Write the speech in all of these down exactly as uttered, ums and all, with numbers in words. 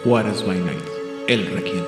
Juárez by Night, el Requiem.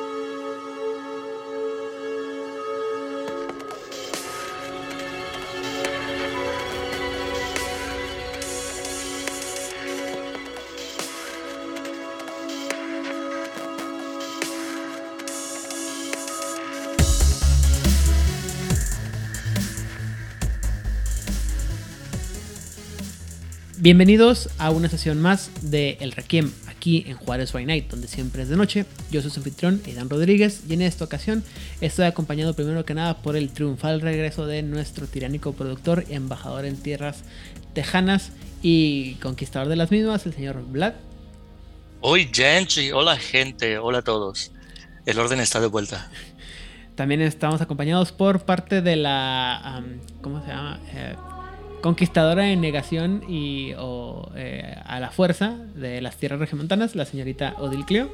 Bienvenidos a una sesión más de El Requiem, aquí en Juárez by Night, donde siempre es de noche. Yo soy su anfitrión, Aidan Rodríguez, y en esta ocasión estoy acompañado primero que nada por el triunfal regreso de nuestro tiránico productor y embajador en tierras tejanas y conquistador de las mismas, el señor Vlad. Hoy Gentry, hola gente, hola a todos. El orden está de vuelta. También estamos acompañados por parte de la... Um, ¿Cómo se llama? Eh, conquistadora de negación y o, eh, a la fuerza de las tierras regiomontanas, la señorita Odil Cleo.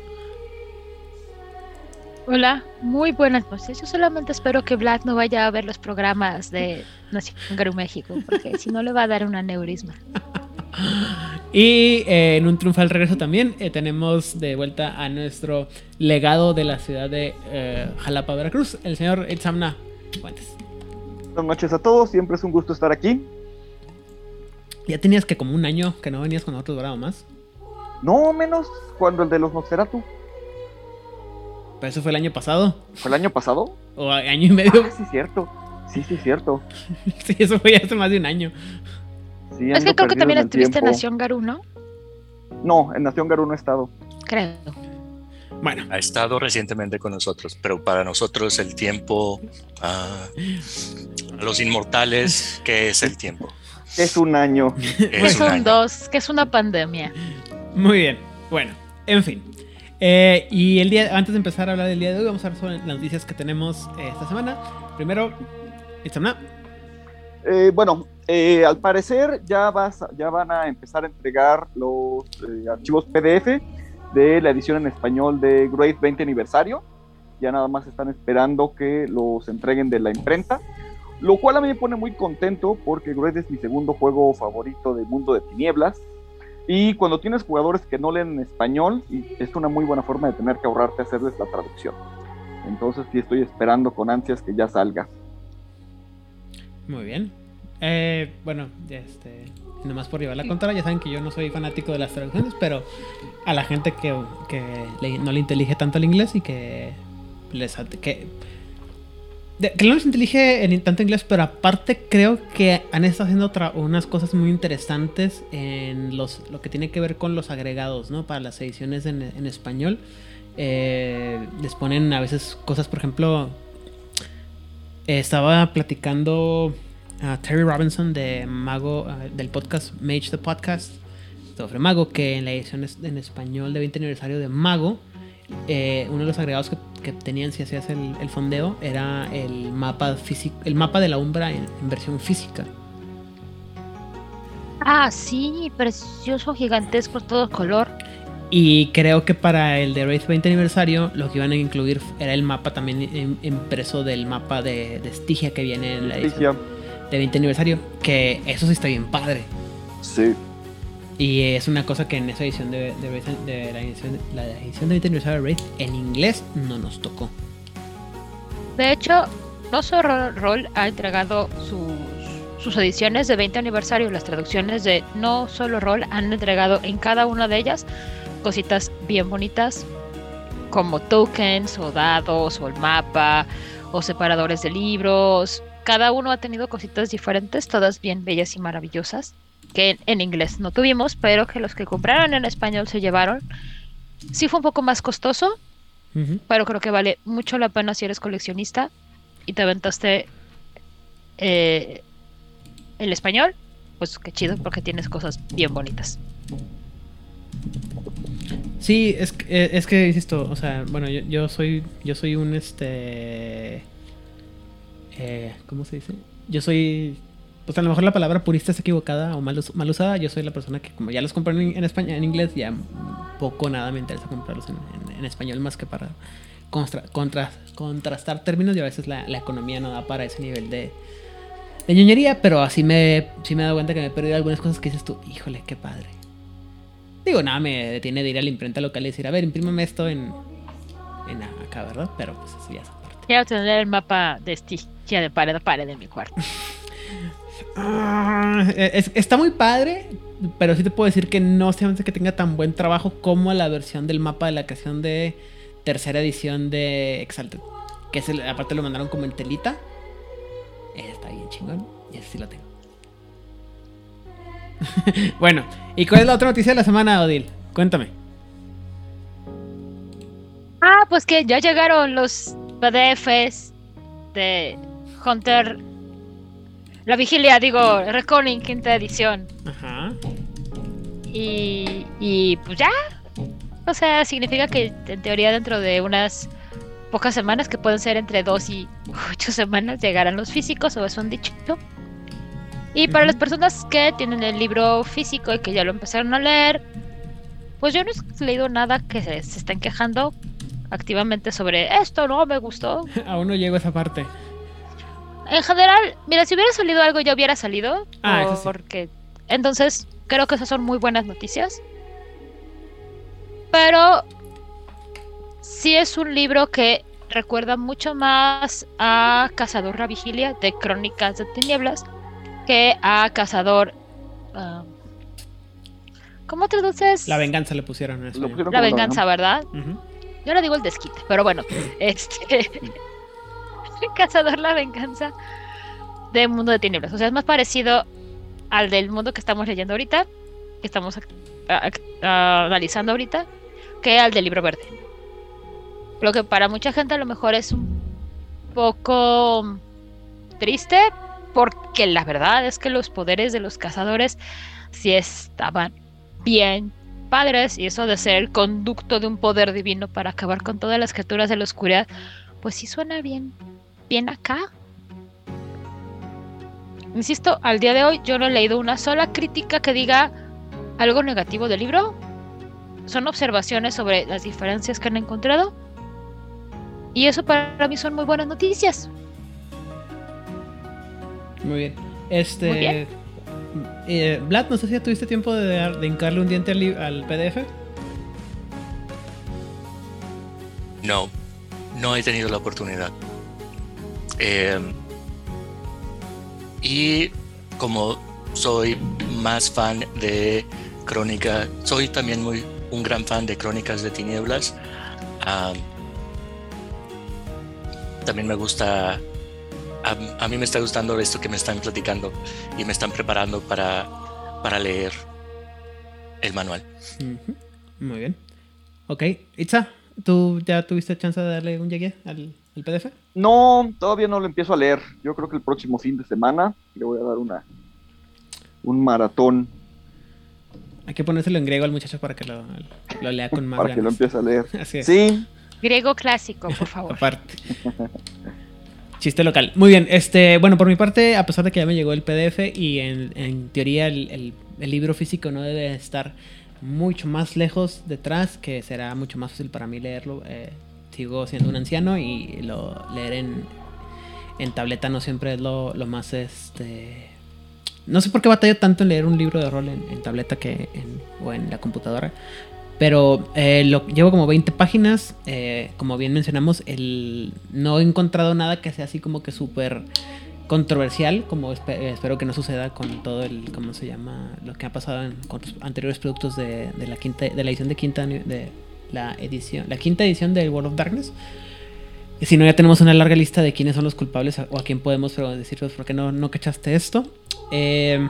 Hola, muy buenas noches. Yo solamente espero que Vlad no vaya a ver los programas de Nación Garú México, porque si no le va a dar un aneurisma. Y eh, en un triunfal regreso también eh, tenemos de vuelta a nuestro legado de la ciudad de eh, Jalapa, Veracruz, el señor Itzamna Fuentes. Buenas noches a todos, siempre es un gusto estar aquí. Ya tenías que como un año que no venías con nosotros, ¿verdad? ¿O más? No, menos cuando el de los Nosferatu. Pero eso fue el año pasado. ¿Fue el año pasado? O año y medio. Ah, sí, cierto. Sí, sí, cierto. Sí, eso fue ya hace más de un año. Sí, es que creo que también estuviste en Nación Garú, ¿no? No, en Nación Garú no he estado. Creo. Bueno. Ha estado recientemente con nosotros, pero para nosotros el tiempo, uh, a los inmortales, ¿qué es el tiempo? Es un año. Que son año. dos, que es una pandemia. Muy bien, bueno, en fin. Eh, y el día, antes de empezar a hablar del día de hoy, vamos a hablar sobre las noticias que tenemos eh, esta semana. Primero, Itzamna. Eh, bueno, eh, al parecer ya, vas, ya van a empezar a entregar los eh, archivos P D F de la edición en español de Great veinte aniversario. Ya nada más están esperando que los entreguen de la imprenta. Lo cual a mí me pone muy contento porque Great es mi segundo juego favorito de Mundo de Tinieblas. Y cuando tienes jugadores que no leen en español, es una muy buena forma de tener que ahorrarte hacerles la traducción. Entonces sí estoy esperando con ansias que ya salga. Muy bien. Eh, bueno, este, nomás por llevar la contra, ya saben que yo no soy fanático de las traducciones, pero a la gente que, que le, no le intelige tanto el inglés y que les... Que, De, que no les intelige en tanto inglés, pero aparte creo que han estado haciendo otra, unas cosas muy interesantes en los, lo que tiene que ver con los agregados, ¿no? Para las ediciones en, en español. Eh, les ponen a veces cosas, por ejemplo, eh, estaba platicando a Terry Robinson de Mago, uh, del podcast Mage the Podcast, sobre Mago, que en la edición en español de veinte aniversario de Mago, Eh, uno de los agregados que, que tenían si hacías el, el fondeo era el mapa físico, el mapa de la Umbra en, en versión física. Ah, sí, precioso, gigantesco, todo color. Y creo que para el de Wraith veinte aniversario lo que iban a incluir era el mapa también impreso del mapa de, de Stygia que viene en la edición de veinte aniversario, que eso sí está bien padre. Sí. Y es una cosa que en esa edición de, de, de la, edición, la edición de veinte aniversario de Wraith en inglés no nos tocó. De hecho, no solo Roll ha entregado sus, sus ediciones de veinte aniversario, las traducciones de No Solo Roll han entregado en cada una de ellas cositas bien bonitas, como tokens o dados o el mapa o separadores de libros. Cada uno ha tenido cositas diferentes, todas bien bellas y maravillosas, que en, en inglés no tuvimos, pero que los que compraron en español se llevaron. Sí fue un poco más costoso, uh-huh. pero creo que vale mucho la pena si eres coleccionista y te aventaste eh, el español, pues qué chido, porque tienes cosas bien bonitas. Sí, es que, es que insisto, o sea, bueno, yo, yo soy yo soy un este eh, ¿cómo se dice? Yo soy, pues a lo mejor la palabra purista es equivocada o mal, mal usada. Yo soy la persona que como ya los compré en, en español, en inglés, ya poco nada me interesa comprarlos en, en, en español más que para contra, contra, contrastar términos, y a veces la, la economía no da para ese nivel de, de ñoñería, pero así me, sí me he dado cuenta que me he perdido algunas cosas que dices tú, híjole, qué padre. Digo, nada me detiene de ir a la imprenta local y decir, a ver, imprímame esto en, en acá, ¿verdad? Pero pues eso ya es aparte. Quiero tener el mapa de Stygia de pared a pared en mi cuarto. Ah, es- está muy padre, pero sí te puedo decir que no se me hace que tenga tan buen trabajo como la versión del mapa de la creación de tercera edición de Exalted. Que es el- aparte lo mandaron como en telita. Eh, Está bien chingón. Y ese sí lo tengo. Bueno, ¿y cuál es la otra noticia de la semana, Odil? Cuéntame. Ah, pues que ya llegaron los P D Fs de Hunter. La Vigilia, digo, Reckoning, quinta edición. Ajá. Y, y pues ya. O sea, significa que en teoría dentro de unas pocas semanas, que pueden ser entre dos y ocho semanas, llegarán los físicos, o eso han dicho. Y para Ujú. las personas que tienen el libro físico y que ya lo empezaron a leer, pues yo no he leído nada que se, se estén quejando activamente sobre esto, no me gustó. Aún no llego a esa parte. En general, mira, si hubiera salido algo ya hubiera salido. Ah, eso sí. Porque entonces creo que esas son muy buenas noticias. Pero sí es un libro que recuerda mucho más a Cazador la Vigilia de Crónicas de Tinieblas que a Cazador. ah, ¿Cómo traduces? La venganza le pusieron en Lo español. pusieron La como venganza, ¿verdad? Ujú. Yo le digo el desquite, pero bueno, este Cazador la venganza de Mundo de Tinieblas. O sea, es más parecido al del mundo que estamos leyendo ahorita, que estamos ac- a- a- analizando ahorita, que al del libro verde. Lo que para mucha gente a lo mejor es un poco triste, porque la verdad es que los poderes de los cazadores sí estaban bien padres, y eso de ser el conducto de un poder divino para acabar con todas las criaturas de la oscuridad, pues sí suena bien, bien acá. Insisto, al día de hoy yo no he leído una sola crítica que diga algo negativo del libro. Son observaciones sobre las diferencias que han encontrado, y eso para mí son muy buenas noticias. Muy bien. Este. Muy bien. Eh, Vlad, no sé si ya tuviste tiempo de, dar- de hincarle un diente al, li- al P D F. No, no he tenido la oportunidad. Eh, y como soy más fan de Crónica, soy también muy un gran fan de Crónicas de Tinieblas. ah, también me gusta, a, a mí me está gustando esto que me están platicando y me están preparando para, para leer el manual. Ujú. Muy bien. Ok, Itza, ¿tú ya tuviste chance de darle un llegue al, al P D F? No, todavía no lo empiezo a leer. Yo creo que el próximo fin de semana le voy a dar una un maratón Hay que ponérselo en griego al muchacho para que lo, lo lea con más para que lo ganas. empiece a leer. Así es. Sí, Griego clásico, por favor. Aparte. Chiste local. Muy bien, este, bueno, por mi parte, a pesar de que ya me llegó el P D F y en, en teoría el, el- el libro físico no debe estar mucho más lejos detrás, que será mucho más fácil para mí leerlo. eh, sigo siendo un anciano y lo leer en, en tableta no siempre es lo, lo más, este... No sé por qué batallo tanto en leer un libro de rol en, en tableta que en, o en la computadora. Pero eh, lo, llevo como veinte páginas. eh, como bien mencionamos, el, no he encontrado nada que sea así como que súper controversial. Como espe- eh, espero que no suceda con todo el, ¿cómo se llama? Lo que ha pasado en, con los anteriores productos de, de la quinta, de la edición de quinta, ani- de la edición, la quinta edición de World of Darkness. Y si no, ya tenemos una larga lista de quiénes son los culpables o a quién podemos pero decirles por qué no, no cachaste esto. Eh,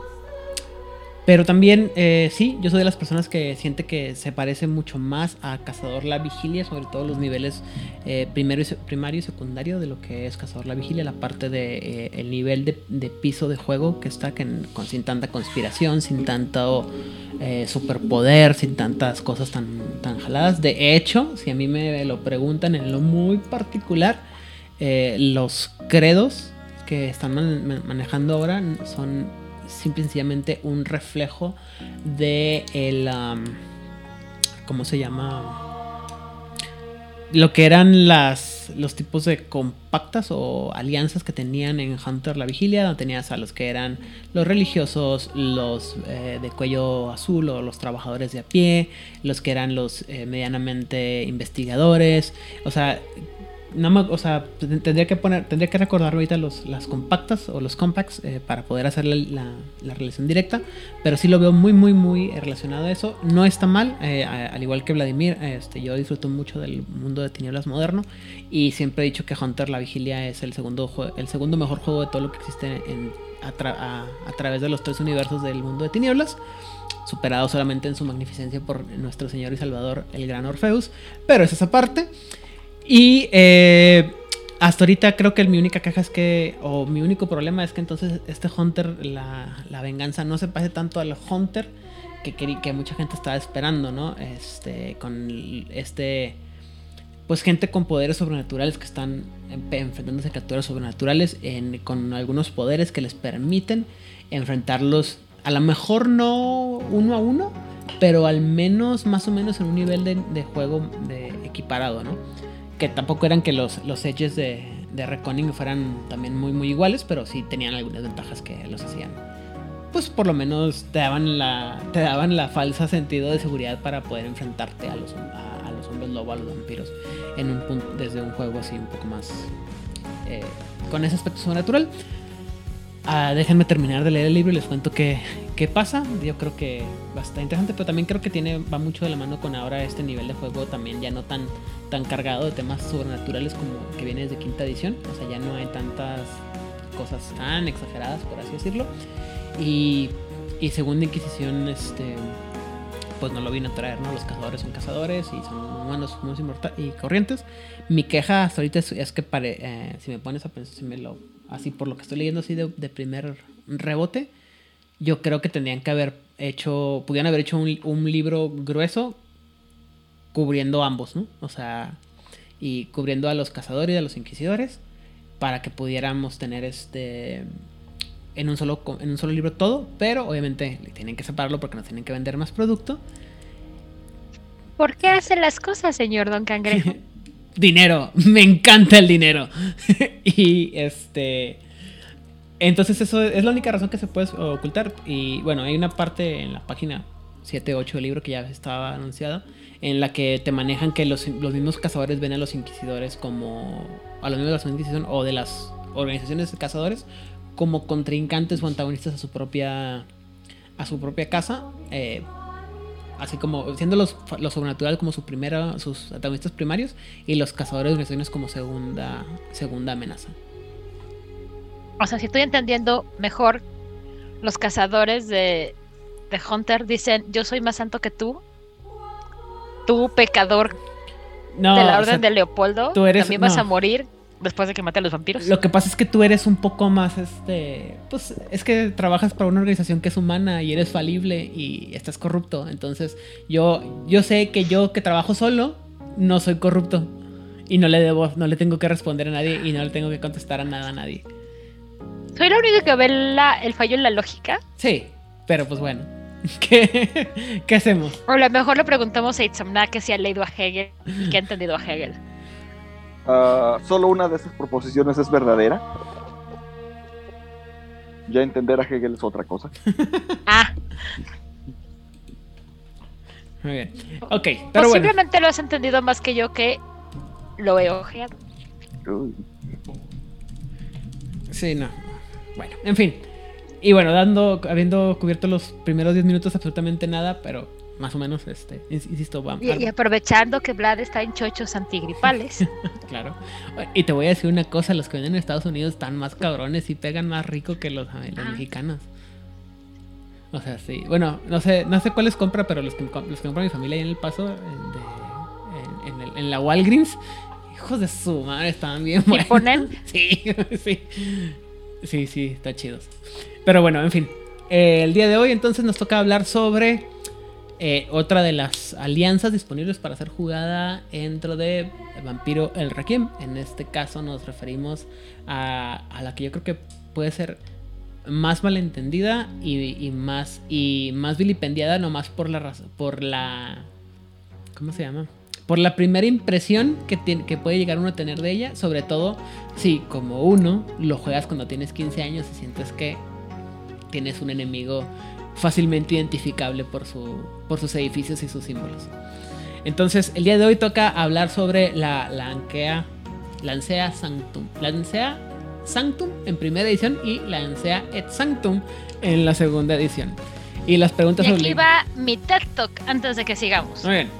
pero también, eh, sí, yo soy de las personas que siente que se parece mucho más a Cazador la Vigilia, sobre todo los niveles eh, primero y se- primario y secundario de lo que es Cazador la Vigilia, la parte de eh, el nivel de, de piso de juego que está que en- con, sin tanta conspiración, sin tanto eh, superpoder, sin tantas cosas tan, tan jaladas. De hecho, si a mí me lo preguntan en lo muy particular, eh, los credos que están man- man- manejando ahora son simple y sencillamente un reflejo de el um, ¿cómo se llama? Lo que eran las las, los tipos de compactas o alianzas que tenían en Hunter la Vigilia, donde tenías a los que eran los religiosos, los eh, de cuello azul o los trabajadores de a pie, los que eran los eh, medianamente investigadores, o sea... No me, o sea, tendría que poner, tendría que recordar ahorita los, las compactas o los compacts eh, para poder hacer la, la, la relación directa, pero sí lo veo muy, muy, muy relacionado a eso. No está mal, eh, a, al igual que Vladimir, este, yo disfruto mucho del mundo de tinieblas moderno y siempre he dicho que Hunter la Vigilia es el segundo, el segundo mejor juego de todo lo que existe en, a, tra, a, a través de los tres universos del mundo de tinieblas, superado solamente en su magnificencia por nuestro Señor y Salvador, el gran Orfeus, pero es esa parte. Y eh, hasta ahorita creo que mi única queja es que, o mi único problema es que entonces este Hunter, la, la venganza no se pase tanto al Hunter que, que, que mucha gente estaba esperando, ¿no? Este, con este, pues gente con poderes sobrenaturales que están enfrentándose a criaturas sobrenaturales en, con algunos poderes que les permiten enfrentarlos, a lo mejor no uno a uno, pero al menos más o menos en un nivel de, de juego de equiparado, ¿no? Que tampoco eran que los, los edges de, de Reckoning fueran también muy muy iguales, pero sí tenían algunas ventajas que los hacían. Pues por lo menos te daban la, te daban la falsa sentido de seguridad para poder enfrentarte a los, a, a los hombres lobo, a los vampiros, en un punto, desde un juego así un poco más eh, con ese aspecto sobrenatural. Uh, déjenme terminar de leer el libro y les cuento qué, qué pasa. Yo creo que bastante interesante, pero también creo que tiene, va mucho de la mano con ahora este nivel de juego también ya no tan, tan cargado de temas sobrenaturales como que viene desde quinta edición. O sea, ya no hay tantas cosas tan exageradas, por así decirlo. Y, y segunda Inquisición, este, pues no lo vino a traer, ¿no? Los cazadores son cazadores y son humanos, humanos y corrientes. Mi queja hasta ahorita es, es que pare, eh, si me pones a pensar, si me lo... así por lo que estoy leyendo así de, de primer rebote, yo creo que tendrían que haber hecho, pudieran haber hecho un, un libro grueso cubriendo ambos, ¿no? O sea, y cubriendo a los cazadores y a los inquisidores para que pudiéramos tener este en un solo en un solo libro todo, pero obviamente tienen que separarlo porque nos tienen que vender más producto. ¿Por qué hace las cosas, señor Don Cangrejo? Dinero, me encanta el dinero. Y este entonces eso es la única razón que se puede ocultar. Y bueno, hay una parte en la página siete ocho del libro que ya estaba anunciada, en la que te manejan que los, los mismos cazadores ven a los inquisidores como a los miembros de la Inquisición o de las organizaciones de cazadores como contrincantes o antagonistas a su propia a su propia casa, eh, así como siendo los, los sobrenatural como su primera, sus antagonistas primarios, y los cazadores de organizaciones como segunda segunda amenaza. O sea, si estoy entendiendo mejor, los cazadores de, de Hunter dicen: yo soy más santo que tú, tú pecador no, de la orden o sea, de Leopoldo, tú eres, también vas no. a morir después de que mate a los vampiros. Lo que pasa es que tú eres un poco más, este, pues es que trabajas para una organización que es humana y eres falible y estás corrupto. Entonces yo, yo sé que yo que trabajo solo no soy corrupto y no le debo, no le tengo que responder a nadie y no le tengo que contestar a nada a nadie. ¿Soy la única que ve la, el fallo en la lógica? Sí, pero pues bueno, ¿qué, ¿qué hacemos? O a lo mejor le preguntamos a Itzamna que si ha leído a Hegel y que ha entendido a Hegel. Uh, solo una de esas proposiciones es verdadera. Ya entender a Hegel es otra cosa. Ah. Muy bien. Ok, pero Posiblemente bueno. Lo has entendido más que yo, que lo he ojeado. Uy. Sí, no. Bueno, en fin. Y bueno, dando, habiendo cubierto los primeros diez minutos absolutamente nada, pero más o menos, este, insisto, vamos. Y, y aprovechando que Vlad está en chochos antigripales. Claro. Y te voy a decir una cosa, los que venden en Estados Unidos están más cabrones y pegan más rico que los, los Ah. mexicanos. O sea, sí. Bueno, no sé, no sé cuáles compra, pero los que, los que compra mi familia ahí en El Paso, en, de, en, en, el, en la Walgreens, hijos de su madre, estaban bien buenos. ponen? Sí, sí. Sí, sí, está chidos. Pero bueno, en fin. Eh, el día de hoy entonces nos toca hablar sobre eh, otra de las alianzas disponibles para ser jugada dentro de Vampiro el Requiem. En este caso nos referimos a, a la que yo creo que puede ser más malentendida y, y más y más vilipendiada nomás por la razón, por la ¿cómo se llama? por la primera impresión que, tiene, que puede llegar uno a tener de ella, sobre todo si como uno lo juegas cuando tienes quince años y sientes que tienes un enemigo fácilmente identificable por, su, por sus edificios y sus símbolos. Entonces, el día de hoy toca hablar sobre la Lancea, Lancea Sanctum. Lancea Sanctum en primera edición y Lancea et Sanctum en la segunda edición. Y las preguntas y aquí oblig- va mi TED Talk antes de que sigamos. Muy bien.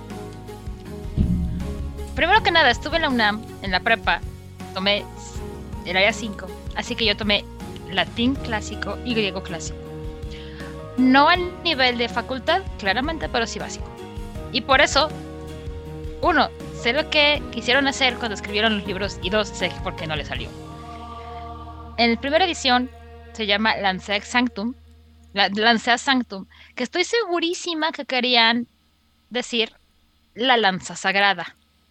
Primero que nada, estuve en la UNAM, en la prepa, tomé el área cinco, así que yo tomé latín clásico y griego clásico. No a nivel de facultad, claramente, pero sí básico. Y por eso, uno, sé lo que quisieron hacer cuando escribieron los libros, y dos, sé por qué no les salió. En la primera edición se llama Lancea Sanctum, la, Lancea Sanctum, que estoy segurísima que querían decir la lanza sagrada.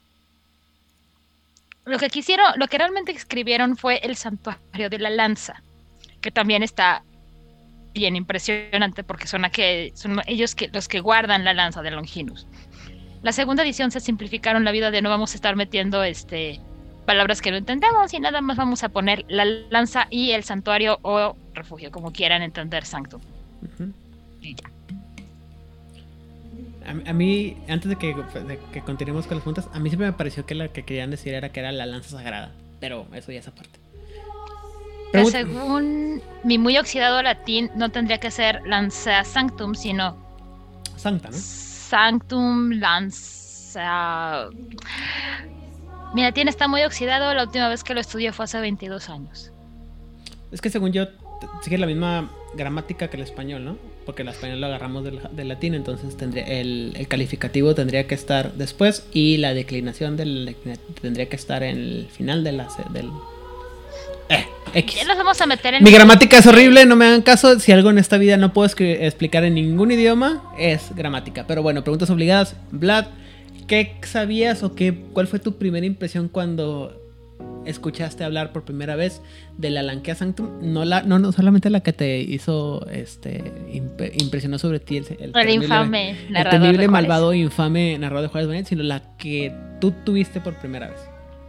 Lo que quisieron, lo que realmente escribieron fue el santuario de la lanza, que también está bien impresionante porque son, aquel, son ellos que, los que guardan la lanza de Longinus. La segunda edición se simplificaron la vida de no vamos a estar metiendo este palabras que no entendemos y nada más vamos a poner la lanza y el santuario o refugio, como quieran entender Sanctum. Uh-huh. Y ya. A, a mí, antes de que, de que continuemos con las preguntas, a mí siempre me pareció que lo que querían decir era que era la lanza sagrada, pero eso ya es aparte. Que Pregun- según mi muy oxidado latín, no tendría que ser Lancea Sanctum, sino Santa, ¿no? Sanctum Lancea. Mi latín está muy oxidado, la última vez que lo estudié fue hace veintidós años. Es que según yo, t- sigue la misma gramática que el español, ¿no? Porque el español lo agarramos del, del latín, entonces tendría el, el calificativo tendría que estar después y la declinación del, tendría que estar en el final de la... del... Eh, X. Ya nos vamos a meter en... Mi gramática es horrible, no me hagan caso. Si algo en esta vida no puedo escri- explicar en ningún idioma, es gramática. Pero bueno, preguntas obligadas. Vlad, ¿qué sabías o qué, cuál fue tu primera impresión cuando escuchaste hablar por primera vez de la Lancea Sanctum? No, la, no, no solamente la que te hizo, este, imp- impresionó sobre ti el, el, El temible- infame el narrador temible, de Juárez. malvado, infame narrador de Juárez Benet, sino la que tú tuviste por primera vez.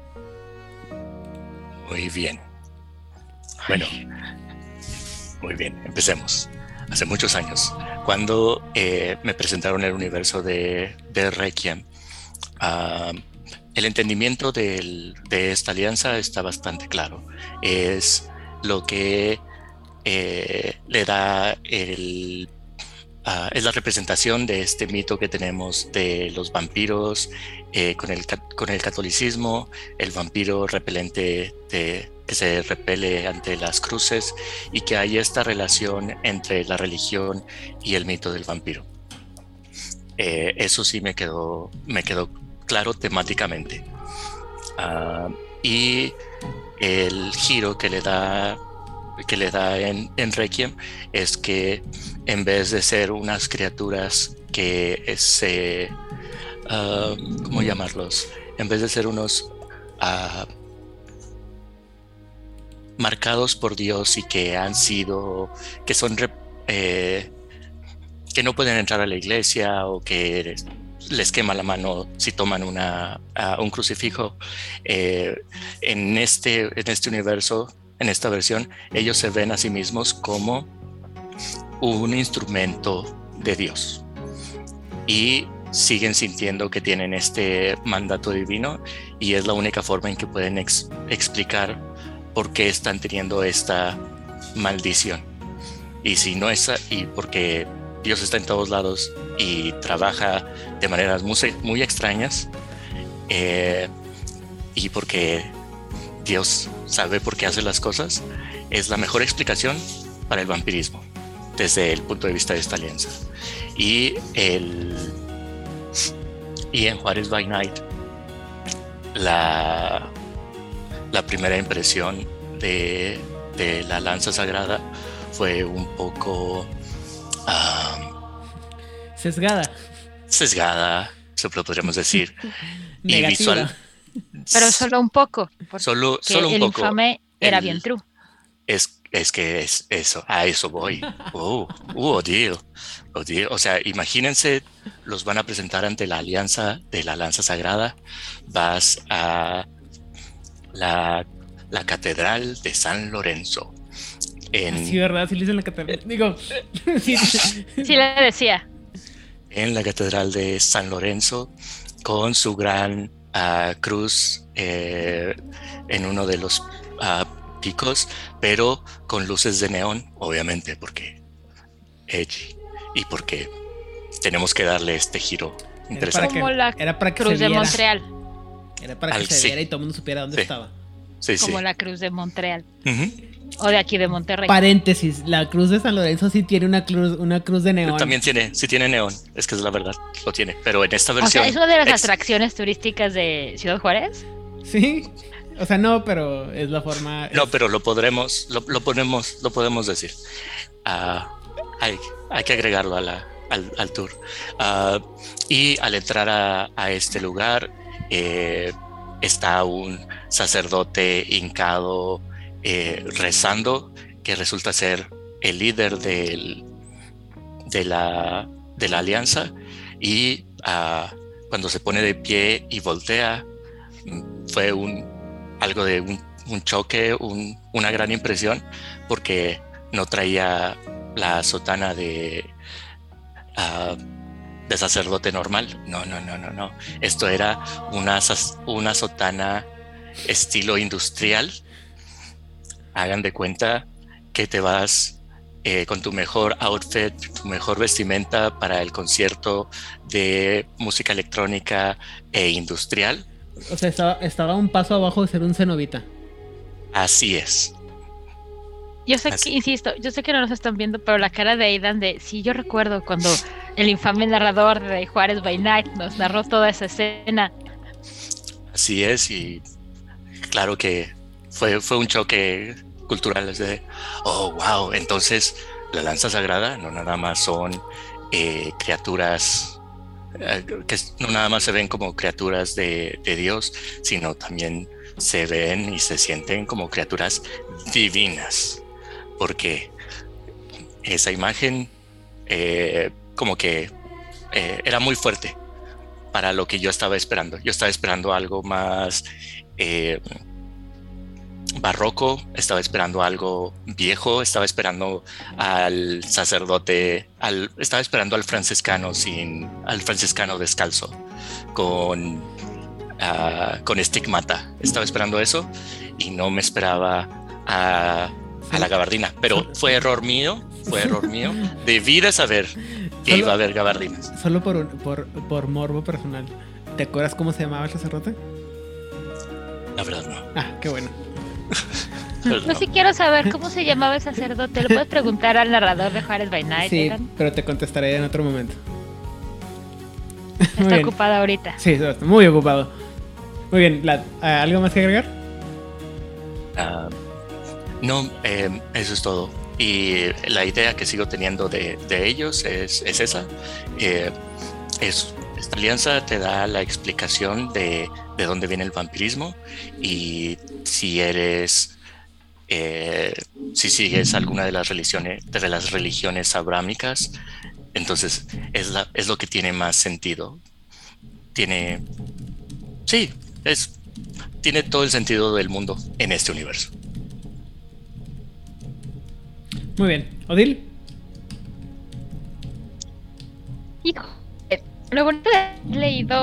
Muy bien. Bueno, muy bien, empecemos. Hace muchos años, cuando eh, me presentaron el universo de, de Requiem, uh, el entendimiento del, de esta alianza está bastante claro. Es lo que eh, le da el... Uh, es la representación de este mito que tenemos de los vampiros eh, con, el, con el catolicismo, el vampiro repelente de, que se repele ante las cruces y que hay esta relación entre la religión y el mito del vampiro. Eh, eso sí me quedó, me quedó claro temáticamente. Uh, y el giro que le da que le da en, en Requiem es que en vez de ser unas criaturas que se uh, ¿cómo llamarlos? En vez de ser unos uh, marcados por Dios y que han sido que son eh, que no pueden entrar a la iglesia o que les quema la mano si toman una, uh, un crucifijo, eh, en este en este universo, en esta versión, ellos se ven a sí mismos como un instrumento de Dios y siguen sintiendo que tienen este mandato divino y es la única forma en que pueden ex- explicar por qué están teniendo esta maldición. Y si no es, y porque Dios está en todos lados y trabaja de maneras muy, muy extrañas, eh, y porque Dios sabe por qué hace las cosas, es la mejor explicación para el vampirismo desde el punto de vista de esta alianza. Y, el, y en Juárez by Night, la, la primera impresión de, de la lanza sagrada fue un poco um, Sesgada. sesgada, se lo podríamos decir, y Negativa. visual. Pero solo un poco, porque Solo, solo un el poco. infame era El- bien true. Es, Es que es eso, a eso voy. Uh, uh, Odil, Odil. O sea, imagínense, los van a presentar ante la alianza de la Lanza Sagrada. Vas a la, la Catedral de San Lorenzo. En, Sí, ¿verdad? Sí lo hice en la catedral. Digo, sí. Sí le decía. en la Catedral de San Lorenzo, con su gran uh, cruz eh, en uno de los uh, picos, pero con luces de neón, obviamente, porque edgy y porque tenemos que darle este giro Era interesante. para que, Como la era para que Cruz se de viera. Montreal. Era para que Al- se sí. viera y todo el mundo supiera dónde Sí. estaba. Sí, sí. Como la Cruz de Montreal. Ujú. O de aquí de Monterrey. Paréntesis, la cruz de San Lorenzo sí tiene una cruz, una cruz de neón. También tiene, sí tiene neón, es que es la verdad, lo tiene, pero en esta O versión... sea, es una de las ex- atracciones turísticas de Ciudad Juárez. Sí. O sea, no, pero es la forma. No, es- pero lo podremos, lo, lo ponemos, lo podemos decir. Ah, hay, hay que agregarlo a la, al, al tour. Ah, y al entrar a, a este lugar eh, está un sacerdote hincado eh, rezando, que resulta ser el líder del, de, la, de la alianza. Y ah, cuando se pone de pie y voltea, mm, fue un, algo de un, un choque, un, una gran impresión, porque no traía la sotana de, ah, de sacerdote normal. No, no, no, no, no. Esto era una, sas- una sotana estilo industrial. Hagan de cuenta que te vas eh, con tu mejor outfit, tu mejor vestimenta para el concierto de música electrónica e industrial. O sea, estaba, estaba un paso abajo de ser un cenobita. Así es. Yo sé Así. que, insisto, yo sé que no nos están viendo, pero la cara de Aidan de, sí, yo recuerdo cuando el infame narrador de Juárez by Night nos narró toda esa escena. Así es, y claro que fue, fue un choque cultural. Es de, oh, wow, entonces la lanza sagrada no nada más son eh, criaturas, eh, que no nada más se ven como criaturas de, de Dios, sino también se ven y se sienten como criaturas divinas, porque esa imagen eh, como que eh, era muy fuerte para lo que yo estaba esperando. Yo estaba esperando algo más eh, barroco, estaba esperando algo viejo, estaba esperando al sacerdote, al, estaba esperando al franciscano sin, al franciscano descalzo, con, uh, con estigmata. Estaba esperando eso y no me esperaba a, a la gabardina. Pero fue error mío, fue error mío. Debí de saber que Solo- iba a haber gabardinas. Solo por, un- por, por morbo personal. ¿Te acuerdas cómo se llamaba el sacerdote? La verdad no. Ah, qué bueno. La verdad Yo no. sí quiero saber cómo se llamaba el sacerdote. ¿Le puedes preguntar al narrador de Juárez by Night, Sí, Aidan? pero te contestaré en otro momento. Muy Está bien. ocupada ahorita. Sí, estoy muy ocupado. Muy bien, Vlad, ¿algo más que agregar? Ah, no, eh, eso es todo. Y la idea que sigo teniendo de, de ellos es, es esa. Eh, es, esta alianza te da la explicación de, de dónde viene el vampirismo, y si eres, eh, si sigues alguna de las religiones, de las religiones abrámicas, entonces es, la, es lo que tiene más sentido. Tiene, sí, es, tiene todo el sentido del mundo en este universo. Muy bien. ¿Odil? Hijo, eh, lo bonito de haber leído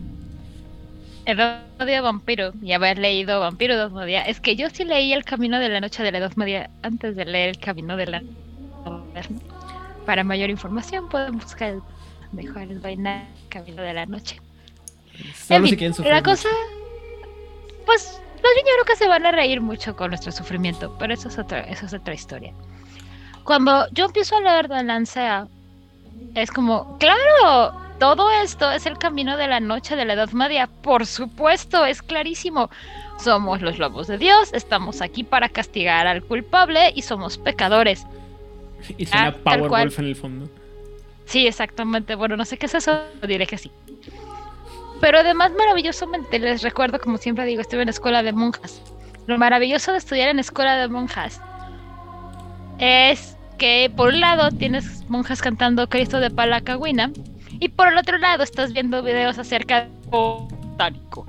Edodia Vampiro y haber leído Vampiro de Osmodia es que yo sí leí El Camino de la Noche de la Edad Media antes de leer El Camino de la Moderna. Para mayor información pueden buscar el de Juárez by Night, Camino de la Noche. Solo En si fin, quieren sufrir la mucho. cosa, pues los niños creo que se van a reír mucho con nuestro sufrimiento, pero eso es otra, eso es otra historia. Cuando yo empiezo a leer de Lancea, es como, claro, todo esto es el camino de la noche de la Edad Media, por supuesto, es clarísimo. Somos los lobos de Dios, estamos aquí para castigar al culpable y somos pecadores. Y suena Ah, tal cual. Powerwolf en el fondo. Sí, exactamente. Bueno, no sé qué es eso, diré que sí. Pero además, maravillosamente, les recuerdo, como siempre digo, estuve en escuela de monjas. Lo maravilloso de estudiar en escuela de monjas es que por un lado tienes monjas cantando Cristo de Palacagüina y por el otro lado estás viendo videos acerca de botánico.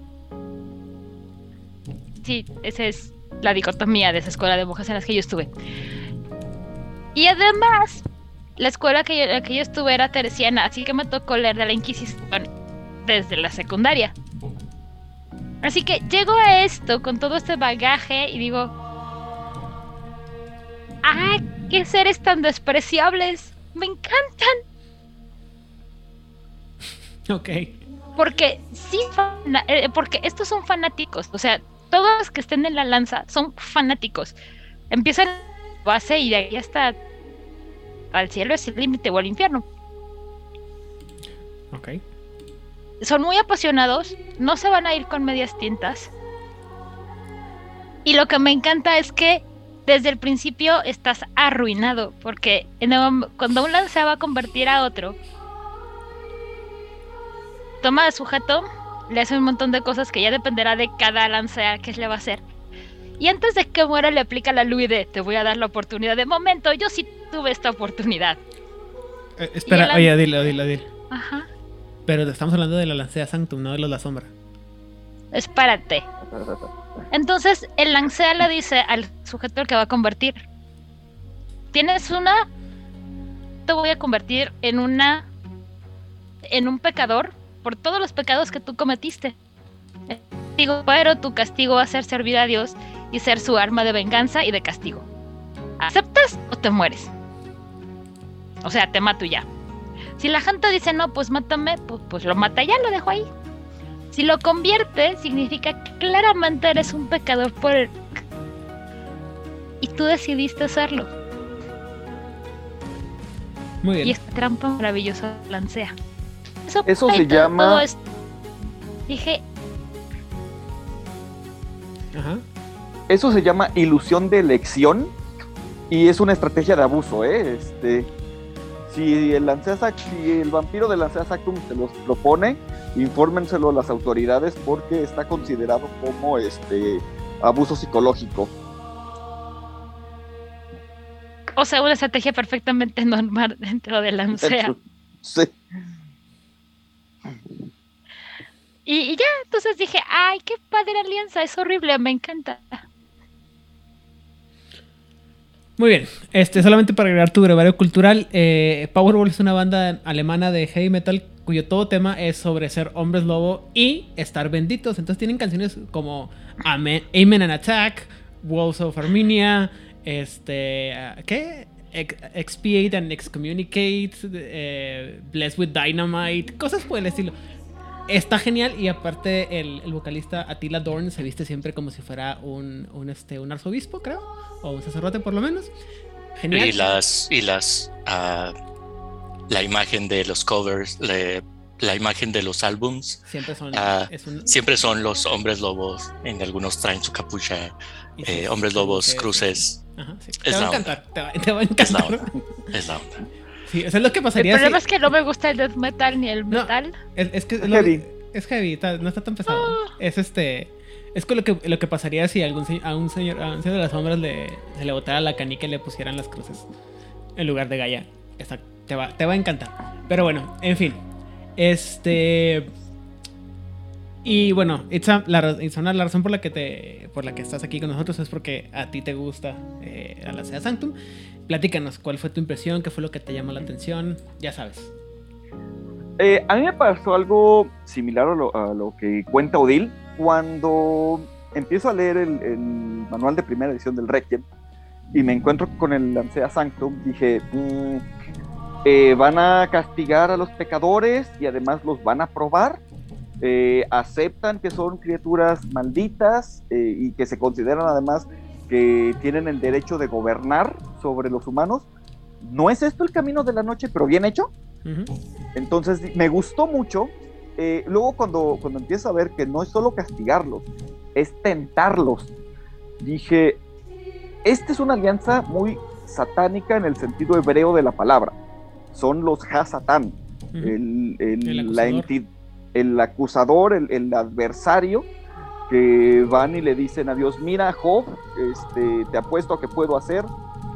Sí, esa es la dicotomía de esa escuela de monjas en las que yo estuve. Y además, la escuela que yo, en la que yo estuve era teresiana, así que me tocó leer de la Inquisición desde la secundaria. Así que llego a esto con todo este bagaje y digo, ¡ah, qué seres tan despreciables! ¡Me encantan! Ok. Porque sí, eh, porque estos son fanáticos, o sea, todos los que estén en la lanza son fanáticos. Empiezan base y de ahí hasta al cielo es el límite o al infierno. Ok. Son muy apasionados, no se van a ir con medias tintas. Y lo que me encanta es que desde el principio estás arruinado, porque en el, cuando un lanza va a convertir a otro, toma de sujeto, le hace un montón de cosas que ya dependerá de cada lanza que le va a hacer. Y antes de que muera le aplica la Louis de te voy a dar la oportunidad. De momento, yo sí tuve esta oportunidad. Eh, espera, el... oye, dilo, dilo, dilo. Ajá. Pero estamos hablando de la Lancea Sanctum, no de los La Sombra. Espérate. Entonces, el Lancea le dice al sujeto al que va a convertir: tienes una... Te voy a convertir en una... En un pecador por todos los pecados que tú cometiste. Digo, pero tu castigo va a ser servir a Dios y ser su arma de venganza y de castigo. ¿Aceptas o te mueres? O sea, te mato ya. Si la gente dice no, pues mátame, pues, pues lo mata ya, lo dejo ahí. Si lo convierte, significa que claramente eres un pecador por el... y tú decidiste hacerlo. Muy bien. Y esta trampa maravillosa Lancea. Eso, Eso se todo, llama... todo esto. Dije... Ajá. Eso se llama ilusión de elección y es una estrategia de abuso, ¿eh? Este, si el Lancea Sac- si el vampiro de Lancea Sanctum se los propone, infórmenselo a las autoridades porque está considerado como este abuso psicológico. O sea, una estrategia perfectamente normal dentro de Lancea. Sí. Y, y ya, entonces dije, ay, qué padre alianza, es horrible, me encanta. Muy bien, este, solamente para agregar tu brevario cultural, eh, Powerball es una banda alemana de heavy metal cuyo todo tema es sobre ser hombres lobo y estar benditos. Entonces tienen canciones como Amen, Amen and Attack, Wolves of Armenia, este, uh, ¿qué? Ex- Expiate and Excommunicate, eh, Blessed with Dynamite, cosas por el estilo. Está genial y aparte el, el vocalista Attila Dorn se viste siempre como si fuera un, un, este, un arzobispo, creo, o un sacerdote por lo menos. Genial. Y las, y las, uh, la imagen de los covers, le, la imagen de los álbums, siempre son, uh, es un, siempre son los hombres lobos. En algunos traen su capucha, y sí, eh, hombres lobos, cruces. cruces. Ajá, sí. Es Te va a la encantar, onda. te va, te va a encantar. Es la onda. Es la onda. Sí, eso es lo que El pasaría problema si... es que no me gusta el death metal ni el No. metal. Es, es que Es lo- heavy. es heavy, está- no está tan pesado. Ah. Es este... Es con lo que, lo que pasaría si algún, se- a un señor, a un señor de las sombras le, se le botara la canica y le pusieran las cruces en lugar de Gaia. Está- te, va, te va a encantar. Pero bueno, en fin. Este... Y bueno, Itza, la, ra- Itzana, la razón por la que te por la que estás aquí con nosotros es porque a ti te gusta eh, la Lancea Sanctum. Platícanos, ¿cuál fue tu impresión? ¿Qué fue lo que te llamó la atención? Ya sabes. Eh, a mí me pasó algo similar a lo, a lo que cuenta Odil. Cuando empiezo a leer el, el manual de primera edición del Requiem y me encuentro con el Lancea Sanctum, dije, mmm, eh, van a castigar a los pecadores y además los van a probar. Eh, aceptan que son criaturas malditas eh, y que se consideran además que tienen el derecho de gobernar sobre los humanos. ¿No es esto el camino de la noche, pero bien hecho? Uh-huh. Entonces me gustó mucho. Eh, luego cuando, cuando empiezo a ver que no es solo castigarlos, es tentarlos, dije, esta es una alianza muy satánica en el sentido hebreo de la palabra. Son los Ha-Satán, Uh-huh. el, el, El la acusador. enti- el acusador, el, el adversario, que van y le dicen a Dios, mira, Job, este, te apuesto a que puedo hacer que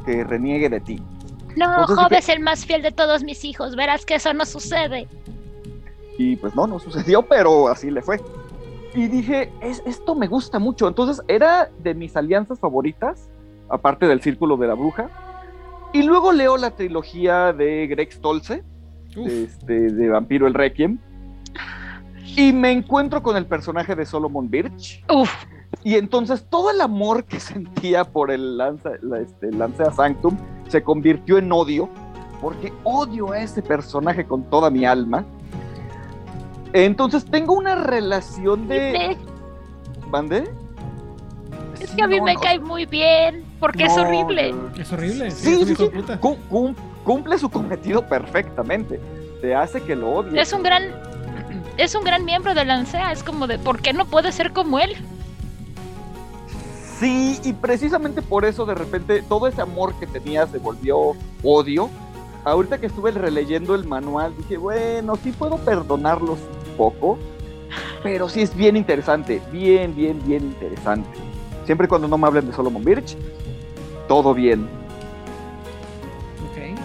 que reniegue de ti. No, Entonces Job dije- es el más fiel de todos mis hijos. Verás que eso no sucede. Y pues no, no sucedió, pero así le fue. Y dije, es, esto me gusta mucho. Entonces era de mis alianzas favoritas, aparte del Círculo de la Bruja. Y luego leo la trilogía de Greg Stolze, Uf. este, de Vampiro el Requiem. Y me encuentro con el personaje de Solomon Birch. Uf, Y entonces todo el amor que sentía por el Lanza, la, este, Lancea Sanctum se convirtió en odio, porque odio a ese personaje con toda mi alma. Entonces tengo una relación de... ¿Mande? es que a mí No, me no, cae muy bien, porque es no, horrible. no. Es horrible. Sí, es un sí, hijo sí. de puta. Cum- cum- cumple su cometido perfectamente. Te hace que lo odies. Es un gran, es un gran miembro de Lancea. Es como de, ¿por qué no puede ser como él? Sí, y precisamente por eso de repente todo ese amor que tenía se volvió odio. Ahorita que estuve releyendo el manual dije, bueno, sí puedo perdonarlos un poco, pero sí es bien interesante, bien, bien, bien interesante. Siempre y cuando no me hablen de Solomon Birch, todo bien. Ok.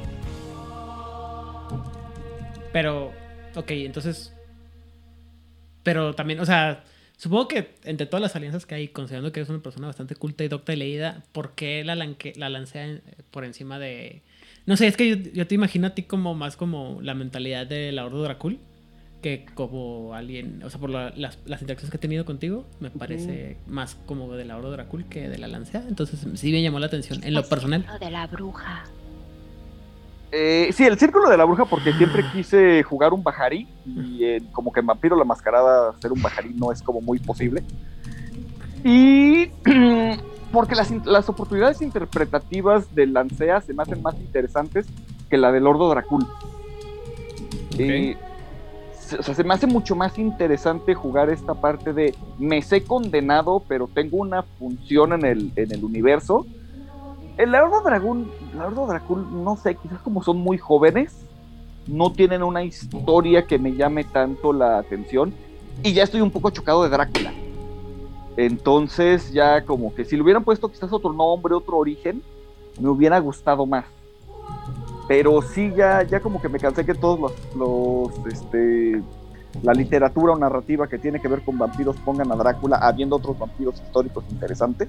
Pero, ok, entonces. Pero también, o sea, supongo que entre todas las alianzas que hay, considerando que eres una persona bastante culta y docta y leída, ¿por qué la, lanque- la lancea en- por encima de. No sé, es que yo, yo te imagino a ti como más como la mentalidad de la Ordo Dracul, que como alguien, o sea, por la- las, las interacciones que he tenido contigo, me parece más como de la Ordo Dracul que de la lancea. Entonces sí me llamó la atención en lo personal. Lo de la bruja. Eh, sí, el Círculo de la Bruja, porque siempre quise jugar un Bajarí y eh, como que en Vampiro la Mascarada ser un Bajarí no es como muy posible. Y porque las, in- las oportunidades interpretativas de Lancea se me hacen más interesantes que la del Ordo Dracul. Eh, se- o sea, se me hace mucho más interesante jugar esta parte de me sé condenado, pero tengo una función en el, en el universo. El Ordo Dragón, el Ordo Dracul, no sé, quizás como son muy jóvenes, no tienen una historia que me llame tanto la atención. Y ya estoy un poco chocado de Drácula. Entonces ya como que si le hubieran puesto quizás otro nombre, otro origen, me hubiera gustado más. Pero sí, ya, ya como que me cansé que todos los, los este, la literatura o narrativa que tiene que ver con vampiros pongan a Drácula, habiendo otros vampiros históricos interesantes.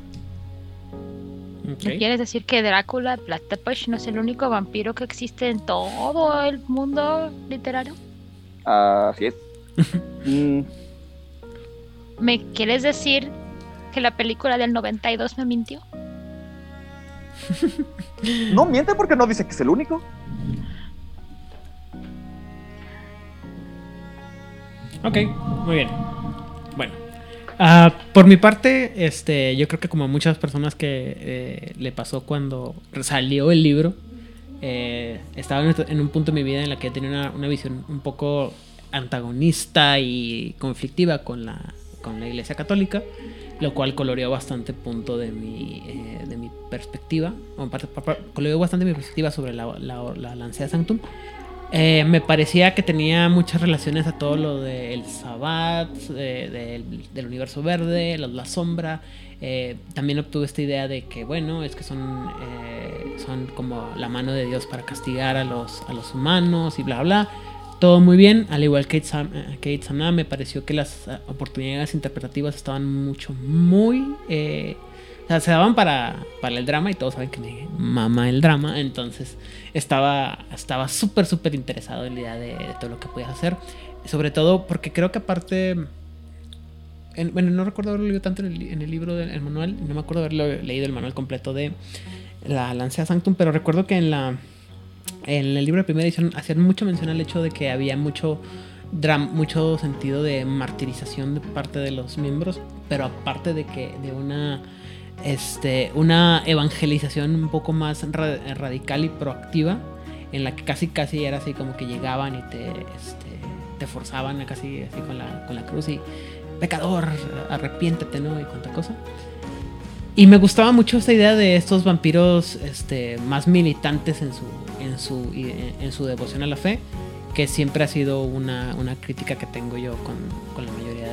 Ok. ¿Me quieres decir que Drácula, Vlad Tepes, no es el único vampiro que existe en todo el mundo literario? Así es. Mm, ¿Me quieres decir que la película del noventa y dos me mintió? no miente porque no dice que es el único. Ok, muy bien. Bueno, ah, por mi parte, este, yo creo que como a muchas personas que eh, le pasó cuando salió el libro, eh, estaba en, en un punto de mi vida en la que tenía una, una visión un poco antagonista y conflictiva con la, con la Iglesia Católica, lo cual coloreó bastante punto de mi, eh, de mi perspectiva, o parte- pa- pa- coloreó bastante mi perspectiva sobre la, la, la Lancea Sanctum. Eh, me parecía que tenía muchas relaciones a todo lo del Sabbat, eh, del, del universo verde, la, la sombra. Eh, también obtuve esta idea de que, bueno, es que son, eh, son como la mano de Dios para castigar a los, a los humanos y bla, bla. Todo muy bien, al igual que Kate Sana, me pareció que las uh, oportunidades interpretativas estaban mucho, muy... Eh, o sea, se daban para, para el drama y todos saben que me mama el drama, entonces estaba estaba súper, súper interesado en la idea de, de todo lo que podías hacer, sobre todo porque creo que aparte, en, bueno, no recuerdo haberlo leído tanto en el, en el libro del el manual, no me acuerdo haberlo leído el manual completo de la Lancea Sanctum, pero recuerdo que en la en el libro de primera edición hacían mucho mención al hecho de que había mucho drama, mucho sentido de martirización de parte de los miembros, pero aparte de que de una este una evangelización un poco más ra- radical y proactiva, en la que casi casi era así como que llegaban y te este, te forzaban a casi así con la con la cruz y pecador, arrepiéntete, ¿no? Y cuánta cosa. Y me gustaba mucho esta idea de estos vampiros este, más militantes en su, en, su, en su devoción a la fe, que siempre ha sido una, una crítica que tengo yo con, con la mayoría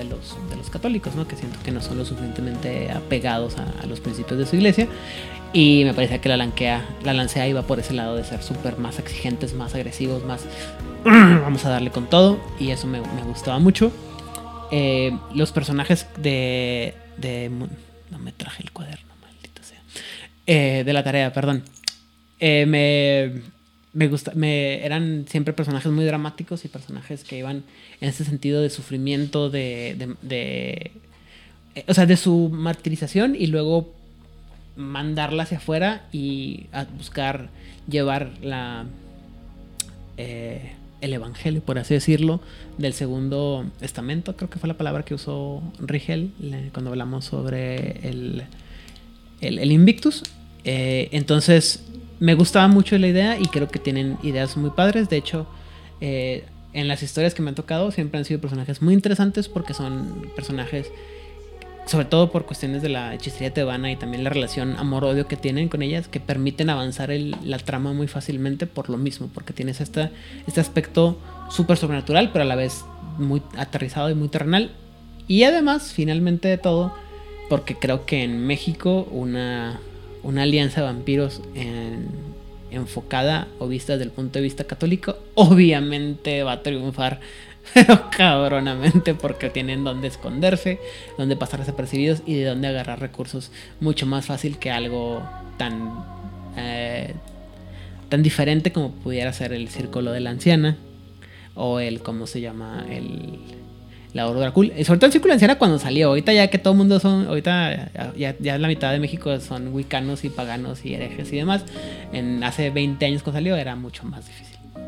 de los, de los católicos, ¿no? Que siento que no son lo suficientemente apegados a, a los principios de su iglesia. Y me parecía que la lancea, la lancea iba por ese lado de ser súper más exigentes, más agresivos, más vamos a darle con todo. Y eso me, me gustaba mucho. Eh, los personajes de, de... No me traje el cuaderno, maldita sea. Eh, de la tarea, perdón. Eh, me, me gusta, me, eran siempre personajes muy dramáticos y personajes que iban en ese sentido de sufrimiento, de... de, de eh, o sea, de su martirización y luego mandarla hacia afuera y a buscar llevar la... Eh, el evangelio, por así decirlo, del segundo estamento, creo que fue la palabra que usó Rigel cuando hablamos sobre el, el, el Invictus. Eh, entonces, me gustaba mucho la idea y creo que tienen ideas muy padres. De hecho, eh, en las historias que me han tocado siempre han sido personajes muy interesantes porque son personajes, sobre todo por cuestiones de la hechicería tebana y también la relación amor-odio que tienen con ellas, que permiten avanzar el, la trama muy fácilmente por lo mismo, porque tienes esta, este aspecto súper sobrenatural, pero a la vez muy aterrizado y muy terrenal. Y además, finalmente de todo, porque creo que en México una, una alianza de vampiros en, enfocada o vista desde el punto de vista católico, obviamente va a triunfar, pero cabronamente, porque tienen donde esconderse, donde pasar desapercibidos y de donde agarrar recursos mucho más fácil que algo tan eh, tan diferente como pudiera ser el Círculo de la Anciana o el, ¿cómo se llama? El la Oro Dracul. Y sobre todo el Círculo de la Anciana cuando salió. Ahorita ya que todo el mundo son, ahorita ya, ya la mitad de México son wicanos y paganos y herejes y demás. En hace veinte años cuando salió era mucho más difícil.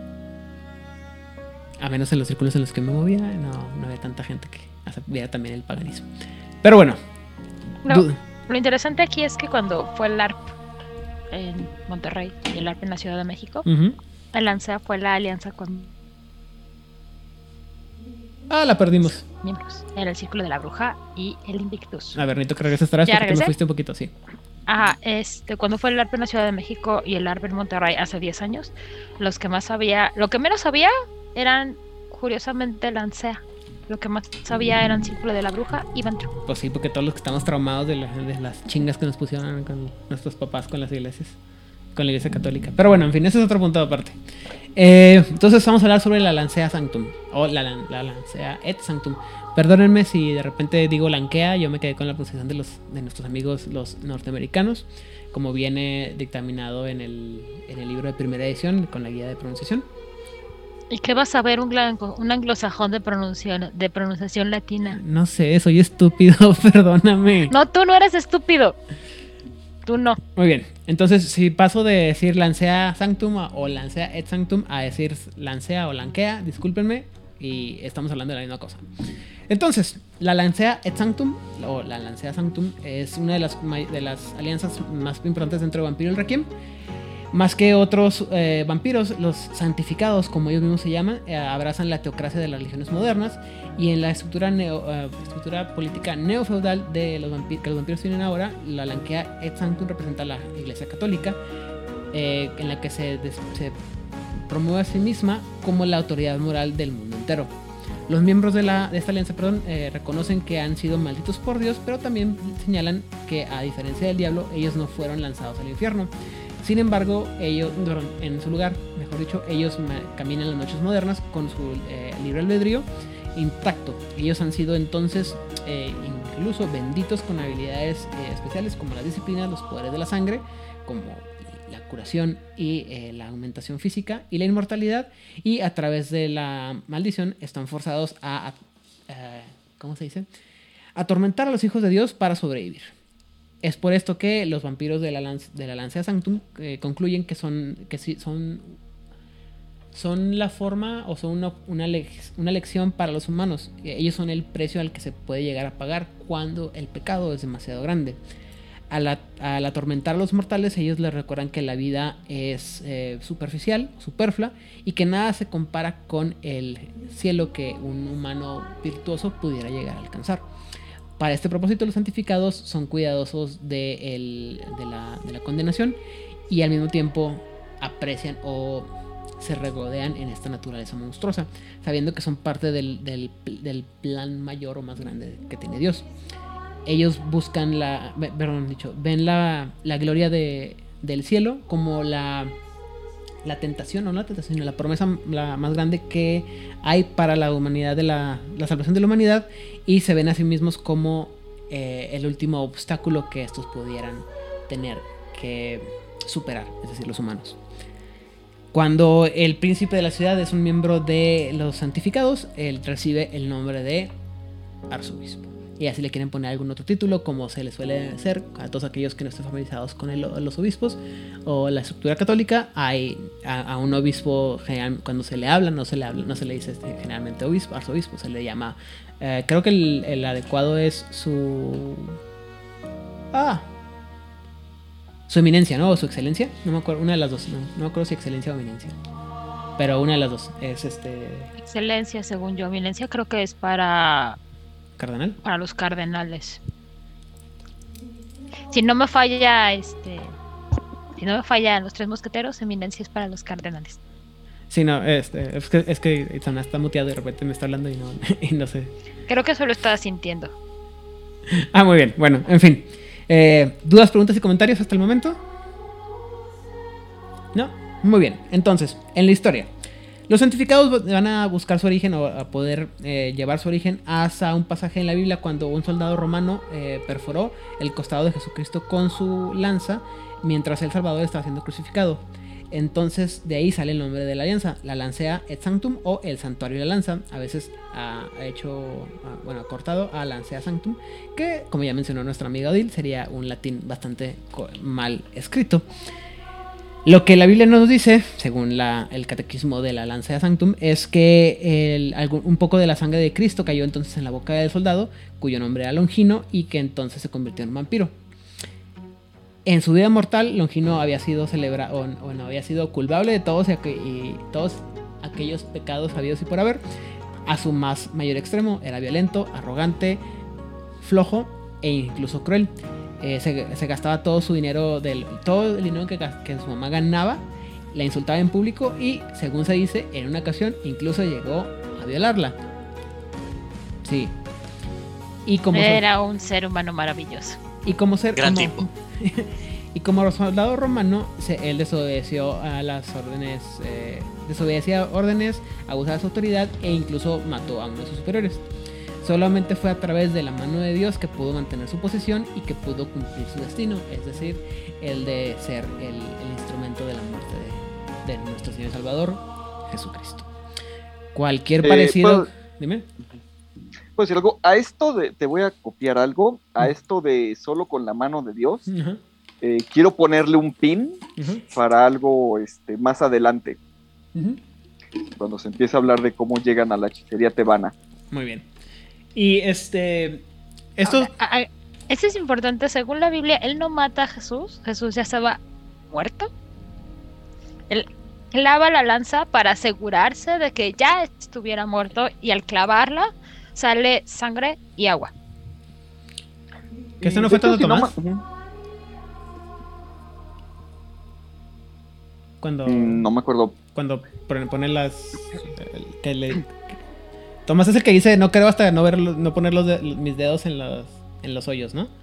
A menos en los círculos en los que me movía, no, no había tanta gente que viera también el paganismo. Pero bueno. No, lo interesante aquí es que cuando fue el A R P en Monterrey y el A R P en la Ciudad de México, uh-huh. el LANCEA fue la alianza con... Ah, la perdimos. Miembros. Era el Círculo de la Bruja y el Invictus. A ver, necesito que regreses atrás porque te me fuiste un poquito, sí. Ajá, este, cuando fue el A R P en la Ciudad de México y el A R P en Monterrey hace diez años, los que más sabía, lo que menos sabía eran, curiosamente, LANCEA. Lo que más sabía eran Círculo de la Bruja y Vantru. Pues sí, porque todos los que estamos traumados de, la, de las chingas que nos pusieron con nuestros papás con las iglesias, con la iglesia católica. Pero bueno, en fin, ese es otro punto aparte. Eh, entonces vamos a hablar sobre la Lancea Sanctum, o la, la, la Lancea et Sanctum. Perdónenme si de repente digo Lancea, yo me quedé con la pronunciación de, los, de nuestros amigos los norteamericanos, como viene dictaminado en el, en el libro de primera edición, con la guía de pronunciación. ¿Y qué vas a ver un, un anglosajón de pronunciación, de pronunciación latina? No sé, soy estúpido, perdóname. No, tú no eres estúpido. Tú no. Muy bien, entonces si paso de decir Lancea Sanctum o Lancea et Sanctum a decir Lancea o Lankea, discúlpenme, y estamos hablando de la misma cosa. Entonces, la Lancea et Sanctum o la Lancea Sanctum es una de las, de las alianzas más importantes dentro de Vampiro el Requiem. Más que otros eh, vampiros, los santificados, como ellos mismos se llaman, eh, abrazan la teocracia de las religiones modernas y en la estructura, neo, uh, estructura política neofeudal de los vampiros, que los vampiros tienen ahora, la Lancea et Sanctum representa a la Iglesia Católica, eh, en la que se, des, se promueve a sí misma como la autoridad moral del mundo entero. Los miembros de, la, de esta alianza perdón, eh, reconocen que han sido malditos por Dios, pero también señalan que, a diferencia del diablo, ellos no fueron lanzados al infierno. Sin embargo, ellos, en su lugar, mejor dicho, ellos caminan las noches modernas con su eh, libre albedrío intacto. Ellos han sido entonces eh, incluso benditos con habilidades eh, especiales como la disciplina, los poderes de la sangre, como la curación y eh, la aumentación física y la inmortalidad. Y a través de la maldición están forzados a, a eh, ¿cómo se dice? Atormentar a los hijos de Dios para sobrevivir. Es por esto que los vampiros de la, lance, de la Lancea Sanctum eh, concluyen que son que sí, son son la forma o son una, una, le, una lección para los humanos. Ellos son el precio al que se puede llegar a pagar cuando el pecado es demasiado grande. Al, al atormentar a los mortales, ellos les recuerdan que la vida es eh, superficial, superflua, y que nada se compara con el cielo que un humano virtuoso pudiera llegar a alcanzar. Para este propósito, los santificados son cuidadosos de, el, de, la, de la condenación y al mismo tiempo aprecian o se regodean en esta naturaleza monstruosa, sabiendo que son parte del, del, del plan mayor o más grande que tiene Dios. Ellos buscan la, perdón, dicho, ven la, la gloria de, del cielo como la, la tentación, no la tentación, sino la promesa la más grande que hay para la humanidad, de la, la salvación de la humanidad, y se ven a sí mismos como eh, el último obstáculo que estos pudieran tener que superar, es decir, los humanos. Cuando el príncipe de la ciudad es un miembro de los santificados, él recibe el nombre de arzobispo. Y así le quieren poner algún otro título, como se le suele hacer a todos aquellos que no estén familiarizados con el, los obispos o la estructura católica. Hay a, a un obispo, general, cuando se le habla, no se le habla, no se le dice este, generalmente obispo, arzobispo, se le llama. Eh, creo que el, el adecuado es su. Ah. Su eminencia, ¿no? O su excelencia. No me acuerdo, una de las dos. No, no me acuerdo si excelencia o eminencia. Pero una de las dos es este. Excelencia, según yo. Eminencia creo que es para. ¿Cardenal? Para los cardenales. Si no me falla, este. Si no me fallan los tres mosqueteros, eminencia es para los cardenales. Sí, no, este, es que, es que Itzana está muteado y de repente me está hablando y no, y no sé. Creo que solo estaba sintiendo. Ah, muy bien. Bueno, en fin. Eh, ¿Dudas, preguntas y comentarios hasta el momento? ¿No? Muy bien. Entonces, en la historia, los santificados van a buscar su origen o a poder eh, llevar su origen hasta un pasaje en la Biblia cuando un soldado romano eh, perforó el costado de Jesucristo con su lanza mientras el Salvador estaba siendo crucificado. Entonces de ahí sale el nombre de la alianza, la Lancea et Sanctum, o el santuario de la lanza. A veces ha hecho, bueno, ha cortado a Lancea Sanctum, que como ya mencionó nuestra amiga Odil, sería un latín bastante mal escrito. Lo que la Biblia nos dice, según la, el catequismo de la Lancea Sanctum, es que el, algún, un poco de la sangre de Cristo cayó entonces en la boca del soldado, cuyo nombre era Longino, y que entonces se convirtió en un vampiro. En su vida mortal, Longino había sido celebrado, o, o no, había sido culpable de todos y, y todos aquellos pecados habidos y por haber. A su más mayor extremo, era violento, arrogante, flojo e incluso cruel. Eh, se, se gastaba todo su dinero, del, todo el dinero que, que su mamá ganaba, la insultaba en público y, según se dice, en una ocasión incluso llegó a violarla. Sí. Y como era so- un ser humano maravilloso. Y como ser gran como, tipo. Y como soldado romano, se, él desobedeció a las órdenes, eh, desobedecía órdenes, abusaba de su autoridad e incluso mató a uno de sus superiores. Solamente fue a través de la mano de Dios que pudo mantener su posición y que pudo cumplir su destino, es decir, el de ser el, el instrumento de la muerte de, de nuestro Señor Salvador, Jesucristo. Cualquier parecido... Eh, ¿puedo, dime. ¿Puedo decir algo? A esto de... Te voy a copiar algo. A esto de solo con la mano de Dios. Uh-huh. Eh, quiero ponerle un pin uh-huh. para algo este, más adelante. Uh-huh. Cuando se empiece a hablar de cómo llegan a la hechicería tebana. Muy bien. Y este... Esto... Ahora, a, a, esto es importante. Según la Biblia, él no mata a Jesús. Jesús ya estaba muerto. Él clava la lanza para asegurarse de que ya estuviera muerto. Y al clavarla, sale sangre y agua. ¿Que esto no fue todo Tomás? No, cuando... No me acuerdo. Cuando pone las... Que le... Tomás es el que dice, no creo hasta no ver, no poner los de, mis dedos en los, en los hoyos, ¿no?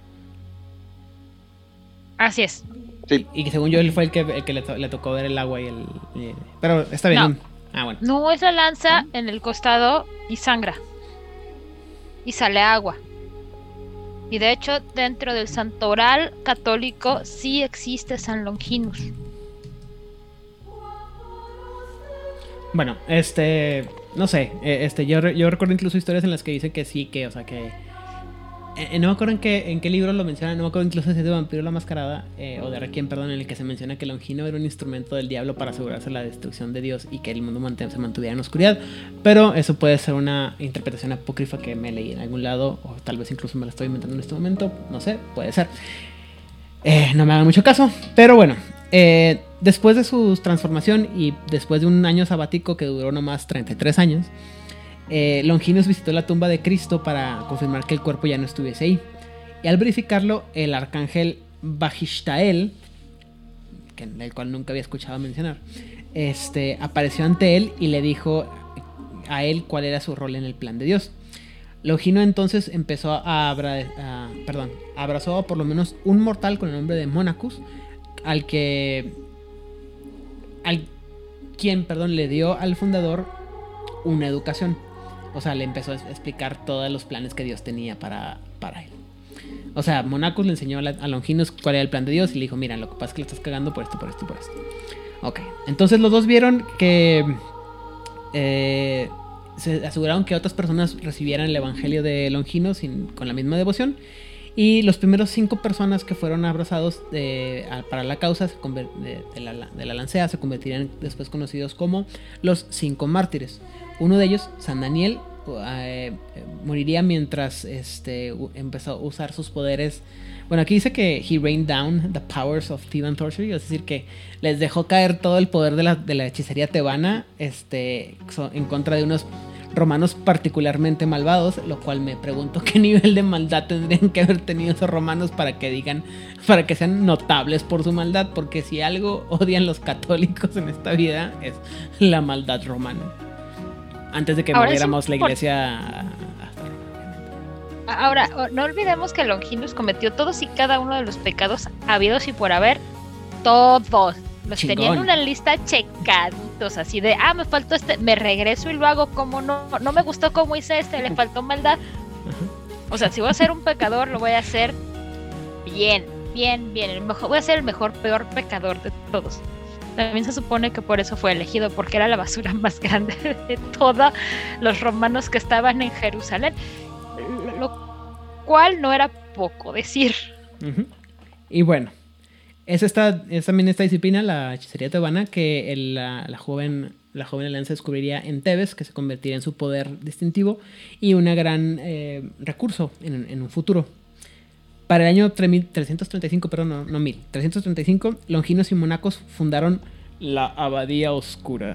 Así es. Sí. Y, y según yo, él fue el que, el que le, to, le tocó ver el agua y el... Y, pero está bien. No. Ah, bueno. No, es la lanza ¿Ah? en el costado y sangra. Y sale agua. Y de hecho, dentro del santoral católico sí existe San Longinus. Bueno, este... No sé, este, yo, yo recuerdo incluso historias en las que dice que sí, que, o sea, que... Eh, no me acuerdo en qué, en qué libro lo menciona, no me acuerdo incluso si es de Vampiro la Mascarada, eh, o de Requiem, perdón, en el que se menciona que Longino era un instrumento del diablo para asegurarse la destrucción de Dios y que el mundo mant- se mantuviera en oscuridad. Pero eso puede ser una interpretación apócrifa que me leí en algún lado, o tal vez incluso me la estoy inventando en este momento, no sé, puede ser. Eh, no me hagan mucho caso, pero bueno... Eh, después de su transformación y después de un año sabático que duró nomás treinta y tres años, eh, Longinus visitó la tumba de Cristo para confirmar que el cuerpo ya no estuviese ahí. Y al verificarlo, el arcángel Bajishtael, que, del cual nunca había escuchado mencionar, este, apareció ante él y le dijo a él cuál era su rol en el plan de Dios. Longino entonces empezó a, abra, a perdón, abrazó a por lo menos un mortal con el nombre de Monachus, al que al quien, perdón, le dio al fundador una educación. O sea, le empezó a explicar todos los planes que Dios tenía para, para él. O sea, Monachus le enseñó a, la, a Longinus cuál era el plan de Dios y le dijo, mira, lo que pasa es que le estás cagando por esto, por esto y por esto. Ok, entonces los dos vieron que eh, se aseguraron que otras personas recibieran el evangelio de Longinus sin, con la misma devoción. Y los primeros cinco personas que fueron abrazados de, a, para la causa se conver, de, de, la, de la lancea se convertirían después conocidos como los cinco mártires. Uno de ellos, San Daniel, eh, moriría mientras este, empezó a usar sus poderes. Bueno, aquí dice que he rained down the powers of Theban sorcery, es decir, que les dejó caer todo el poder de la, de la hechicería tebana este, en contra de unos romanos particularmente malvados, lo cual me pregunto qué nivel de maldad tendrían que haber tenido esos romanos para que digan, para que sean notables por su maldad, porque si algo odian los católicos en esta vida es la maldad romana. Antes de que moviéramos la iglesia. Ahora, no olvidemos que Longinus cometió todos y cada uno de los pecados habidos y por haber, todos. Los Chingón. Tenían una lista checaditos, así de, ah, me faltó este, me regreso y lo hago como no, no me gustó como hice este, le faltó maldad. Uh-huh. O sea, si voy a ser un pecador, lo voy a hacer bien, bien, bien. El mejor, voy a ser el mejor, peor pecador de todos. También se supone que por eso fue elegido, porque era la basura más grande de todos los romanos que estaban en Jerusalén, lo cual no era poco decir. Uh-huh. Y bueno, es, esta, es también esta disciplina, la hechicería tebana, que el, la, la joven la joven alianza descubriría en Tebes, que se convertiría en su poder distintivo y un gran eh, recurso en, en un futuro. Para el año trescientos treinta y cinco, perdón, no, no mil, trescientos treinta y cinco, Longinos y Monacos fundaron la Abadía Oscura.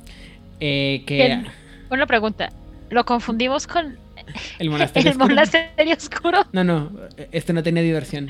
Eh, que... Bien, una pregunta, ¿lo confundimos con el monasterio, el monasterio oscuro? No, no, este no tenía diversión.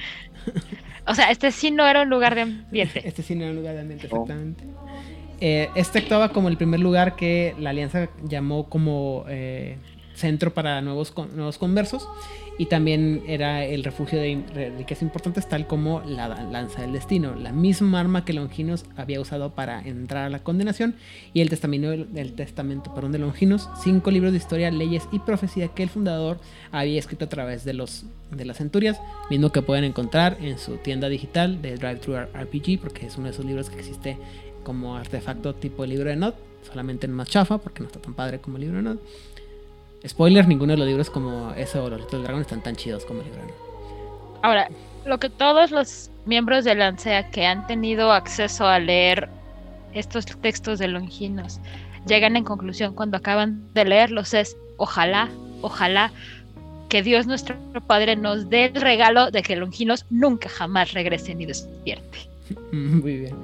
O sea, este sí no era un lugar de ambiente. Este sí no era un lugar de ambiente, exactamente. Oh. Eh, este actuaba como el primer lugar que la alianza llamó como eh, centro para nuevos, nuevos conversos, y también era el refugio de riquezas importantes, tal como la lanza del destino, la misma arma que Longinos había usado para entrar a la condenación, y el testamento, el testamento perdón, de Longinos, cinco libros de historia, leyes y profecía que el fundador había escrito a través de, los, de las centurias, mismo que pueden encontrar en su tienda digital de Drive-Thru R P G, porque es uno de esos libros que existe como artefacto tipo libro de Nod, solamente en más chafa, porque no está tan padre como el libro de Nod. Spoiler, ninguno de los libros como ese o los Little Dragon están tan chidos como el libro de Nod. Ahora, lo que todos los miembros de Lancea que han tenido acceso a leer estos textos de Longinos llegan en conclusión cuando acaban de leerlos es, ojalá, ojalá que Dios nuestro Padre nos dé el regalo de que Longinos nunca jamás regrese ni despierte. Muy bien.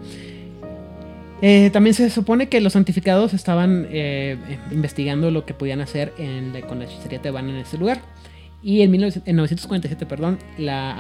Eh, también se supone que los santificados estaban eh, investigando lo que podían hacer en, con la hechicería tebana en ese lugar. Y en, mil novecientos, en novecientos cuarenta y siete, perdón, la,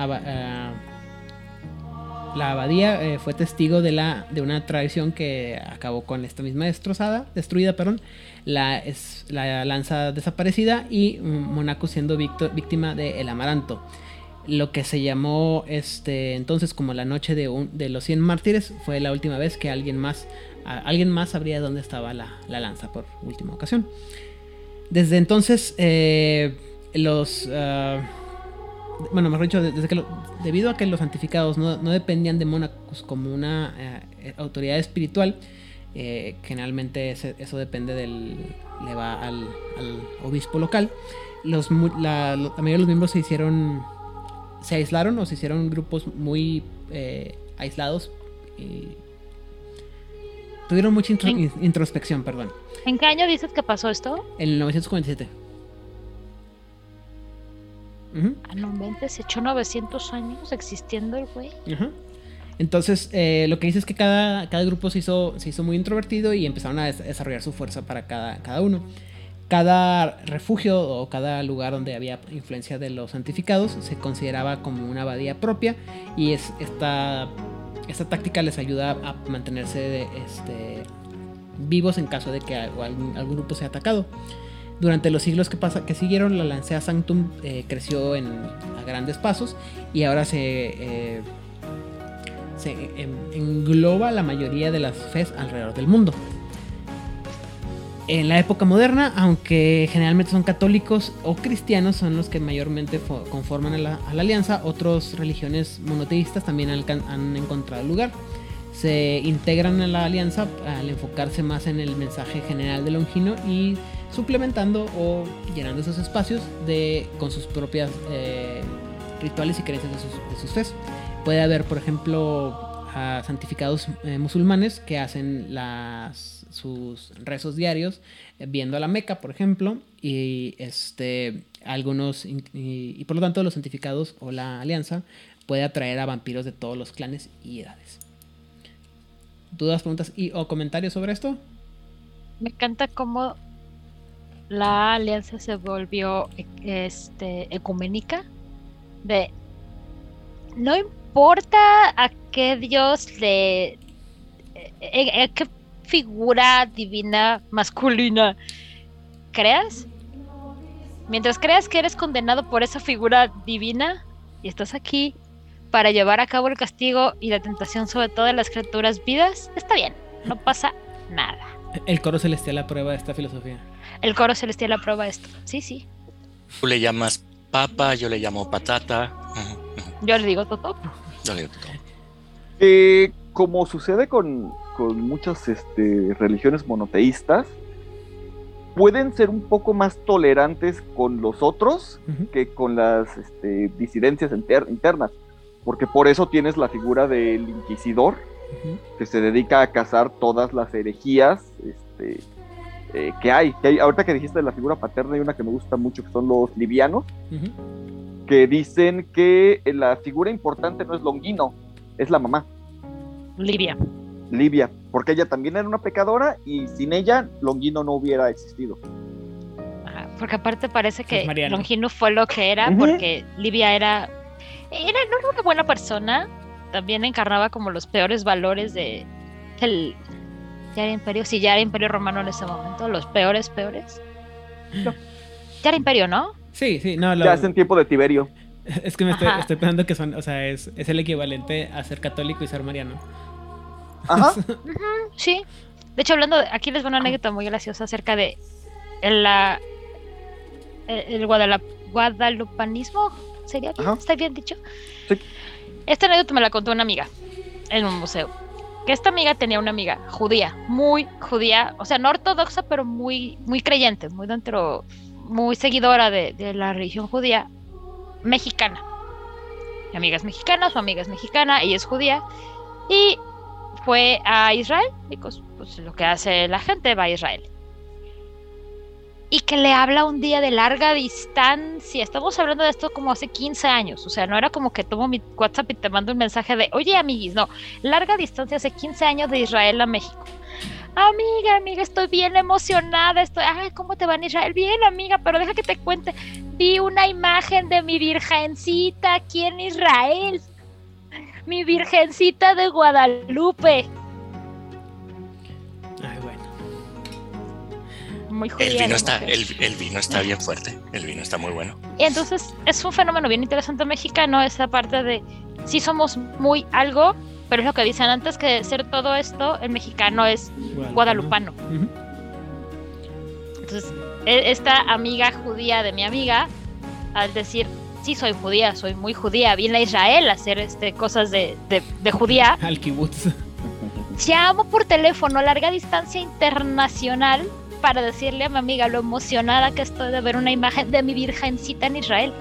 uh, la abadía eh, fue testigo de, la, de una tradición que acabó con esta misma destrozada, destruida, perdón, la, es, la lanza desaparecida y um, Monaco siendo victo, víctima del amaranto. Lo que se llamó este entonces como la noche de, un, de los cien mártires fue la última vez que alguien más a, alguien más sabría dónde estaba la, la lanza por última ocasión. Desde entonces eh, los uh, bueno, mejor dicho, desde que lo, debido a que los santificados no, no dependían de Monacus como una uh, autoridad espiritual, eh, generalmente ese, eso depende del le va al, al obispo local. Los la, la mayoría de los miembros se hicieron se aislaron o se hicieron grupos muy eh, aislados y tuvieron mucha intro, in, introspección, perdón. ¿En qué año dices que pasó esto? En novecientos cuarenta y siete. Uh-huh. Ah, no mente, se echó novecientos años existiendo el güey. Uh-huh. Entonces, eh, lo que dice es que cada, cada grupo se hizo, se hizo muy introvertido y empezaron a des- desarrollar su fuerza para cada, cada uno. Cada refugio o cada lugar donde había influencia de los santificados se consideraba como una abadía propia, y es esta, esta táctica les ayuda a mantenerse de, este, vivos en caso de que algún, algún grupo sea atacado. Durante los siglos que, pasa, que siguieron, la Lancea Sanctum eh, creció en, a grandes pasos y ahora se, eh, se en, engloba la mayoría de las fes alrededor del mundo. En la época moderna, aunque generalmente son católicos o cristianos, son los que mayormente fo- conforman a la, a la alianza, otras religiones monoteístas también han, han encontrado lugar. Se integran a la alianza al enfocarse más en el mensaje general de Longino y suplementando o llenando esos espacios de, con sus propias eh, rituales y creencias de sus, de sus fes. Puede haber, por ejemplo, a santificados eh, musulmanes que hacen las, sus rezos diarios eh, viendo a la Meca, por ejemplo, y este algunos y, y por lo tanto los santificados o la alianza puede atraer a vampiros de todos los clanes y edades. ¿Dudas, preguntas y o comentarios sobre esto? Me encanta cómo la alianza se volvió este, ecuménica. De no importa a qué dios le. A, a qué figura divina masculina creas. Mientras creas que eres condenado por esa figura divina y estás aquí para llevar a cabo el castigo y la tentación sobre todas las criaturas vivas, está bien, no pasa nada. El coro celestial aprueba esta filosofía. El coro celestial aprueba esto. Sí, sí. Tú le llamas papa, yo le llamo patata. Uh-huh, uh-huh. Yo le digo Totop. Yo le digo todo. Eh, como sucede con, con muchas este, religiones monoteístas, pueden ser un poco más tolerantes con los otros Uh-huh. que con las este, disidencias inter- internas, porque por eso tienes la figura del inquisidor, Uh-huh. que se dedica a cazar todas las herejías este, eh, que hay. Que hay. Ahorita que dijiste de la figura paterna, hay una que me gusta mucho, que son los livianos, Uh-huh. que dicen que la figura importante no es Longino, es la mamá, Livia. Livia, porque ella también era una pecadora y sin ella Longino no hubiera existido. Ajá, porque aparte parece que Es Mariano. Longino fue lo que era, Ujú. porque Livia era, era. No era una buena persona. También encarnaba como los peores valores de. El, ya era imperio. Sí, ya era imperio romano en ese momento. Los peores, peores. No, ya era imperio, ¿no? Sí, sí, no, lo, Ya es en tiempo de Tiberio. es que me estoy, Ajá. estoy pensando que son, o sea, es, es el equivalente a ser católico y ser mariano. Ajá. Sí. De hecho, hablando, de, aquí les va una anécdota muy graciosa acerca de el, la, el, el guadala- guadalupanismo. ¿Sería bien? Ajá. ¿Está bien dicho? Sí. Esta anécdota me la contó una amiga en un museo. Que esta amiga tenía una amiga judía, muy judía, o sea, no ortodoxa, pero muy, muy creyente, muy dentro, muy seguidora de, de la religión judía, mexicana. Mi amiga es mexicana, su amiga es mexicana, ella es judía, y fue a Israel, y pues, pues lo que hace la gente, va a Israel. Y que le habla un día de larga distancia. Estamos hablando de esto como hace quince años. O sea, no era como que tomo mi WhatsApp y te mando un mensaje de oye, amiguis. No, larga distancia, hace quince años de Israel a México. Amiga, amiga, estoy bien emocionada. Estoy, ay, ¿cómo te va en Israel? Bien, amiga, pero deja que te cuente. Vi una imagen de mi virgencita aquí en Israel. Mi virgencita de Guadalupe. Ay, bueno. Muy El judía vino, la está, mujer. el, el vino está bien fuerte. El vino está muy bueno. Y entonces es un fenómeno bien interesante mexicano, esa parte de sí somos muy algo, pero es lo que dicen antes que de ser todo esto, el mexicano es guadalupano. Ujú. Entonces, e- esta amiga judía de mi amiga, al decir, sí soy judía, soy muy judía, vine a Israel a hacer este, cosas de, de, de judía, Al kibutz. llamo por teléfono a larga distancia internacional para decirle a mi amiga lo emocionada que estoy de ver una imagen de mi virgencita en Israel.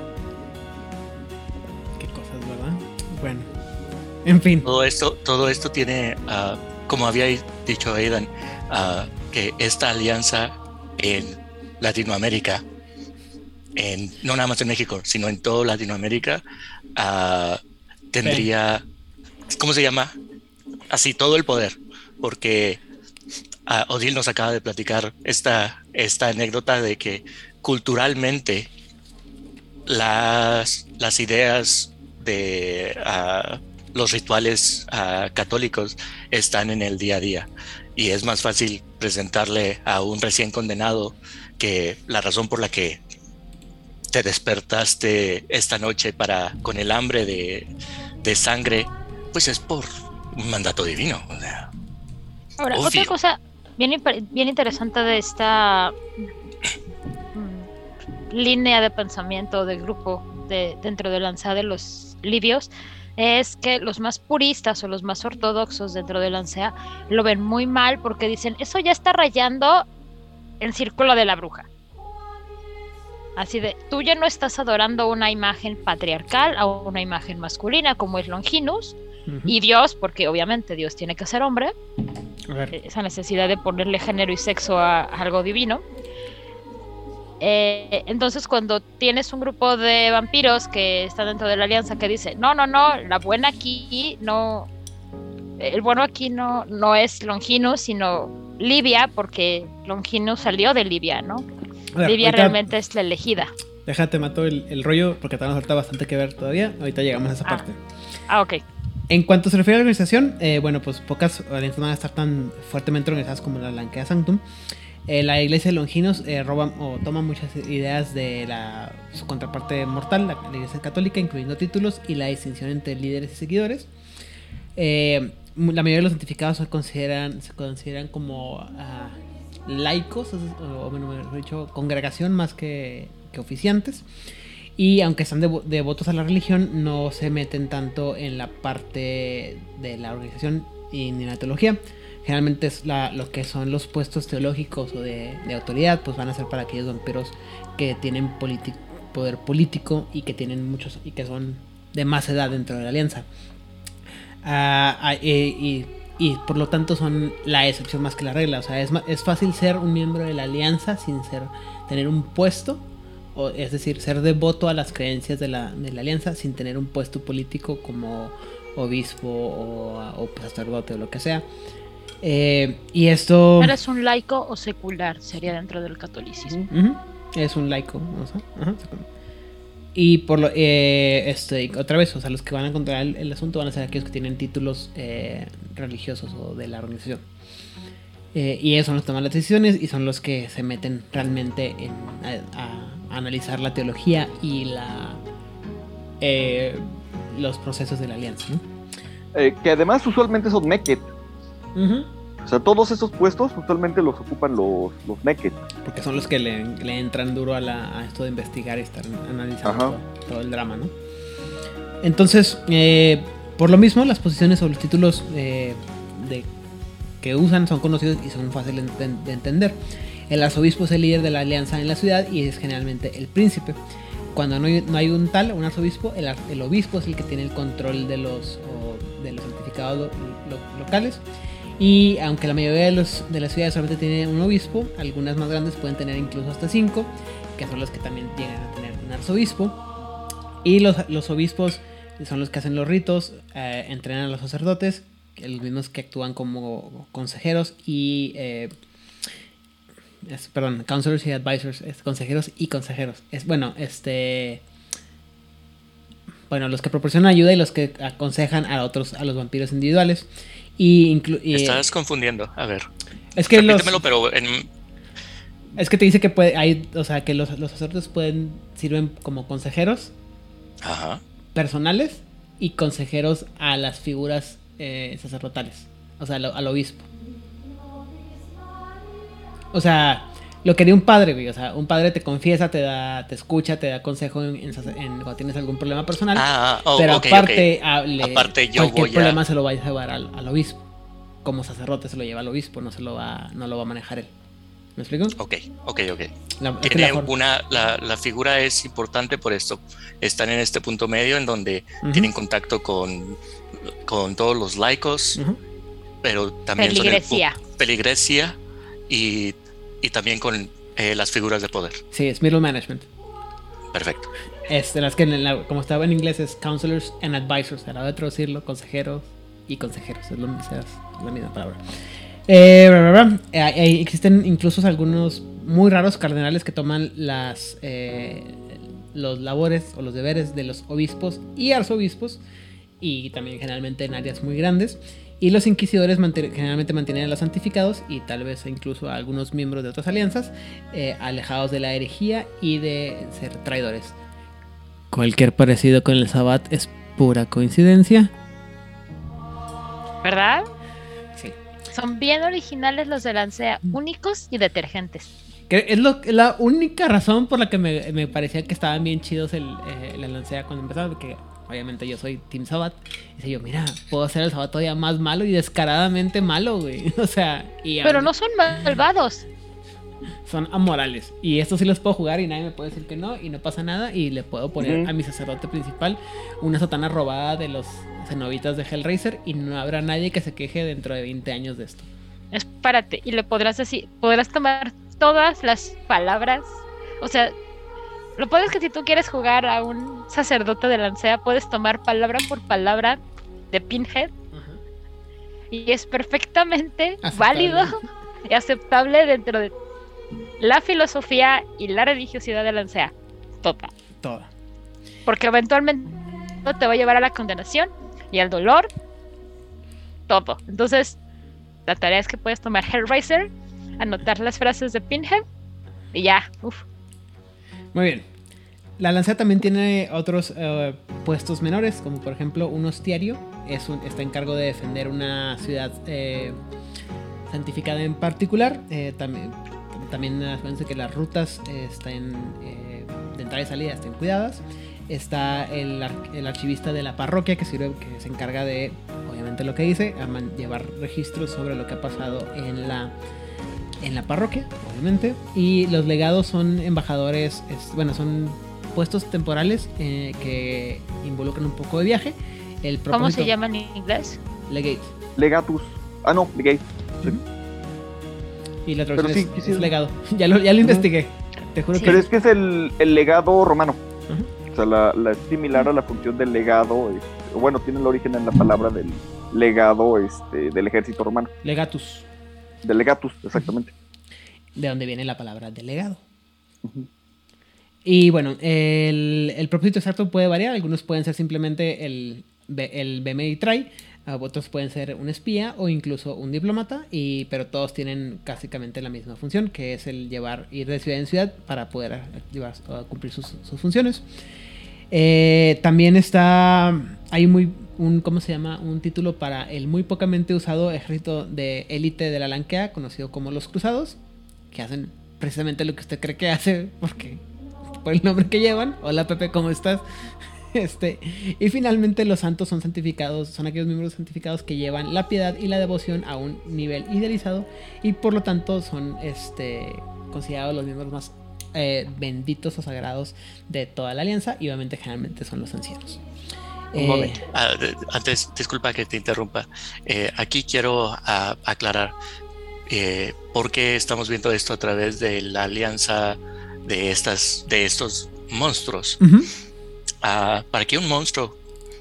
Qué cosas, ¿verdad? Bueno. En fin. Todo esto, todo esto tiene, uh, como había dicho Aidan, uh, que esta alianza en Latinoamérica, en, no nada más en México, sino en toda Latinoamérica, uh, tendría, ¿cómo se llama? Así, todo el poder, porque uh, Odil nos acaba de platicar esta, esta anécdota de que culturalmente las, las ideas de, uh, los rituales uh, católicos están en el día a día y es más fácil presentarle a un recién condenado que la razón por la que te despertaste esta noche para con el hambre de, de sangre, pues es por un mandato divino. O sea, ahora, obvio. otra cosa bien, bien interesante de esta mm, línea de pensamiento del grupo de, dentro de Lancea de los libios es que los más puristas o los más ortodoxos dentro de Lancea lo ven muy mal porque dicen, eso ya está rayando el círculo de la bruja. Así de, tú ya no estás adorando una imagen patriarcal o una imagen masculina como es Longinus, uh-huh. y Dios, porque obviamente Dios tiene que ser hombre, a ver. Esa necesidad de ponerle género y sexo a, a algo divino. Eh, entonces cuando tienes un grupo de vampiros que están dentro de la alianza que dice, no, no, no, la buena aquí no, el bueno aquí no, no es Longinus, sino Livia, porque Longinus salió de Livia, ¿no? Ver, Livia ahorita, realmente es la elegida. Déjate, mato el, el rollo porque te nos falta bastante que ver todavía. Ahorita llegamos a esa ah. parte. Ah, ok. En cuanto se refiere a la organización, eh, bueno, pues pocas alianzas van a estar tan fuertemente organizadas como la Lancea Sanctum. Eh, la iglesia de Longinos eh, roba o toma muchas ideas de la, su contraparte mortal, la, la iglesia católica, incluyendo títulos y la distinción entre líderes y seguidores. Eh, la mayoría de los santificados se consideran, se consideran como uh, laicos, o bueno, mejor dicho, congregación más que, que oficiantes. Y aunque están dev- devotos a la religión, no se meten tanto en la parte de la organización y ni en la teología. Generalmente es la, lo que son los puestos teológicos o de, de autoridad, pues van a ser para aquellos vampiros que tienen politi- poder político y que tienen muchos y que son de más edad dentro de la alianza. Uh, uh, y, y por lo tanto son la excepción más que la regla. O sea, es, es fácil ser un miembro de la alianza sin ser tener un puesto, o, es decir, ser devoto a las creencias de la, de la alianza sin tener un puesto político como obispo o, o sacerdote o lo que sea. Eh, y esto... ¿Eres un laico o secular? Sería dentro del catolicismo. Uh-huh. Es un laico, o sea, uh-huh. Y por lo eh, este, otra vez, o sea, los que van a controlar el, el asunto van a ser aquellos que tienen títulos eh, religiosos o de la organización. Eh, y ellos son los que toman las decisiones y son los que se meten realmente en, a, a analizar la teología y la eh, los procesos de la alianza, ¿no? Eh, que además usualmente son Meket. Uh-huh. O sea, todos esos puestos usualmente los ocupan los, los Meket. Porque son los que le, le entran duro a, la, a esto de investigar y estar analizando todo, todo el drama, ¿no? Entonces, eh, por lo mismo, las posiciones o los títulos eh, de, que usan son conocidos y son fáciles de, de entender. El arzobispo es el líder de la alianza en la ciudad y es generalmente el príncipe. Cuando no hay, no hay un tal, un arzobispo, el, el obispo es el que tiene el control de los, o, de los santificados lo, lo, locales. Y aunque la mayoría de, los, de las ciudades solamente tiene un obispo, algunas más grandes pueden tener incluso hasta cinco, que son los que también llegan a tener un arzobispo. Y los, los obispos son los que hacen los ritos, eh, entrenan a los sacerdotes, los mismos que actúan como consejeros y... Eh, es, perdón, counselors y advisors, es, consejeros y consejeros. Es, bueno, este... Bueno, los que proporcionan ayuda y los que aconsejan a otros, a los vampiros individuales. Y inclu- y, Estás confundiendo, a ver. Es que repítemelo, los, pero en... es que te dice que puede, hay, o sea, que los, los sacerdotes pueden sirven como consejeros Ajá. personales y consejeros a las figuras eh, sacerdotales, o sea, al, al obispo. O sea, lo que haría un padre, güey. O sea, un padre te confiesa, te da, te escucha, te da consejo en, en, en cuando tienes algún problema personal. Ah, oh, pero okay, aparte, okay. Hable, aparte yo cualquier voy problema a... se lo va a llevar al, al obispo. Como sacerdote se lo lleva al obispo, no se lo va, no lo va a manejar él. ¿Me explico? Ok, ok, ok. La, Tiene la, una, la, la figura es importante por esto. Están en este punto medio en donde uh-huh. tienen contacto con, con todos los laicos, uh-huh. pero también peligresía. son el, peligresía y, y también con eh, las figuras de poder. Sí, es middle management. Perfecto. Es de las que, en la, como estaba en inglés, es counselors and advisors. A la hora de traducirlo, consejeros y consejeros. Es, lo, es la misma palabra. Eh, bla, bla, bla. Eh, existen incluso algunos muy raros cardenales que toman las eh, los labores o los deberes de los obispos y arzobispos y también generalmente en áreas muy grandes. Y los inquisidores manten- generalmente mantienen a los santificados y tal vez incluso a algunos miembros de otras alianzas eh, alejados de la herejía y de ser traidores. Cualquier parecido con el Sabbat es pura coincidencia. ¿Verdad? Sí. Son bien originales los de Lancea, únicos y detergentes. Que es lo, la única razón por la que me, me parecía que estaban bien chidos el, eh, la Lancea cuando empezaba, porque obviamente yo soy Team Sabbat. Y decía yo, mira, puedo hacer el Sabbat todavía más malo y descaradamente malo, güey. O sea, y Pero aún- no son malvados. son amorales. Y estos sí los puedo jugar y nadie me puede decir que no. Y no pasa nada. Y le puedo poner Ujú. a mi sacerdote principal una sotana robada de los cenobitas de Hellraiser. Y no habrá nadie que se queje dentro de veinte años de esto. Espárate, y le podrás decir, podrás tomar todas las palabras. O sea, lo puedes que si tú quieres jugar a un sacerdote de Lancea, puedes tomar palabra por palabra de Pinhead. Y es perfectamente Aceptable. válido y aceptable dentro de la filosofía y la religiosidad de Lancea. Total. Toda. Porque eventualmente te va a llevar a la condenación y al dolor. Todo. Entonces, la tarea es que puedes tomar Hellraiser, anotar las frases de Pinhead y ya. Uf. Muy bien. La Lancea también tiene otros eh, puestos menores, como por ejemplo un hostiario. Es un, está en cargo de defender una ciudad eh, santificada en particular. Eh, también, también acuérdense que las rutas eh, están eh, de entrada y salida estén cuidadas. Está el, ar- el archivista de la parroquia que sirve, que se encarga de, obviamente lo que dice, a man- llevar registros sobre lo que ha pasado en la en la parroquia, obviamente. Y los legados son embajadores, es- bueno, son puestos temporales eh, que involucran un poco de viaje. El ¿Cómo propósito- se llama en inglés? Legate. Legatus. Ah, no, Legate. Y la Pero traducción sí, es, sí, es sí. legado. Ya lo, ya lo Ujú. investigué. Te juro Sí. Pero que es que es el, el legado romano. Ujú. O sea, la, la es similar a la función del legado. este, bueno, tiene el origen en la palabra del legado este, del ejército romano. legatus, Del legatus, exactamente. de donde viene la palabra delegado. Ujú. Y bueno, el, el propósito exacto puede variar. Algunos pueden ser simplemente el, be- el B M I Trai, a otros pueden ser un espía o incluso un diplomata, y, pero todos tienen básicamente la misma función, que es el llevar, ir de ciudad en ciudad para poder a- llevar, a cumplir sus, sus funciones. Eh, también está, hay muy, un, ¿cómo se llama? Un título para el muy pocamente usado ejército de élite de la Lancea, conocido como los Cruzados, que hacen precisamente lo que usted cree que hace, porque por el nombre que llevan. Hola Pepe, ¿cómo estás? Este, y finalmente los santos son santificados, son aquellos miembros santificados que llevan la piedad y la devoción a un nivel idealizado y por lo tanto son este, considerados los miembros más eh, benditos o sagrados de toda la alianza, y obviamente generalmente son los ancianos. Un Eh, momento. Ah, de- antes, disculpa que te interrumpa. Eh, aquí quiero ah, aclarar eh, por qué estamos viendo esto a través de la alianza de estas, de estos monstruos. ujú. Ah, para que un monstruo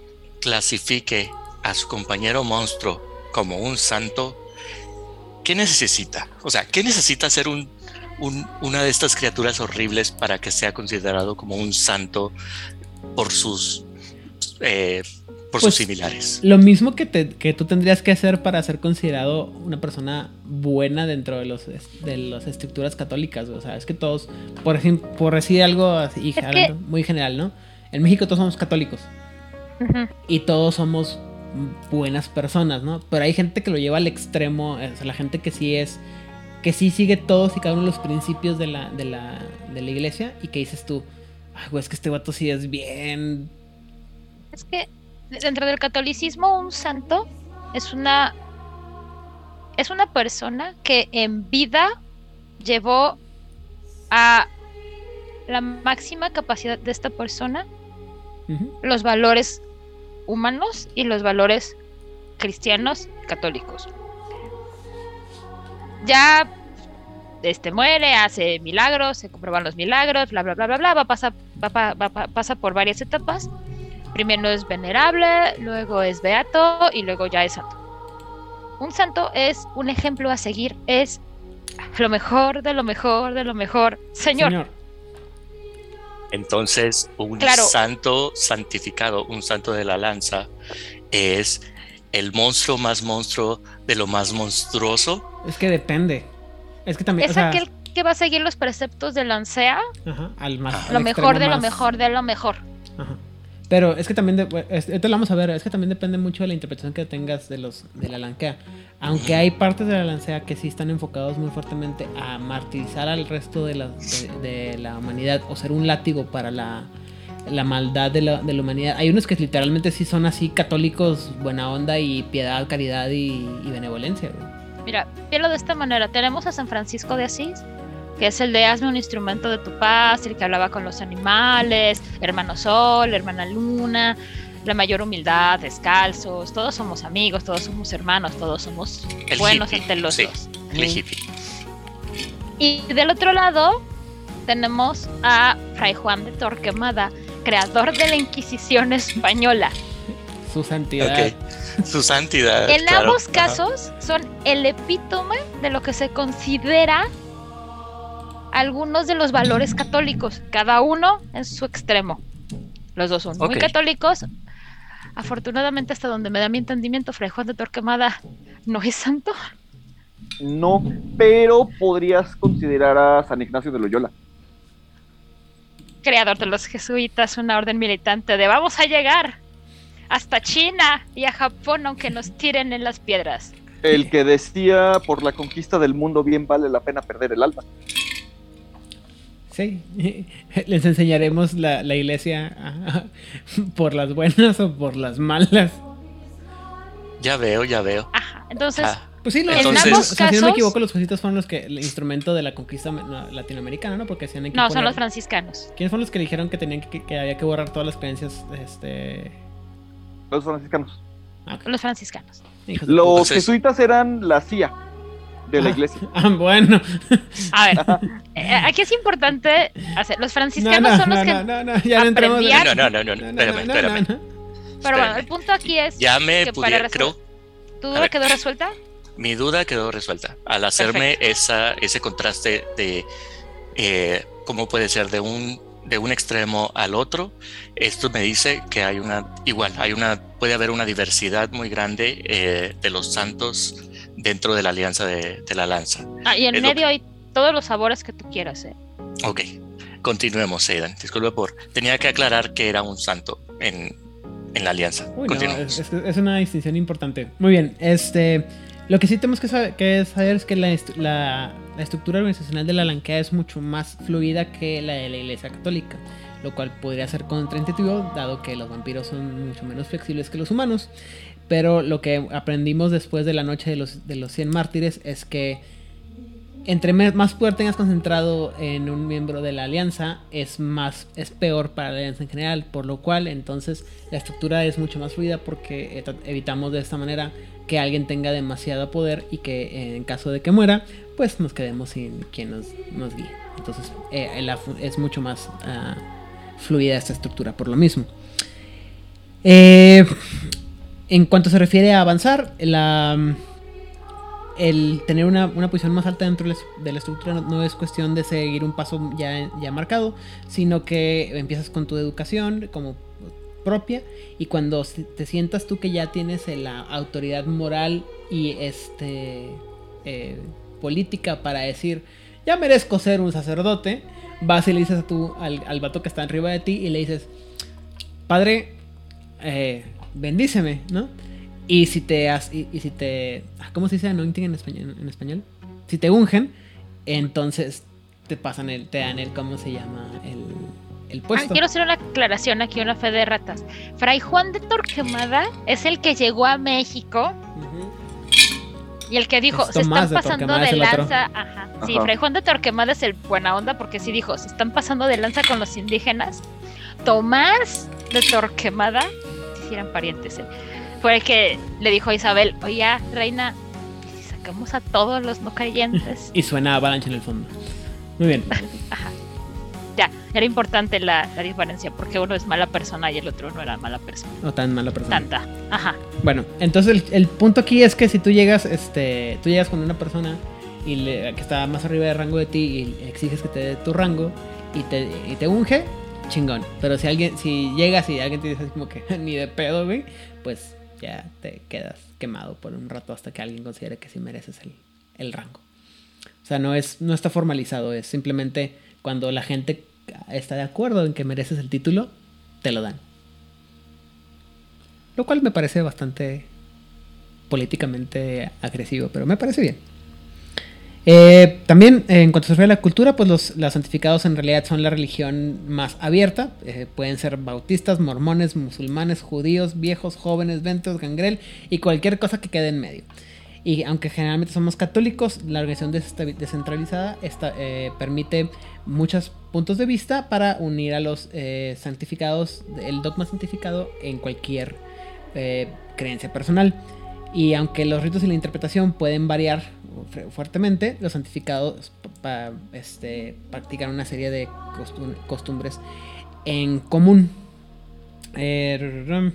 clasifique a su compañero monstruo como un santo, ¿qué necesita? O sea, ¿qué necesita ser un, un- una de estas criaturas horribles para que sea considerado como un santo por sus eh, por Pues, sus similares? Lo mismo que, te- que tú tendrías que hacer para ser considerado una persona buena dentro de los de las estructuras católicas. O sea, es que todos, por, ejem- por decir algo así, que- hablando muy general, ¿no? En México todos somos católicos Ujú. y todos somos buenas personas, ¿no? Pero hay gente que lo lleva al extremo, o sea, la gente que sí es, que sí sigue todos y cada uno de los principios de la, de la, de la iglesia, y que dices tú, ay, güey, es que este vato sí es bien. Es que dentro del catolicismo un santo es una es una persona que en vida llevó a la máxima capacidad de esta persona Ujú. los valores humanos y los valores cristianos católicos. Ya este muere, hace milagros, se comprueban los milagros, bla bla bla bla bla, va a pasar, va, pa- va pa- pasa por varias etapas. Primero es venerable, luego es beato y luego ya es santo. Un santo es un ejemplo a seguir, es lo mejor de lo mejor de lo mejor. Señor, Entonces, un Claro. santo santificado, un santo de la lanza, es el monstruo más monstruo de lo más monstruoso. Es que depende. Es que también. Es o sea, aquel que va a seguir los preceptos de Lancea, ajá, al más, Ah. al lo mejor de extremo lo más- mejor de lo mejor. Ajá. Pero es que también, de, es- esto lo vamos a ver, es que también depende mucho de la interpretación que tengas de los de la Lancea. Aunque hay partes de la Lancea que sí están enfocados muy fuertemente a martirizar al resto de la, de, de la humanidad o ser un látigo para la, la maldad de la, de la humanidad. Hay unos que literalmente sí son así católicos, buena onda y piedad, caridad y, y benevolencia, güey. Mira, velo de esta manera. Tenemos a San Francisco de Asís, que es el de hazme un instrumento de tu paz, el que hablaba con los animales, hermano sol, hermana luna, la mayor humildad, descalzos, todos somos amigos, todos somos hermanos, todos somos El buenos hippie, ante los sí. dos. El hippie. Y del otro lado tenemos a Fray Juan de Torquemada, creador de la Inquisición española. Su santidad. Ok. Su santidad. En claro. ambos Ajá. casos son el epítome de lo que se considera algunos de los valores católicos, cada uno en su extremo. Los dos son muy Ok. católicos. Afortunadamente, hasta donde me da mi entendimiento, Fray Juan de Torquemada no es santo. No, pero podrías considerar a San Ignacio de Loyola. Creador de los jesuitas, una orden militante de vamos a llegar hasta China y a Japón aunque nos tiren en las piedras. El que decía por la conquista del mundo bien vale la pena perder el alma. Sí, les enseñaremos la, la iglesia ah, por las buenas o por las malas. Ya veo, ya veo. Ajá, entonces, Ah, Pues sí, no, Entonces- o sea, ambos si no me casos- equivoco, los jesuitas fueron los que el instrumento de la conquista no, latinoamericana, ¿no? Porque hacían que no, son poner- los franciscanos. ¿Quiénes fueron los que dijeron que tenían que, que había que borrar todas las creencias? Este. Los franciscanos. Ah, ok. Los franciscanos. Hijos de Los puta. Entonces- jesuitas eran la C I A de la Ah. iglesia. Ah, bueno. A ver, eh, aquí es importante hacer. Los No, no, no, son los no, que. no, no, no, ya no entremos en- aprendían- No, no, no, no, no, espérame, espérame. Pero bueno, espérame. el punto aquí es. Ya me que pudiera, para creo, ¿Tu a duda ver. quedó resuelta? mi duda quedó resuelta. Al hacerme esa, ese contraste de eh, cómo puede ser de un, de un extremo al otro, esto me dice que hay una, igual, hay una, puede haber una diversidad muy grande eh, de los santos dentro de la alianza de, de la lanza. Ah, y en Es lo medio hay todos los sabores que tú quieras, ¿eh? Ok, continuemos, Aidan. Disculpe por, tenía que aclarar que era un santo en, en la alianza. Uy, no, Continuemos. es, es- es una distinción importante. Muy bien, este. Lo que sí tenemos que saber, que saber es que la, est- la, la estructura organizacional de la Lancea es mucho más fluida que la de la Iglesia Católica, lo cual podría ser contraintuitivo, dado que los vampiros son mucho menos flexibles que los humanos. Pero lo que aprendimos después de la noche de los, de los cien mártires es que entre me- más poder tengas concentrado en un miembro de la alianza, es más es peor para la alianza en general, por lo cual entonces la estructura es mucho más fluida porque eh, tra- evitamos de esta manera que alguien tenga demasiado poder y que eh, en caso de que muera, pues nos quedemos sin quien nos, nos guíe. Entonces eh, la fu- es mucho más ah, fluida esta estructura por lo mismo. Eh, en cuanto se refiere a avanzar, la el tener una, una posición más alta dentro de la- de la estructura no, no es cuestión de seguir un paso ya, ya marcado, sino que empiezas con tu educación como propia y cuando si- te sientas tú que ya tienes eh, la autoridad moral y este eh, política para decir ya merezco ser un sacerdote, vas y le dices a tú, al, al vato que está arriba de ti y le dices, padre, eh, bendíceme, ¿no? Y si te has, y, y si te ¿cómo se dice anointing en español, en español? Si te ungen, entonces te pasan el, te dan el, ¿cómo se llama? El, el Ah, puesto. quiero hacer una aclaración aquí, una fe de ratas. Fray Juan de Torquemada es el que llegó a México Ujú. y el que dijo, Es se Tomás están de pasando Torquemada, es de el otro. lanza. Ajá. Sí, Ajá. Fray Juan de Torquemada es el buena onda porque sí dijo, se están pasando de lanza con los indígenas. Tomás de Torquemada, si hicieran parientes, ¿eh? Fue el que le dijo a Isabel, oye, reina, ¿y si sacamos a todos los no creyentes? Y suena Avalanche en el fondo. Muy bien. Ajá. Ya, era importante la, la diferencia porque uno es mala persona y el otro no era mala persona. No tan mala persona. Tanta. Ajá. Bueno, entonces el, el punto aquí es que si tú llegas, este, tú llegas con una persona y le- que está más arriba de rango de ti y exiges que te dé tu rango y te, y te unge, chingón. Pero si alguien, si llegas y alguien te dice así como que ni de pedo, güey, pues ya te quedas quemado por un rato hasta que alguien considere que sí mereces el, el rango. O sea, no es, no está formalizado, es simplemente cuando la gente está de acuerdo en que mereces el título, te lo dan. Lo cual me parece bastante políticamente agresivo, pero me parece bien. Eh, también, eh, en cuanto se refiere a la cultura, pues los, los santificados en realidad son la religión más abierta. Eh, pueden ser bautistas, mormones, musulmanes, judíos, viejos, jóvenes, ventos, gangrel y cualquier cosa que quede en medio. Y aunque generalmente somos católicos, la organización descentralizada esta, eh, permite muchos puntos de vista para unir a los eh, santificados, el dogma santificado en cualquier eh, creencia personal. Y aunque los ritos y la interpretación pueden variar fuertemente, los santificados pa, este, practican una serie de costum- costumbres en común. Eh,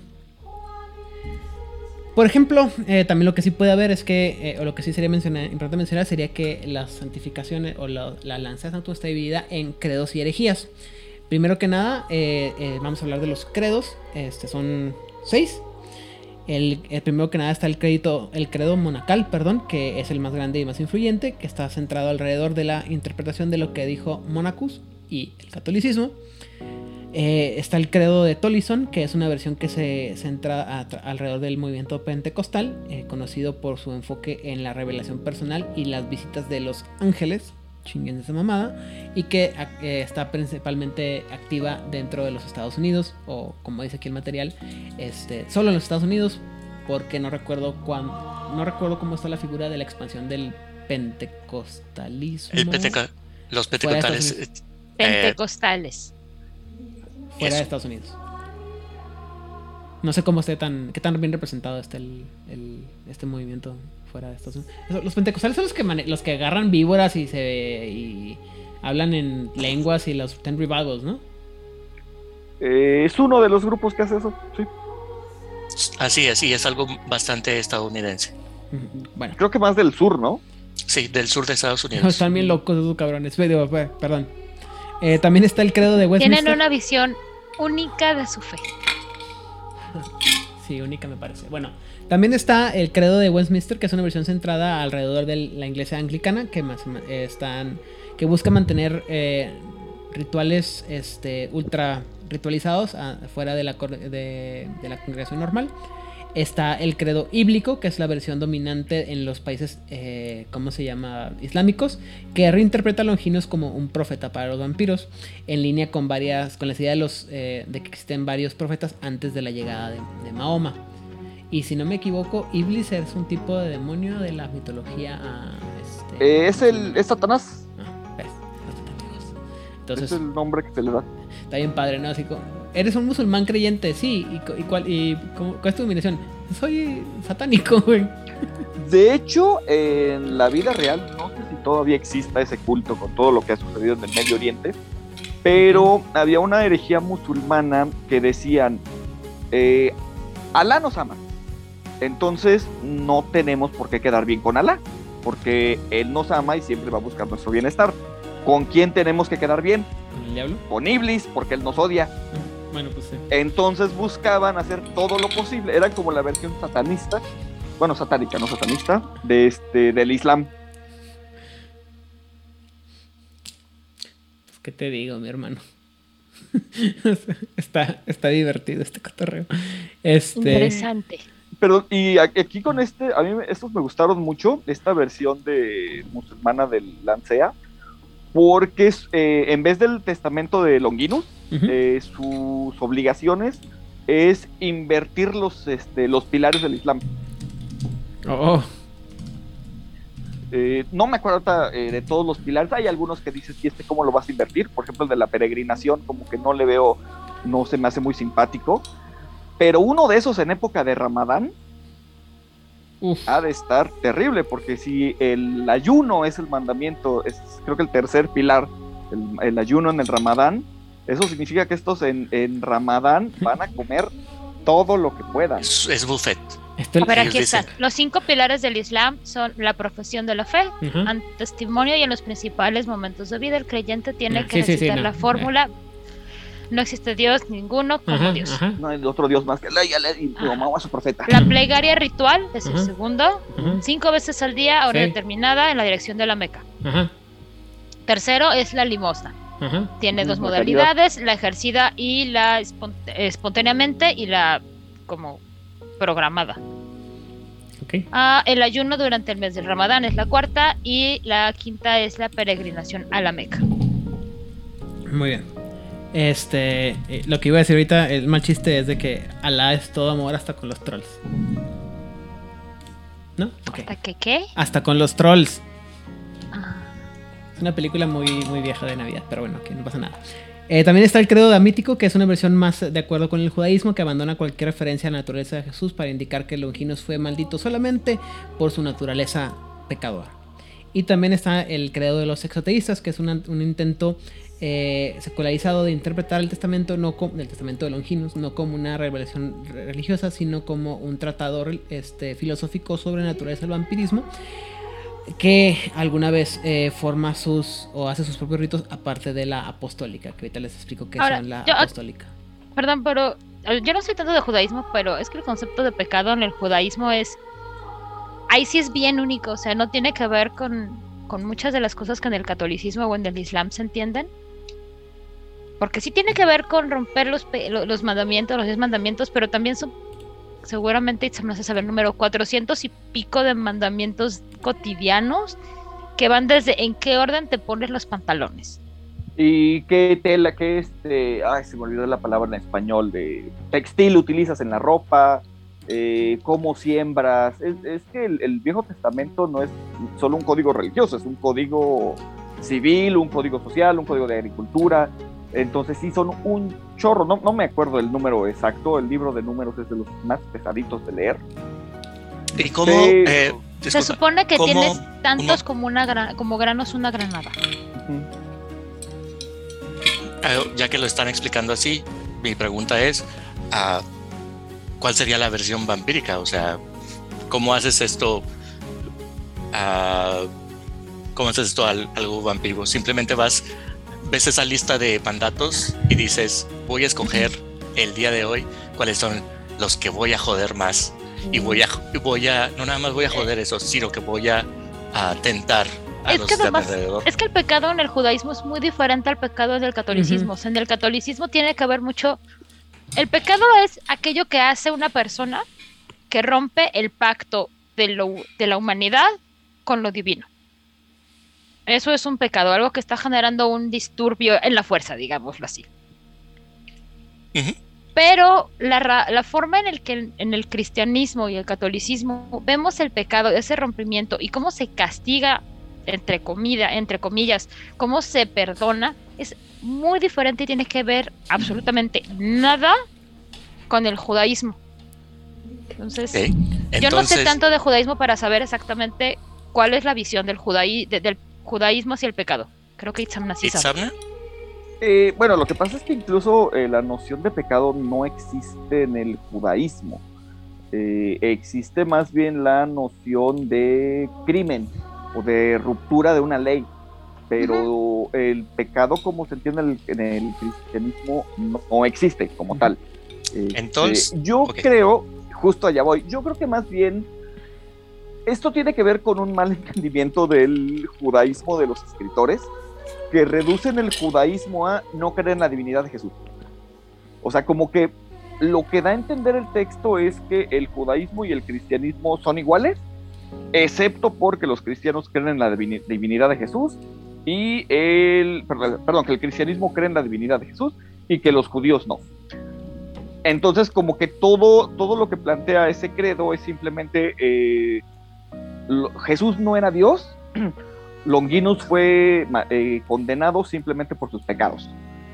por ejemplo, eh, también lo que sí puede haber es que, eh, o lo que sí sería mencionar, importante mencionar, sería que las santificaciones o la, la lanza de Santo está dividida en credos y herejías. Primero que nada, eh, eh, vamos a hablar de los credos. Este, son seis. El, el primero que nada está el, crédito, el credo monacal, perdón, que es el más grande y más influyente, que está centrado alrededor de la interpretación de lo que dijo Monacus y el catolicismo. Eh, está el credo de Tolison, que es una versión que se centra a, alrededor del movimiento pentecostal, eh, conocido por su enfoque en la revelación personal y las visitas de los ángeles, chinguen esa mamada, y que eh, está principalmente activa dentro de los Estados Unidos, o como dice aquí el material, este, solo en los Estados Unidos, porque no recuerdo cuán, no recuerdo cómo está la figura de la expansión del pentecostalismo. El penteco- los pentecostales. Fuera de eh, Pentecostales. fuera eso. de Estados Unidos. No sé cómo esté tan, qué tan bien representado está el, el, este movimiento fuera de Estados Unidos. Los pentecostales son los que mane- los que agarran víboras y se y hablan en lenguas y los ten revivals, ¿no? Eh, es uno de los grupos que hace eso, sí. Así es, sí, es algo bastante estadounidense. Bueno, Creo que más del sur, ¿no? Sí, del sur de Estados Unidos. están bien locos esos cabrones. Digo, perdón. Eh, también está el credo de Westminster. Tienen una visión única de su fe. Sí, única me parece. Bueno, también está el credo de Westminster, que es una versión centrada alrededor de la iglesia anglicana, que más eh, están, que busca mantener eh, rituales este, ultra ritualizados a, fuera de la, de, de la congregación normal. Está el credo bíblico, que es la versión dominante en los países, eh, ¿cómo se llama? Islámicos, que reinterpreta a Longinus como un profeta para los vampiros, en línea con varias, con la idea de, los, eh, de que existen varios profetas antes de la llegada de, de Mahoma. Y si no me equivoco, Iblis es un tipo de demonio de la mitología. Este, Eh, es el es Satanás. Ah, ves, no están tan lejos. Entonces, Es el nombre que se le da. está bien padre, ¿no? Así como, eres un musulmán creyente, sí. ¿Y, cu- y cuál, y cómo- cuál es tu dominación? Soy satánico, güey. De hecho, en la vida real, no sé si todavía exista ese culto con todo lo que ha sucedido en el Medio Oriente, pero había una herejía musulmana que decían, eh, Alá nos ama, entonces no tenemos por qué quedar bien con Alá, porque Él nos ama y siempre va a buscar nuestro bienestar. ¿Con quién tenemos que quedar bien? ¿Con el diablo? Con Iblis, porque Él nos odia. Bueno, pues sí. Entonces buscaban hacer todo lo posible. Eran como la versión satanista, bueno, satánica, no satanista, de este, del Islam. ¿Qué te digo, mi hermano? está, está divertido este cotorreo. Este, Interesante. Pero, y aquí con este, a mí me- estos me gustaron mucho, esta versión de musulmana del Lancea, porque eh, en vez del testamento de Longinus, ujú. eh, sus obligaciones es invertir los, este, los pilares del Islam. Oh, Eh, no me acuerdo ahorita, eh, de todos los pilares. Hay algunos que dices, ¿y este cómo lo vas a invertir? Por ejemplo, el de la peregrinación, como que no le veo, no se me hace muy simpático. Pero uno de esos en época de Ramadán uf. ha de estar terrible, porque si el ayuno es el mandamiento, es creo que el tercer pilar, el, el ayuno en el Ramadán, eso significa que estos en, en Ramadán van a comer todo lo que puedan. Es, es buffet. Esto, A ver, ellos aquí dicen. están. Los cinco pilares del Islam son la profesión de la fe, Ujú. ante testimonio y en los principales momentos de vida. El creyente tiene Mm, que sí, sí, sí, recitar no. la fórmula. no existe Dios ninguno como Ajá, Dios. ajá, No hay otro Dios más que Allah y Allah y Ajá. Mahoma su profeta. La plegaria ritual es el Ajá. segundo, Ujú. cinco veces al día a hora Sí. determinada en la dirección de la Meca. ajá, Tercero es la limosna. ajá. Tiene Ujú, dos la modalidades, la ejercida y la espon- espontáneamente y la como programada. Ok. Ah, el ayuno durante el mes del Ramadán es la cuarta y la quinta es la peregrinación a la Meca. Muy bien. Este, eh, lo que iba a decir ahorita, el mal chiste es de que Alá es todo amor hasta con los trolls. ¿No? Ok. ¿Hasta que qué? Hasta con los trolls. Ah, Es una película muy, muy vieja de Navidad, pero bueno, que no pasa nada. Eh, también está el credo damítico, que es una versión más de acuerdo con el judaísmo, que abandona cualquier referencia a la naturaleza de Jesús para indicar que Longinos fue maldito solamente por su naturaleza pecadora. Y también está el credo de los exoteístas, que es una- un intento eh, secularizado de interpretar el testamento, no como, el testamento de Longinos, no como una revelación re- religiosa, sino como un tratado este, filosófico sobre la naturaleza del vampirismo, que alguna vez eh, forma sus o hace sus propios ritos aparte de la apostólica, que ahorita les explico qué Ahora, son la yo- apostólica. perdón, pero eh, yo no soy tanto de judaísmo, pero es que el concepto de pecado en el judaísmo es... Ahí sí es bien único, o sea, no tiene que ver con, con muchas de las cosas que en el catolicismo o en el islam se entienden. Porque sí tiene que ver con romper los, pe- lo- los mandamientos, los diez mandamientos, pero también son, seguramente, no sé saber el número, cuatrocientos y pico de mandamientos cotidianos que van desde en qué orden te pones los pantalones. Y qué tela, qué este, ay, se me olvidó la palabra en español, de textil utilizas en la ropa, eh, cómo siembras. Es, es que el, el Viejo Testamento no es solo un código religioso, es un código civil, un código social, un código de agricultura. Entonces sí son un chorro, no, no me acuerdo el número exacto, el libro de números es de los más pesaditos de leer. ¿Y cómo? Sí. eh, Se disculpa, supone que ¿cómo tienes tantos uno- como una gra- como granos una granada. Ujú. eh, ya que lo están explicando así, mi pregunta es, ah, ¿cuál sería la versión vampírica? O sea, ¿cómo haces esto? ah, ¿Cómo haces esto al, algo vampiro? Simplemente vas, ves esa lista de mandatos y dices, voy a escoger el día de hoy cuáles son los que voy a joder más. Y voy a, y voy a, no nada más voy a joder eso, sino que voy a, a tentar a Es los que de además, alrededor. es que el pecado en el judaísmo es muy diferente al pecado del catolicismo. Ujú. O sea, en el catolicismo tiene que ver mucho. El pecado es aquello que hace una persona que rompe el pacto de, lo, de la humanidad con lo divino. Eso es un pecado, algo que está generando un disturbio en la fuerza, digámoslo así. Ujú. Pero la, ra- la forma en el que en el cristianismo y el catolicismo vemos el pecado, ese rompimiento y cómo se castiga, entre, comida, entre comillas, cómo se perdona, es muy diferente y tiene que ver absolutamente nada con el judaísmo. Entonces, Ok. yo no sé Entonces, tanto de judaísmo para saber exactamente cuál es la visión del, judaí- de- del judaísmo hacia el pecado. Creo que Itzamna sí sabe. ¿Itzamna? Eh, bueno, lo que pasa es que incluso eh, la noción de pecado no existe en el judaísmo. Eh, existe más bien la noción de crimen o de ruptura de una ley, pero el pecado como se entiende en el, en el cristianismo no, no existe como tal. Este, Entonces, yo ok. creo, justo allá voy, yo creo que más bien esto tiene que ver con un mal entendimiento del judaísmo de los escritores, que reducen el judaísmo a no creer en la divinidad de Jesús. O sea, como que lo que da a entender el texto es que el judaísmo y el cristianismo son iguales, excepto porque los cristianos creen en la divini- divinidad de Jesús y el, perdón, perdón, que el cristianismo cree en la divinidad de Jesús y que los judíos no. Entonces, como que todo, todo lo que plantea ese credo es simplemente eh, lo, Jesús no era Dios. Longinus fue eh, condenado simplemente por sus pecados.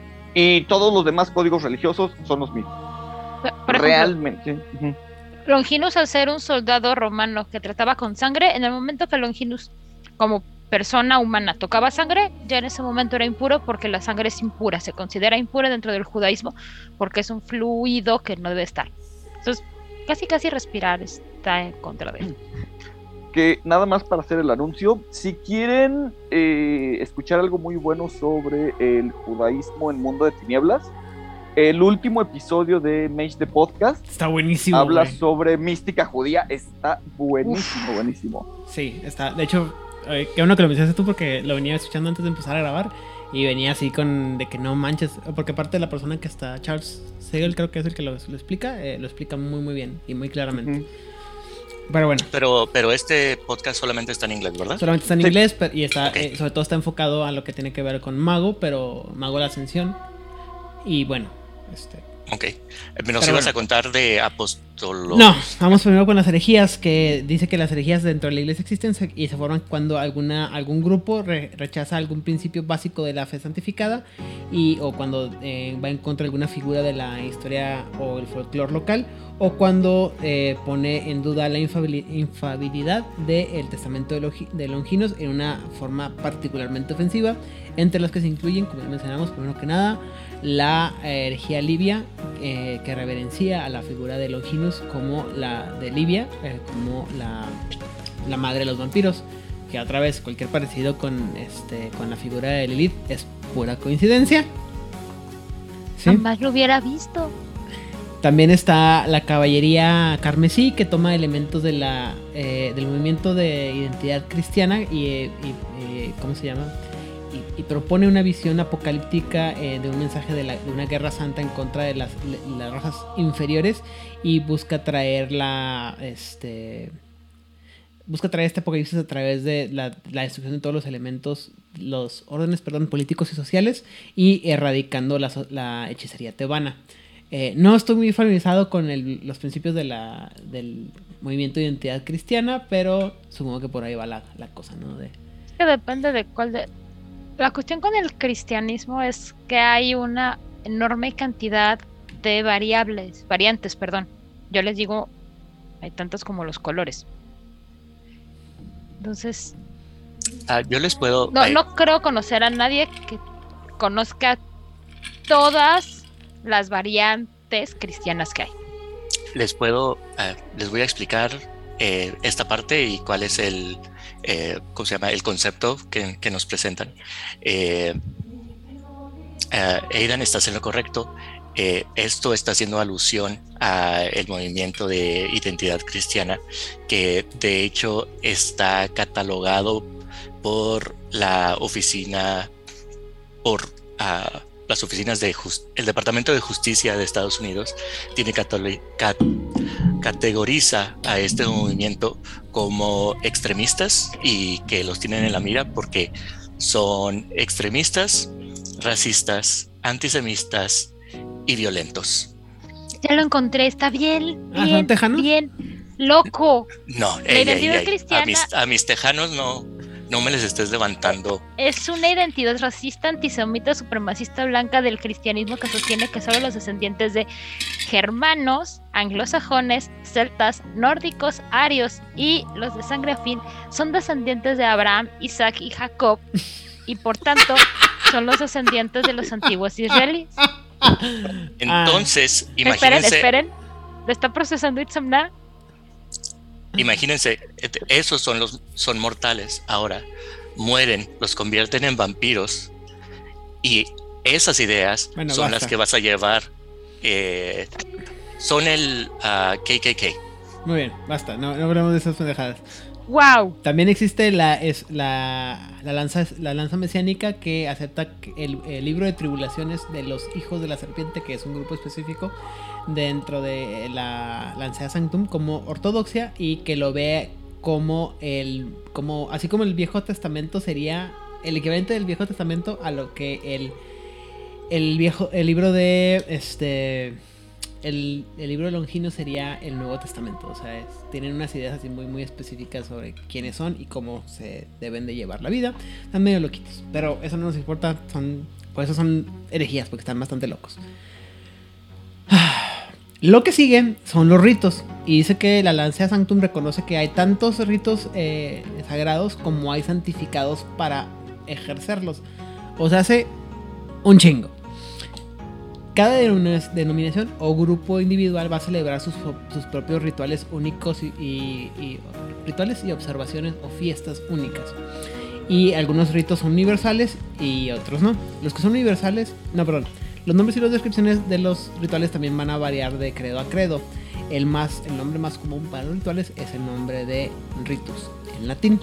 Y todos los demás códigos religiosos son los mismos. Por ejemplo, Realmente. Uh-huh. Longinus, al ser un soldado romano que trataba con sangre, en el momento que Longinus, como persona humana, tocaba sangre, ya en ese momento era impuro porque la sangre es impura, se considera impura dentro del judaísmo porque es un fluido que no debe estar. Entonces, casi casi respirar está en contra de él. Que nada más para hacer el anuncio, si quieren eh, escuchar algo muy bueno sobre el judaísmo en Mundo de Tinieblas, el último episodio de Mage the Podcast Está buenísimo. habla güey. sobre mística judía. Está buenísimo, Uf. buenísimo. Sí, está. De hecho, eh, qué bueno que lo mencionaste tú porque lo venía escuchando antes de empezar a grabar y venía así con de que no manches, porque aparte de la persona que está, Charles Siegel, creo que es el que lo, lo explica, eh, lo explica muy muy bien y muy claramente. Uh-huh. Pero bueno. Pero, pero este podcast solamente está en inglés, ¿verdad? Solamente está en sí. inglés pero, y está, okay. eh, sobre todo está enfocado a lo que tiene que ver con Mago, pero Mago la Ascensión. Y bueno, este... Ok. ¿Nos ibas bueno. a contar de apostolo? No, vamos primero con las herejías, que dice que las herejías dentro de la iglesia existen y se forman cuando alguna, algún grupo re, rechaza algún principio básico de la fe santificada y, o cuando eh, va en contra de alguna figura de la historia o el folclore local, o cuando eh, pone en duda la infabilidad del testamento de, de Longinos en una forma particularmente ofensiva, entre las que se incluyen, como mencionamos, primero que nada, la herejía libia, eh, que reverencia a la figura de Longinus como la de Libia, eh, como la, la madre de los vampiros, que otra vez cualquier parecido con, este, con la figura de Lilith es pura coincidencia. ¿Sí? Jamás lo hubiera visto. También está la caballería carmesí, que toma elementos de la, eh, del movimiento de identidad cristiana y, eh, y eh, ¿cómo se llama? Y, y propone una visión apocalíptica eh, de un mensaje de, la, de una guerra santa en contra de las, las razas inferiores y busca traer la, este, busca traer este apocalipsis a través de la, la destrucción de todos los elementos, los órdenes, perdón, políticos y sociales y erradicando la, la hechicería tebana. Eh, no estoy muy familiarizado con el, los principios de la, del movimiento de identidad cristiana, pero supongo que por ahí va la, la cosa, ¿no? De... Es que depende de cuál de... La cuestión con el cristianismo es que hay una enorme cantidad de variables, variantes, perdón. Yo les digo, hay tantas como los colores. Entonces... Ah, yo les puedo... No, no creo conocer a nadie que conozca todas las variantes cristianas que hay. Les puedo, uh, les voy a explicar eh, esta parte y cuál es el, eh, ¿cómo se llama? El concepto que, que nos presentan. Eh, uh, Aidan, estás en lo correcto. Eh, esto está haciendo alusión al movimiento de identidad cristiana, que de hecho está catalogado por la oficina, por uh, las oficinas de just, el Departamento de Justicia de Estados Unidos tiene catoli, cat, categoriza a este movimiento como extremistas y que los tienen en la mira porque son extremistas, racistas, antisemitas y violentos. Ya lo encontré, está bien, ¿Ah, bien, son tejanos? bien loco. No, la ey, identidad ey, ey, cristiana a mis, a mis tejanos no. No me les estés levantando. Es una identidad racista, antisemita, supremacista blanca del cristianismo que sostiene que solo los descendientes de germanos, anglosajones, celtas, nórdicos, arios y los de sangre afín son descendientes de Abraham, Isaac y Jacob y por tanto son los descendientes de los antiguos israelíes. Entonces, ah. imagínense... Esperen, esperen. ¿Lo está procesando Itzamna? Imagínense, esos son los son mortales. Ahora mueren, los convierten en vampiros y esas ideas bueno, son basta. las que vas a llevar. Eh, son el uh, K K K. Muy bien, basta, no, no hablemos de esas pendejadas. Wow. También existe la, es, la, la, lanza, la lanza mesiánica que acepta el, el libro de tribulaciones de los hijos de la serpiente, que es un grupo específico dentro de la Lancea Sanctum como ortodoxia y que lo ve como el como así como el Viejo Testamento sería el equivalente del Viejo Testamento a lo que el el viejo el libro de este el, el libro de Longinos sería el Nuevo Testamento. O sea, es, tienen unas ideas así muy muy específicas sobre quiénes son y cómo se deben de llevar la vida. Están medio loquitos, pero eso no nos importa, son por eso son herejías, porque están bastante locos. Lo que sigue son los ritos. Y dice que la Lancea Sanctum reconoce que hay tantos ritos eh, sagrados como hay santificados para ejercerlos. O sea, hace un chingo. Cada denominación o grupo individual va a celebrar sus, sus propios rituales únicos y, y, y rituales y observaciones o fiestas únicas. Y algunos ritos son universales y otros no. Los que son universales, no, perdón. Los nombres y las descripciones de los rituales también van a variar de credo a credo. El, más, el nombre más común para los rituales es el nombre de ritus, en latín.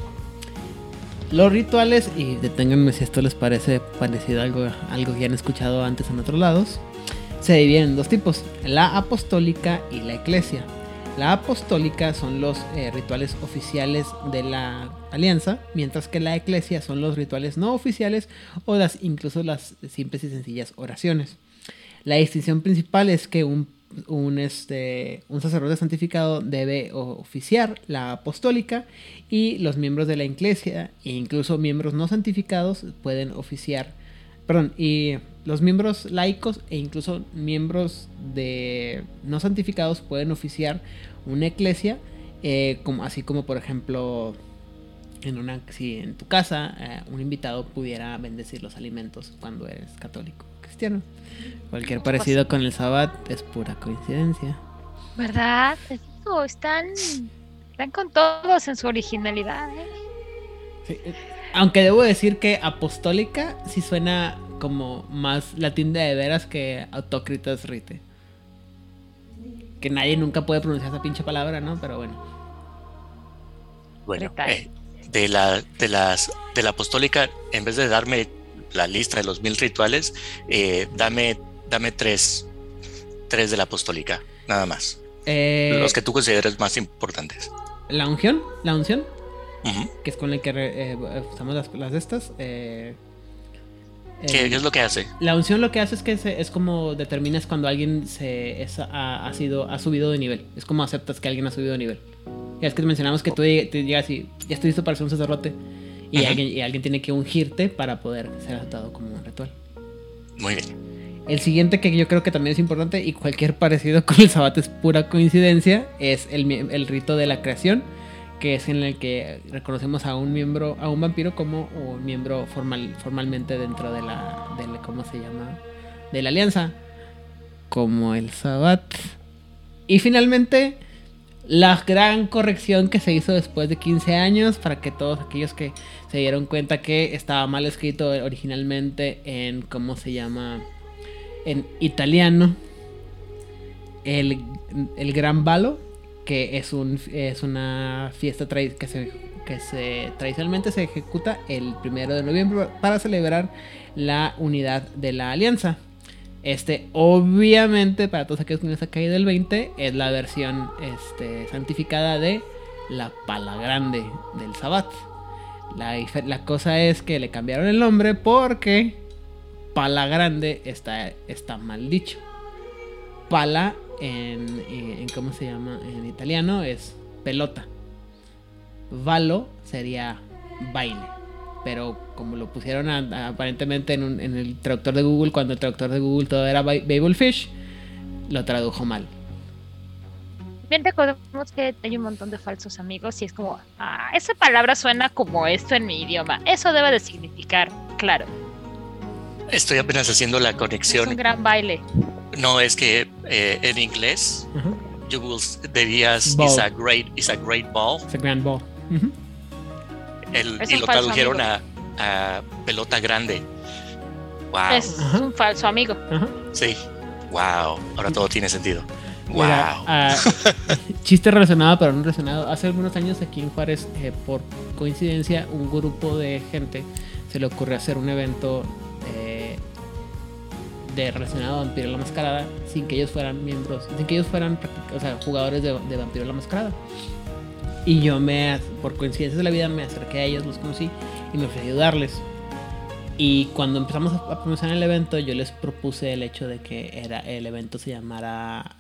Los rituales, y deténganme si esto les parece parecido a algo, algo que ya han escuchado antes en otros lados, se dividen en dos tipos, la apostólica y la eclesia. La apostólica son los eh, rituales oficiales de la alianza, mientras que la eclesia son los rituales no oficiales o las, incluso las simples y sencillas oraciones. La distinción principal es que un, un, este, un sacerdote santificado debe oficiar la apostólica y los miembros de la eclesia e incluso miembros no santificados pueden oficiar, perdón, y los miembros laicos e incluso miembros de no santificados pueden oficiar una eclesia, eh, como, así como por ejemplo en una, si en tu casa eh, un invitado pudiera bendecir los alimentos cuando eres católico o cristiano. Cualquier parecido con el Sabbat es pura coincidencia, ¿verdad? Eso, están, están con todos en su originalidad, ¿eh? Sí, aunque debo decir que apostólica sí suena como más latín de veras que autócritas rite. Que nadie nunca puede pronunciar esa pinche palabra, ¿no? Pero bueno. Bueno, eh, de la de las de la apostólica, en vez de darme la lista de los mil rituales, eh, dame dame tres tres de la apostólica, nada más. Eh, los que tú consideres más importantes. La unción, la unción, Uh-huh. que es con la que eh, usamos las, las de estas. Eh, ¿Qué, eh, ¿Qué es lo que hace? La unción lo que hace es que se, es como determinas cuando alguien se es, ha, ha sido ha subido de nivel. Es como aceptas que alguien ha subido de nivel. Ya es que mencionamos que tú te llegas y ya estoy listo para ser un sacerdote y, uh-huh. alguien, y alguien tiene que ungirte para poder ser aceptado como un ritual. Muy bien. El siguiente, que yo creo que también es importante y cualquier parecido con el Sabbat es pura coincidencia, es el, el rito de la creación, que es en el que reconocemos a un miembro, a un vampiro como un miembro formal, formalmente dentro de la, de la, ¿cómo se llama? De la alianza, como el Sabbat. Y finalmente, la gran corrección que se hizo después de quince años para que todos aquellos que se dieron cuenta que estaba mal escrito originalmente en, ¿cómo se llama? En italiano, el, el Gran Valo, que es, un, es una fiesta tra- que, se, que se tradicionalmente se ejecuta el primero de noviembre para celebrar la unidad de la alianza. Este, obviamente, para todos aquellos que no se ha caído el veinte, es la versión este, santificada de la Pala Grande del Sabbat. La, la cosa es que le cambiaron el nombre porque Pala Grande está, está mal dicho. Pala en, en ¿cómo se llama? En italiano es pelota. Valo sería baile. Pero como lo pusieron a, a, aparentemente en, un, en el traductor de Google, cuando el traductor de Google todo era Babel Fish, lo tradujo mal. Bien, recordemos que hay un montón de falsos amigos y es como, ah, esa palabra suena como esto en mi idioma. Eso debe de significar, claro. Estoy apenas haciendo la conexión. Es un gran baile. No, es que eh, en inglés, uh-huh. you will, dirías, ball. It's a great, it's a great ball. It's a grand ball. Uh-huh. El, y lo tradujeron a, a pelota grande. Wow. Es uh-huh. un falso amigo. Uh-huh. Sí. Wow. Ahora todo tiene sentido. Wow. Mira, uh, chiste relacionado pero no relacionado. Hace algunos años aquí en Juárez, eh, por coincidencia, un grupo de gente se le ocurrió hacer un evento eh, de relacionado a Vampiro la Mascarada sin que ellos fueran miembros, sin que ellos fueran, o sea, jugadores de, de Vampiro la Mascarada. Y yo me, por coincidencias de la vida, me acerqué a ellos, los conocí y me ofrecí ayudarles. Y cuando empezamos a promocionar el evento, yo les propuse el hecho de que era, el evento se llamara...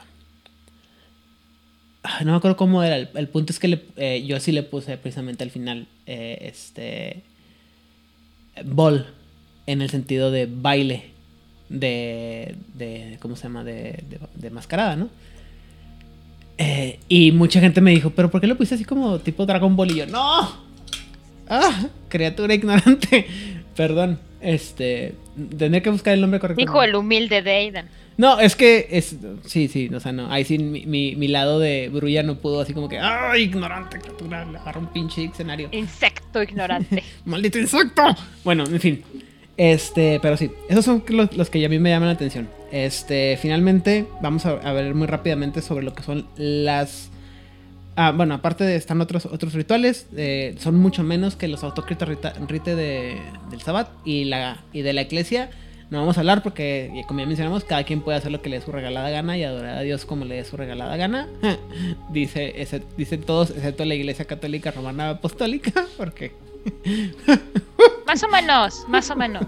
Uh, no me acuerdo cómo era. El, el punto es que le, eh, yo sí le puse precisamente al final eh, este ball, en el sentido de baile, de, de ¿cómo se llama? De, de, de mascarada, ¿no? Eh, y mucha gente me dijo, ¿pero por qué lo pusiste así como tipo Dragon Ball? Y yo, ¡no! ¡Ah! Criatura ignorante. Perdón, este... Tendré que buscar el nombre correcto. Dijo el humilde de Aidan. No, es que es... Sí, sí, o sea, no. Ahí sí, mi, mi, mi lado de brulla no pudo así como que... ¡Ay, ignorante, criatura! Le agarró un pinche diccionario. Insecto ignorante. ¡Maldito insecto! Bueno, en fin. Este, pero sí, esos son los, los que a mí me llaman la atención. Este, finalmente, vamos a, a ver muy rápidamente sobre lo que son las... Ah, bueno, aparte de están otros otros rituales, eh, son mucho menos que los autocritas rite de, del Sabbat y, la, y de la iglesia. No vamos a hablar porque, como ya mencionamos, cada quien puede hacer lo que le dé su regalada gana y adorar a Dios como le dé su regalada gana. Dice, ese, dicen todos, excepto la Iglesia Católica Romana Apostólica, porque... Más o menos, más o menos.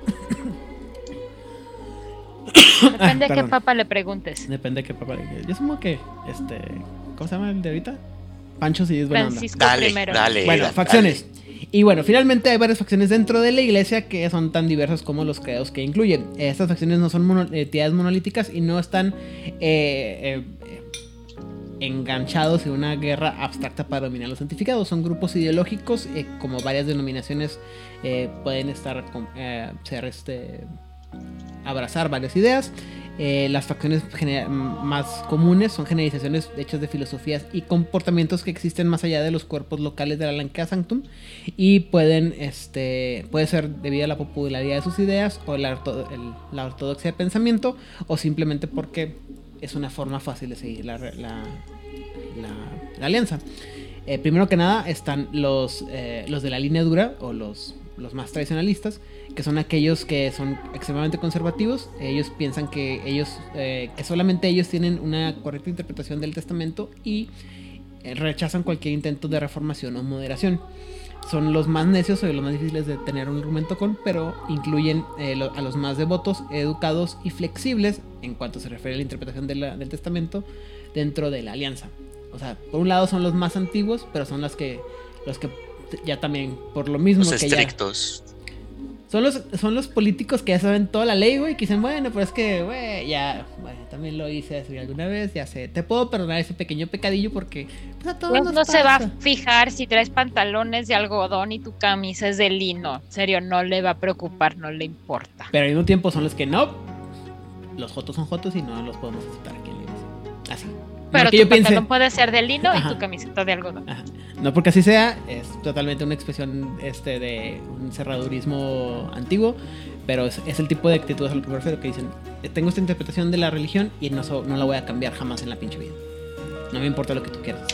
Depende de qué papa le preguntes. Depende de qué papa le preguntes. Yo supongo que, este... ¿Cómo se llama el de ahorita? Pancho, si es buena onda. Francisco Dale, primero. dale. Bueno, dale. facciones. Y bueno, finalmente hay varias facciones dentro de la iglesia que son tan diversas como los credos que incluyen. Estas facciones no son mono, entidades monolíticas y no están eh, eh, enganchados en una guerra abstracta para dominar a los santificados. Son grupos ideológicos, eh, como varias denominaciones eh, pueden estar eh, ser este abrazar varias ideas. Eh, las facciones más comunes son generalizaciones hechas de filosofías y comportamientos que existen más allá de los cuerpos locales de la Lancia Sanctum y pueden, este, puede ser debido a la popularidad de sus ideas o la, orto, el, la ortodoxia de pensamiento o simplemente porque es una forma fácil de seguir la, la, la, la alianza. Eh, primero que nada están los, eh, los de la línea dura o los, los más tradicionalistas, que son aquellos que son extremadamente conservativos. Ellos piensan que ellos eh, que solamente ellos tienen una correcta interpretación del testamento y eh, rechazan cualquier intento de reformación o moderación. Son los más necios o los más difíciles de tener un argumento con, pero incluyen eh, lo, a los más devotos, educados y flexibles en cuanto se refiere a la interpretación de la, del testamento dentro de la alianza. O sea, por un lado son los más antiguos, pero son los que los que ya también por lo mismo los que estrictos. Ya Son los, son los políticos que ya saben toda la ley, güey, que dicen, bueno, pero es que, güey, ya, bueno, también lo hice así alguna vez, ya sé, te puedo perdonar ese pequeño pecadillo porque pues, a todos Pues nos no pasa. se va a fijar si traes pantalones de algodón y tu camisa es de lino. En serio, no le va a preocupar, no le importa. Pero al mismo tiempo son los que no, los jotos son jotos y no los podemos aceptar aquí en la iglesia. Así. Pero Porque tu yo pantalón piense, puede ser de lino Ajá. y tu camiseta de algodón. ajá, no porque así sea, es totalmente una expresión este de un cerradurismo antiguo, pero es, es el tipo de actitudes a lo que me refiero, que dicen, tengo esta interpretación de la religión y no, so, no la voy a cambiar jamás en la pinche vida. No me importa lo que tú quieras.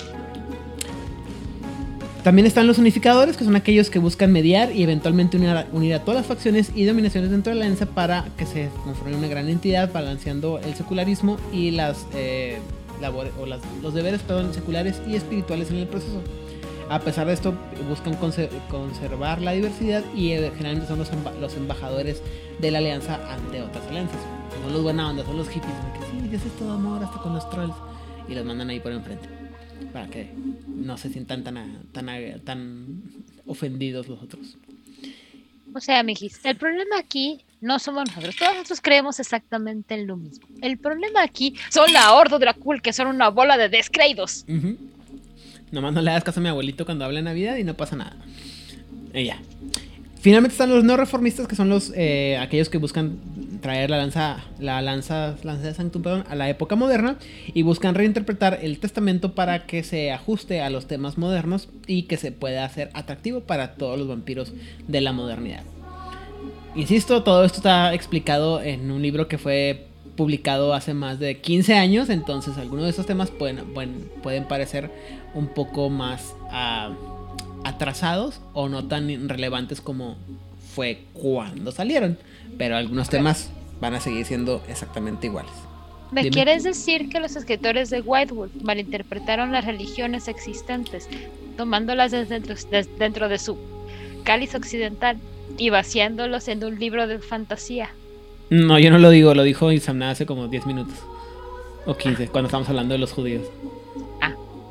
También están los unificadores, que son aquellos que buscan mediar y eventualmente unir a, unir a todas las facciones y dominaciones dentro de la alianza para que se conforme una gran entidad, balanceando el secularismo y las... Eh, labores, o las, los deberes perdón, seculares y espirituales en el proceso. A pesar de esto, buscan conser, conservar la diversidad y eh, generalmente son los, emba, los embajadores de la alianza ante otras alianzas. Son los buena onda, son los hippies, que sí, Dios es todo amor hasta con los trolls, y los mandan ahí por enfrente para que no se sientan tan, tan, tan ofendidos los otros. O sea, mijis, el problema aquí no somos nosotros. Todos nosotros creemos exactamente en lo mismo. El problema aquí son la Horda Dracul, que son una bola de descreídos. Uh-huh. Nomás no le hagas caso a mi abuelito cuando habla en Navidad y no pasa nada. Y ya. Finalmente están los no reformistas, que son los eh, aquellos que buscan traer la lanza, la lanza, lanza de Sanctum, perdón, a la época moderna y buscan reinterpretar el testamento para que se ajuste a los temas modernos y que se pueda hacer atractivo para todos los vampiros de la modernidad. Insisto, todo esto está explicado en un libro que fue publicado hace más de quince años, entonces algunos de estos temas pueden, pueden, pueden parecer un poco más uh, atrasados o no tan relevantes como fue cuando salieron, pero algunos temas van a seguir siendo exactamente iguales. ¿Me Dime. quieres decir que los escritores de White Wolf malinterpretaron las religiones existentes, tomándolas desde dentro, desde dentro de su cáliz occidental y vaciándolos en un libro de fantasía? No, yo no lo digo, lo dijo Isamna hace como diez minutos o quince, cuando estábamos hablando de los judíos. Ah.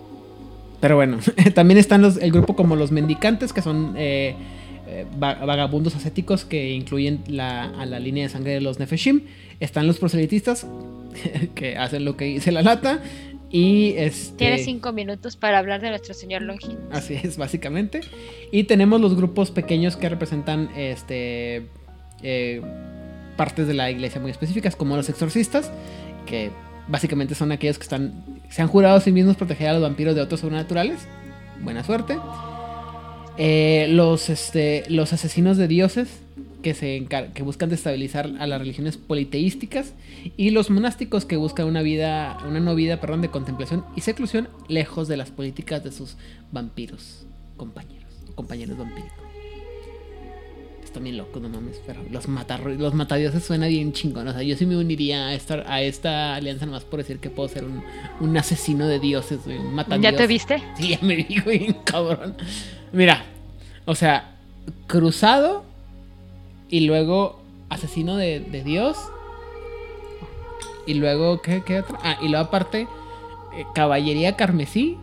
Pero bueno, también están los, el grupo como los mendicantes, que son eh, eh, vagabundos ascéticos que incluyen la, a la línea de sangre de los Nefeshim. Están los proselitistas, que hacen lo que dice la lata. Y este... Tienes cinco minutos para hablar de nuestro señor Longin. Así es, básicamente. Y tenemos los grupos pequeños que representan este eh, partes de la iglesia muy específicas, como los exorcistas, que básicamente son aquellos que están se han jurado a sí mismos proteger a los vampiros de otros sobrenaturales. Buena suerte. Eh, los, este, los asesinos de dioses, que, se encar- que buscan destabilizar a las religiones politeísticas, y los monásticos que buscan una vida, una no vida, perdón, de contemplación y seclusión lejos de las políticas de sus vampiros compañeros, compañeros vampíricos. Están bien locos, no mames, pero los matar, los matadioses suena bien chingón. O sea, yo sí me uniría a esta, a esta alianza nomás por decir que puedo ser un, un asesino de dioses, güey, un matadios. ¿Ya te viste? Sí, ya me vi, güey, cabrón. Mira, o sea, cruzado y luego asesino de, de Dios. Y luego, ¿qué, qué otra? Ah, y luego aparte, eh, caballería carmesí.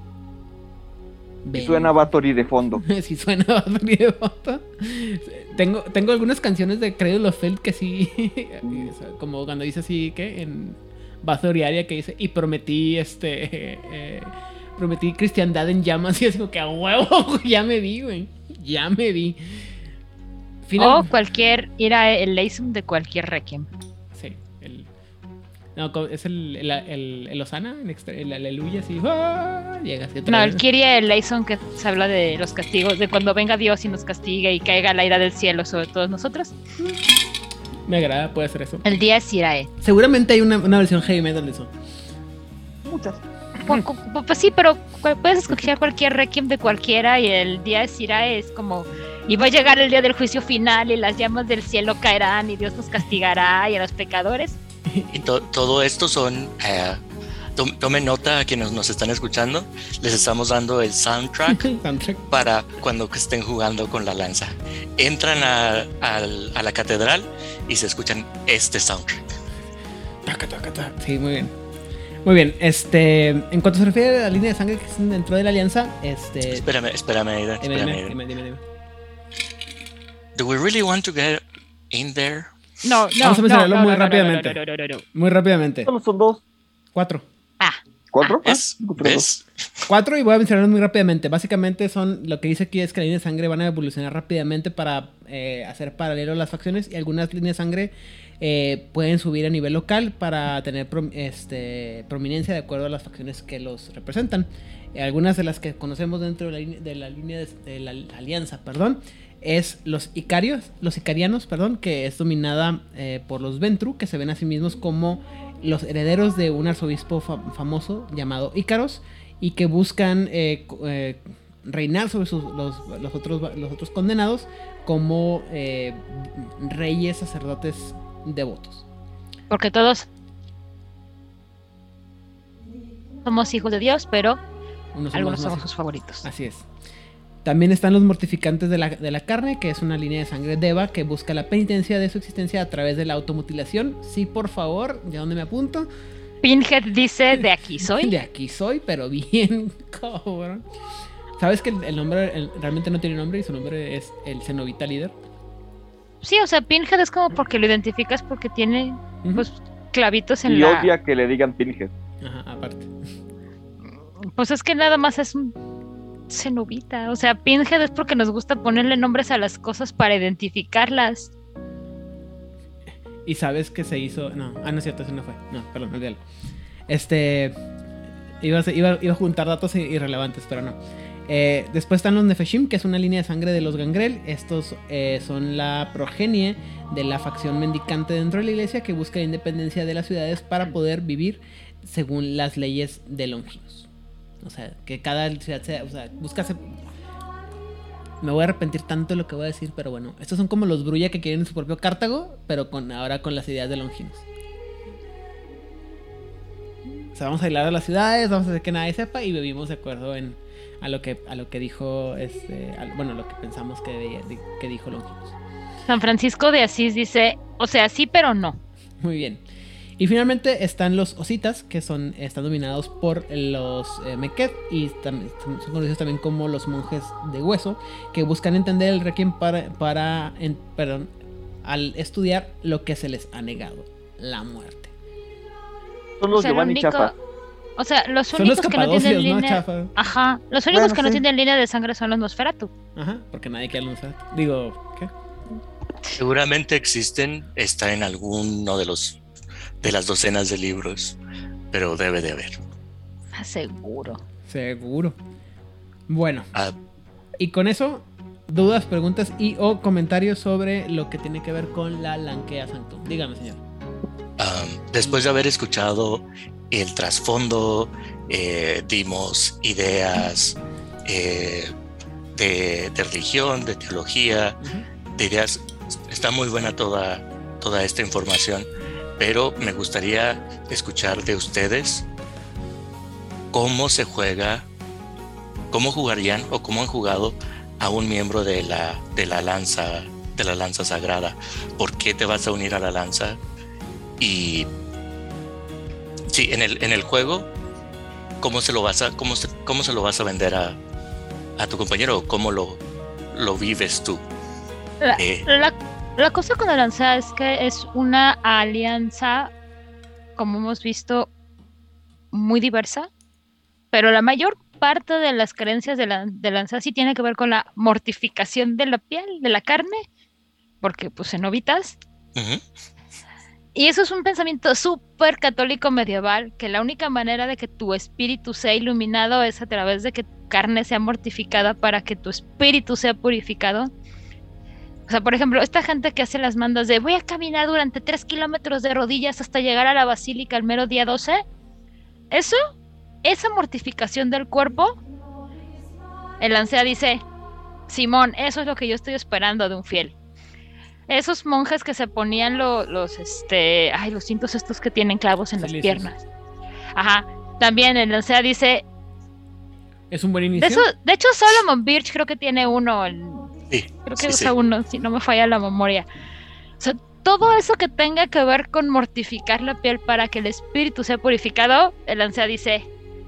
Y suena Bathory de fondo. Sí, suena Bathory de fondo. Tengo, tengo algunas canciones de Cradle of Filth que sí, como cuando dice así, ¿qué? En Bathory Aria que dice, y prometí, este, eh, prometí cristiandad en llamas, y así como que a huevo, ya me vi, güey, ya me vi. Final... O cualquier, ir a el Leisum de cualquier Requiem. Sí, el... No, es el, el, el, el Osana, el, extra, el Aleluya, así. ¡Ah! Llegas, no, el Kyrie eleison que se habla de los castigos, de cuando venga Dios y nos castigue y caiga la ira del cielo sobre todos nosotros. Me agrada, puede ser eso. El Dies Irae. Seguramente hay una, una versión heavy metal de eso. Muchas. Pues, pues sí, pero puedes escoger cualquier Requiem de cualquiera y el Dies Irae es como... Y va a llegar el día del juicio final y las llamas del cielo caerán y Dios nos castigará y a los pecadores. Y to- todo esto son, eh, to- tomen nota a quienes nos están escuchando, les estamos dando el soundtrack Soundtrack. para cuando estén jugando con la lanza. Entran a, a, a la catedral y se escuchan este soundtrack. Taca, taca, taca. Sí, muy bien. Muy bien, este, en cuanto se refiere a la línea de sangre que están dentro de la alianza, este... Espérame, espérame, Aidan, Dime, espérame, dime, Aidan. dime, dime, dime. Do we really want to get in there? No, no, Vamos a mencionarlo no, muy no, no, rápidamente. no, no, no, no, no. Muy rápidamente. Solo son dos. Cuatro. Ah, ¿Cuatro? ¿Ves? Ah, encontré dos. ¿Ves? Cuatro, y voy a mencionarlos muy rápidamente. Básicamente son, lo que dice aquí es que las líneas de sangre van a evolucionar rápidamente para eh, hacer paralelo a las facciones, y algunas líneas de sangre eh, pueden subir a nivel local para tener prom- este, prominencia de acuerdo a las facciones que los representan. Eh, algunas de las que conocemos dentro de la, line- de la línea de, de la alianza, perdón, es los Icarios, los Icarianos, perdón, que es dominada eh, por los Ventru, que se ven a sí mismos como los herederos de un arzobispo fa- famoso llamado Ícaros, y que buscan eh, eh, reinar sobre sus, los, los, otros, los otros condenados como eh, reyes sacerdotes devotos. porque todos somos hijos de Dios, pero Unos algunos más- somos sus favoritos. Así es. También están los mortificantes de la, de la carne, que es una línea de sangre Deva que busca la penitencia de su existencia a través de la automutilación. Sí, por favor, ¿de dónde me apunto? Pinhead dice, de aquí soy. De aquí soy, pero bien, cabrón. ¿Sabes que el, el nombre el- realmente no tiene nombre y su nombre es el Cenobita Líder? Sí, o sea, Pinhead es como porque lo identificas porque tiene Ujú. pues clavitos en Y la... odia que le digan Pinhead. Ajá, aparte. Pues es que nada más es un cenobita. O sea, Pinhead es porque nos gusta ponerle nombres a las cosas para identificarlas. Y sabes que se hizo... No, ah, no es cierto, eso no fue. No, perdón, olvídalo. Este... Iba a, ser- iba, iba a juntar datos irrelevantes, pero no. Eh, después están los Nefeshim, que es una línea de sangre de los Gangrel. Estos eh, son la progenie de la facción mendicante dentro de la iglesia que busca la independencia de las ciudades para poder vivir según las leyes de Longinus. O sea, que cada ciudad sea... O sea, busca hacer... Me voy a arrepentir tanto de lo que voy a decir, pero bueno. Estos son como los Brulla que quieren su propio Cartago, pero con ahora con las ideas de Longinus. O sea, vamos a aislar a las ciudades, vamos a hacer que nadie sepa y vivimos de acuerdo en a lo que a lo que dijo este, a- bueno, lo que pensamos que, debía- de- que dijo Longinus. San Francisco de Asís dice, o sea, sí, pero no. Muy bien. Y finalmente están los Ositas, que son están dominados por los eh, Meket y tam- son son conocidos también como los monjes de hueso, que buscan entender el Requiem para, para en- perdón, al estudiar lo que se les ha negado, la muerte. Son los O sea, lo Giovanni único- Chafa. O sea, los Son los únicos que no tienen capadocios, ¿no, línea... chafa? Ajá, los únicos Bueno, que no sí. tienen línea de sangre son los Nosferatu. Ajá, porque nadie quiere anunciar. Digo, ¿qué? Seguramente existen, está en alguno de los de las docenas de libros, pero debe de haber. Ah, seguro. Seguro. Bueno, Ah, y con eso dudas, preguntas y o comentarios sobre lo que tiene que ver con la Lankea Sanctum. Dígame, señor. Um, después de haber escuchado el trasfondo, eh, dimos ideas eh, de, de religión, de teología, uh-huh. de ideas. Está muy buena toda, toda esta información, pero me gustaría escuchar de ustedes cómo se juega, cómo jugarían o cómo han jugado a un miembro de la, de la lanza, de la lanza sagrada. ¿Por qué te vas a unir a la lanza? Y sí, en el, en el juego, ¿cómo se lo vas a, cómo se, cómo se lo vas a vender a, a tu compañero? ¿Cómo lo, lo vives tú? La, eh, la, la cosa con la lanza es que es una alianza, como hemos visto, muy diversa, pero la mayor parte de las creencias de la, de lanza sí tiene que ver con la mortificación de la piel, de la carne, porque pues cenobitas. Uh-huh. Y eso es un pensamiento súper católico medieval, que la única manera de que tu espíritu sea iluminado es a través de que tu carne sea mortificada para que tu espíritu sea purificado. O sea, por ejemplo, esta gente que hace las mandas de voy a caminar durante tres kilómetros de rodillas hasta llegar a la basílica el mero día doce, eso, esa mortificación del cuerpo, el anciano dice, Simón, eso es lo que yo estoy esperando de un fiel. Esos monjes que se ponían lo, los, este, ay, los cintos estos que tienen clavos en Felices. Las piernas. Ajá, también el anciano dice... ¿Es un buen inicio? De, eso, de hecho, Solomon Birch creo que tiene uno, el, sí, creo que sí, usa sí. uno, si no me falla la memoria. O sea, todo eso que tenga que ver con mortificar la piel para que el espíritu sea purificado, el anciano dice,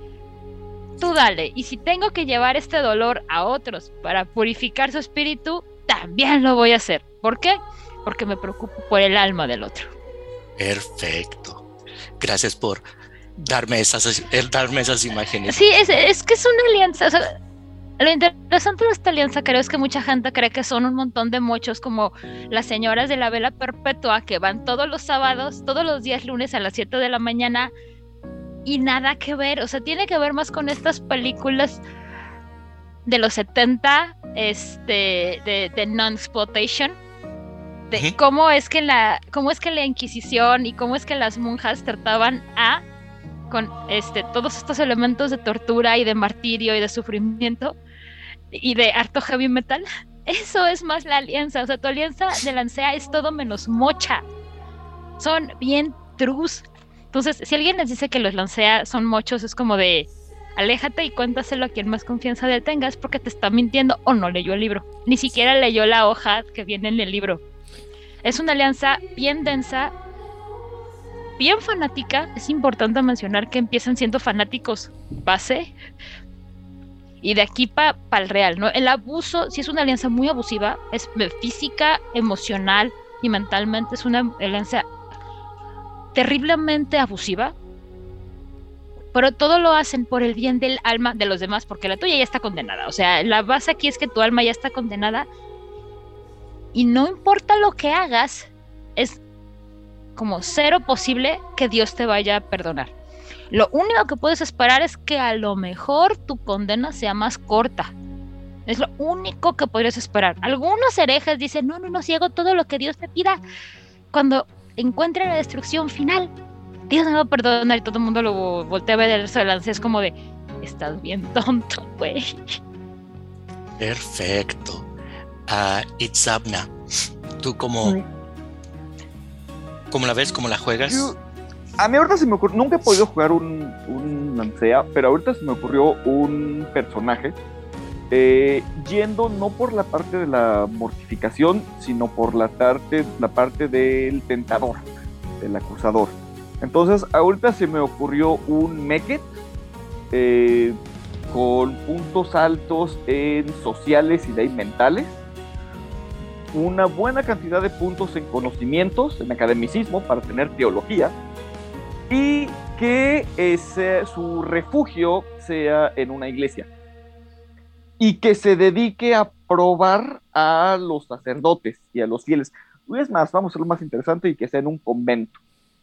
tú dale, y si tengo que llevar este dolor a otros para purificar su espíritu, también lo voy a hacer. ¿Por qué? Porque me preocupo por el alma del otro. Perfecto. Gracias por darme esas, el darme esas imágenes. Sí, es, es que es una alianza. O sea, lo interesante de esta alianza creo es que mucha gente cree que son un montón de mochos como las señoras de la vela perpetua que van todos los sábados, todos los días lunes a las siete de la mañana y nada que ver. O sea, tiene que ver más con estas películas de los setenta, este, de, de non-exploitation, de uh-huh. cómo es que la, cómo es que la Inquisición y cómo es que las monjas trataban a con este todos estos elementos de tortura y de martirio y de sufrimiento y de harto heavy metal. Eso es más la alianza. O sea, tu alianza de Lancea es todo menos mocha. Son bien trus. Entonces, si alguien les dice que los Lancea son mochos, es como de aléjate y cuéntaselo a quien más confianza le tengas porque te está mintiendo o no leyó el libro. Ni siquiera leyó la hoja que viene en el libro. Es una alianza bien densa, bien fanática. Es importante mencionar que empiezan siendo fanáticos base y de aquí para pa el real, ¿no? El abuso, si es una alianza muy abusiva, es física, emocional y mentalmente es una alianza terriblemente abusiva, pero todo lo hacen por el bien del alma de los demás, porque la tuya ya está condenada. O sea, la base aquí es que tu alma ya está condenada y no importa lo que hagas, es como cero posible que Dios te vaya a perdonar. Lo único que puedes esperar es que a lo mejor tu condena sea más corta. Es lo único que podrías esperar. Algunos herejes dicen, no, no, no, si hago todo lo que Dios me pida, cuando encuentre la destrucción final, Dios me va a perdonar. Y todo el mundo lo voltea a ver el lance. Es como de, estás bien tonto, güey. Perfecto. Uh, Itzabna, ¿tú cómo, sí. cómo la ves? ¿Cómo la juegas? Yo, a mí ahorita se me ocurrió, nunca he podido jugar un, un Lancea, pero ahorita se me ocurrió un personaje eh, yendo no por la parte de la mortificación, sino por la parte, la parte del tentador, del acusador. Entonces ahorita se me ocurrió un Meket eh, con puntos altos en sociales y de ahí mentales, una buena cantidad de puntos en conocimientos, en academicismo, para tener teología, y que ese, su refugio sea en una iglesia, y que se dedique a probar a los sacerdotes y a los fieles. Y es más, vamos a hacerlo más interesante, y que sea en un convento.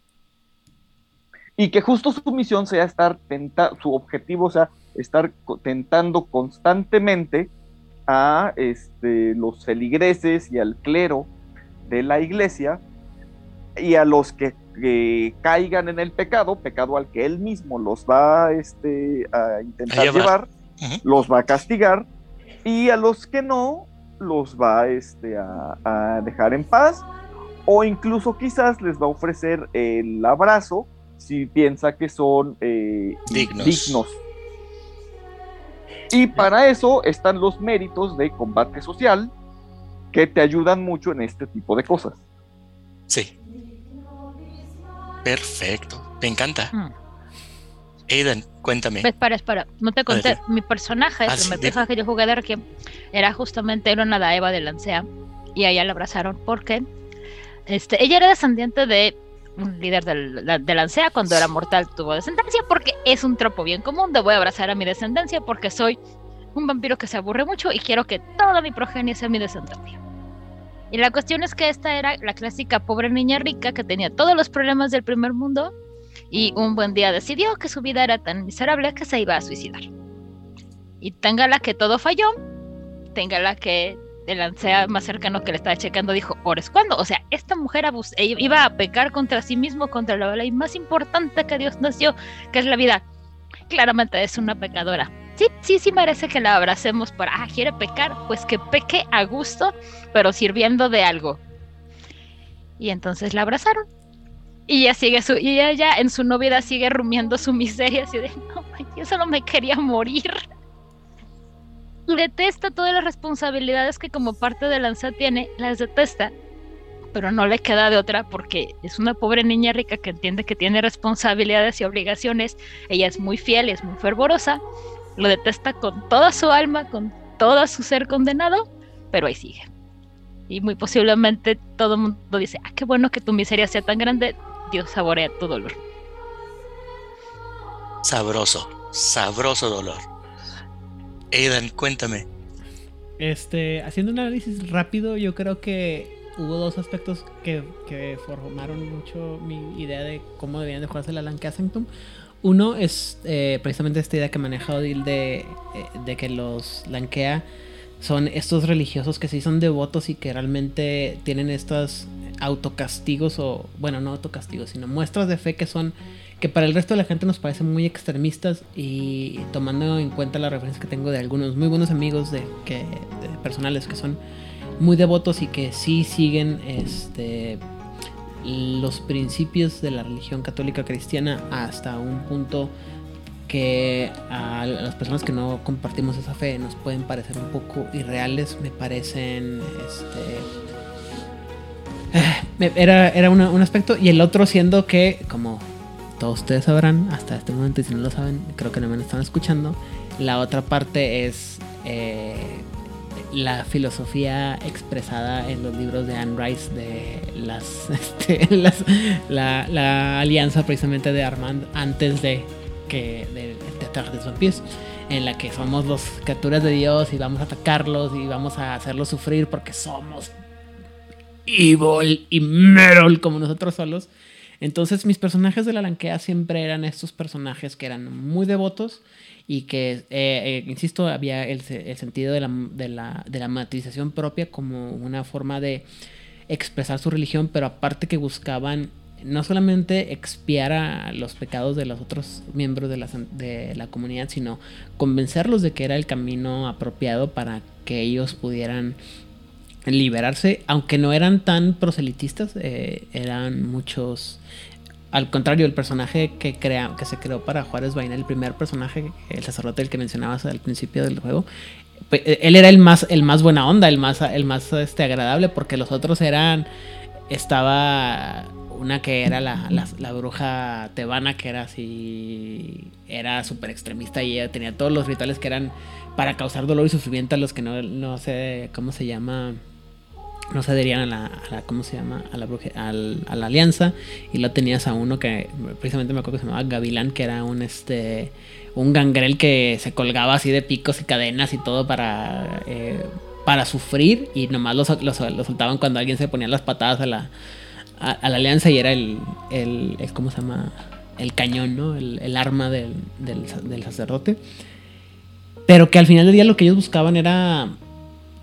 Y que justo su misión sea estar tentando, su objetivo sea estar tentando constantemente a este, los feligreses y al clero de la iglesia, y a los que, que caigan en el pecado, pecado al que él mismo los va este, a intentar A llevar. llevar, Ujú. los va a castigar, y a los que no, los va este, a, a dejar en paz, o incluso quizás les va a ofrecer el abrazo si piensa que son eh, Dignos. dignos. Y para eso están los méritos de combate social, que te ayudan mucho en este tipo de cosas. Sí. Perfecto. Me encanta. Mm. Aidan, cuéntame. Espera, espera, no te conté. Adelante. Mi personaje, Ah, el sí, primer di- personaje que yo jugué de Requiem, era justamente era una Daeva de Lancea. Y a ella la abrazaron porque este, ella era descendiente de un líder del- la- de Lancea. Cuando era mortal tuvo descendencia, porque es un tropo bien común de voy a abrazar a mi descendencia porque soy un vampiro que se aburre mucho y quiero que toda mi progenie sea mi descendencia. Y la cuestión es que esta era la clásica pobre niña rica que tenía todos los problemas del primer mundo y un buen día decidió que su vida era tan miserable que se iba a suicidar. Y téngala que todo falló, téngala que el anciano más cercano que le estaba checando dijo, ¿ahora es cuándo? O sea, esta mujer abus- e- iba a pecar contra sí mismo, contra la ley más importante que Dios nos dio, que es la vida. Claramente es una pecadora. Sí, sí, sí merece que la abracemos para, ah, quiere pecar, pues que peque a gusto, pero sirviendo de algo. Y entonces la abrazaron. Y ella sigue su, y ella en su novedad sigue rumiando su miseria, así de, no, yo solo me quería morir. Y detesta todas las responsabilidades que como parte de Lanza tiene, las detesta, pero no le queda de otra porque es una pobre niña rica que entiende que tiene responsabilidades y obligaciones. Ella es muy fiel y es muy fervorosa, lo detesta con toda su alma, con todo su ser condenado, pero ahí sigue. Y muy posiblemente todo el mundo dice, ah, qué bueno que tu miseria sea tan grande, Dios saborea tu dolor. Sabroso, sabroso dolor. Aidan, cuéntame. Este, haciendo un análisis rápido, yo creo que hubo dos aspectos que, que formaron mucho mi idea de cómo debían de jugarse la Lancea Sanctum. Uno es eh, precisamente esta idea que maneja Odil de, de que los Lancea son estos religiosos que sí son devotos y que realmente tienen estos autocastigos, o bueno, no autocastigos, sino muestras de fe que son, que para el resto de la gente nos parecen muy extremistas, y tomando en cuenta la referencia que tengo de algunos muy buenos amigos de, que, de personales que son muy devotos y que sí siguen este los principios de la religión católica cristiana hasta un punto que a las personas que no compartimos esa fe nos pueden parecer un poco irreales, me parecen este era, era una, un aspecto, y el otro siendo que, como todos ustedes sabrán hasta este momento, y si no lo saben creo que no me están escuchando, la otra parte es eh, la filosofía expresada en los libros de Anne Rice de las, este, las la, la alianza precisamente de Armand antes de que de Teatro de Vampiros, en la que somos los criaturas de Dios y vamos a atacarlos y vamos a hacerlos sufrir porque somos evil y metal como nosotros solos. Entonces mis personajes de la Lancea siempre eran estos personajes que eran muy devotos y que, eh, eh, insisto, había el, el sentido de la, de, la, de la materialización propia como una forma de expresar su religión, pero aparte que buscaban no solamente expiar a los pecados de los otros miembros de la, de la comunidad, sino convencerlos de que era el camino apropiado para que ellos pudieran liberarse, aunque no eran tan proselitistas, eh, eran muchos. Al contrario, el personaje que, crea, que se creó para Juárez Vaina, el primer personaje, el sacerdote, el que mencionabas al principio del juego, pues, él era el más, el más buena onda, el más, el más este, agradable, porque los otros eran, estaba una que era la, la, la bruja tebana, que era así, era súper extremista y ella tenía todos los rituales que eran para causar dolor y sufrimiento a los que no, no sé cómo se llama, no se adherían a la, a la ¿cómo se llama? A la bruja, al, a la alianza. Y lo tenías a uno que precisamente me acuerdo que se llamaba Gavilán, que era un este un gangrel que se colgaba así de picos y cadenas y todo para eh, para sufrir, y nomás lo los, los, los soltaban cuando alguien se ponía las patadas a la a, a la alianza, y era el, el, el ¿cómo se llama? El cañón, ¿no? El, el arma del, del, del sacerdote. Pero que al final del día lo que ellos buscaban era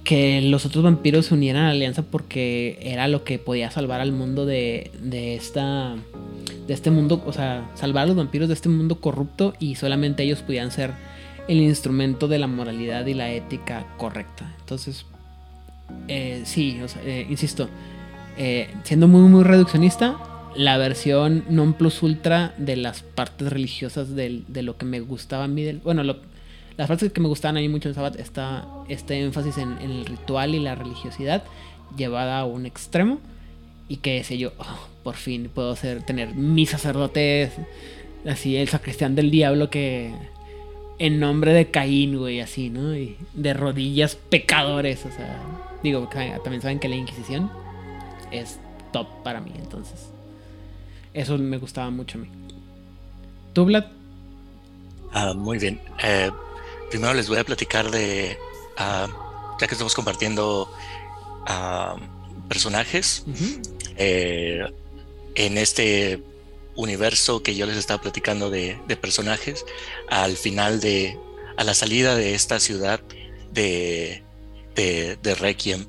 que los otros vampiros se unieran a la alianza porque era lo que podía salvar al mundo de, de esta de este mundo, o sea, salvar a los vampiros de este mundo corrupto, y solamente ellos podían ser el instrumento de la moralidad y la ética correcta. Entonces, eh, sí, o sea, eh, insisto, eh, siendo muy muy reduccionista, la versión non plus ultra de las partes religiosas del, de lo que me gustaba a mí, del, bueno, lo, las partes que me gustaban a mí mucho en Sabbath, está este énfasis en, en el ritual y la religiosidad llevada a un extremo, y que sé yo, oh, por fin puedo ser, tener mis sacerdotes, así el sacristán del diablo que en nombre de Caín, güey, así, ¿no? Y de rodillas pecadores, o sea, digo, también saben que la Inquisición es top para mí, entonces eso me gustaba mucho a mí. ¿Tú, Vlad? Ah, muy bien. Eh, primero les voy a platicar de, uh, ya que estamos compartiendo uh, personajes, uh-huh. eh, en este universo que yo les estaba platicando de, de personajes, al final de, a la salida de esta ciudad de, de, de Requiem,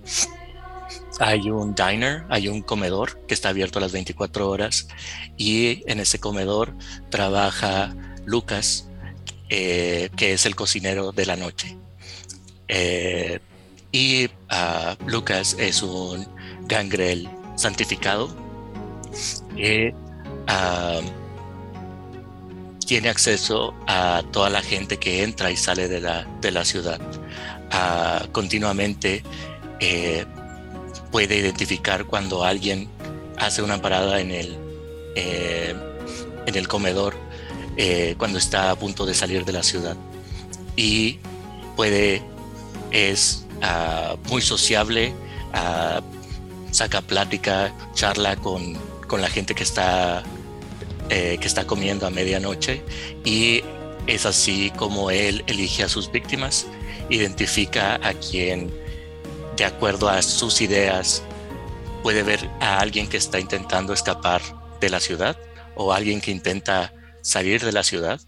hay un diner, hay un comedor que está abierto a las veinticuatro horas, y en ese comedor trabaja Lucas, eh, que es el cocinero de la noche. Eh, y uh, Lucas es un gangrel santificado que uh, tiene acceso a toda la gente que entra y sale de la, de la ciudad. Uh, continuamente eh, puede identificar cuando alguien hace una parada en el, eh, en el comedor, eh, cuando está a punto de salir de la ciudad, y puede, es uh, muy sociable, uh, saca plática, charla con, con la gente que está, eh, que está comiendo a medianoche, y es así como él elige a sus víctimas, identifica a quien, de acuerdo a sus ideas, puede ver a alguien que está intentando escapar de la ciudad o alguien que intenta salir de la ciudad.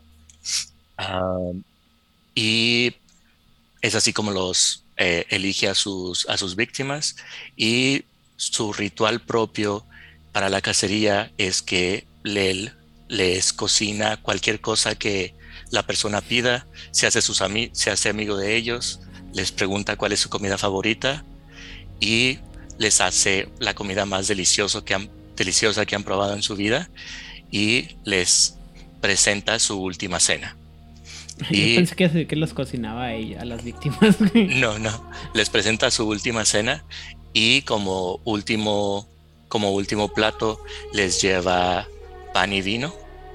Uh, y es así como los eh, elige a sus, a sus víctimas, y su ritual propio para la cacería es que Lel les cocina cualquier cosa que la persona pida, se hace, sus ami- se hace amigo de ellos, les pregunta cuál es su comida favorita y les hace la comida más delicioso que han, deliciosa que han probado en su vida, y les presenta su última cena. Y, yo pensé que, que los cocinaba a, ella, a las víctimas. No, no, les presenta su última cena, y como último, como último plato les lleva pan y vino,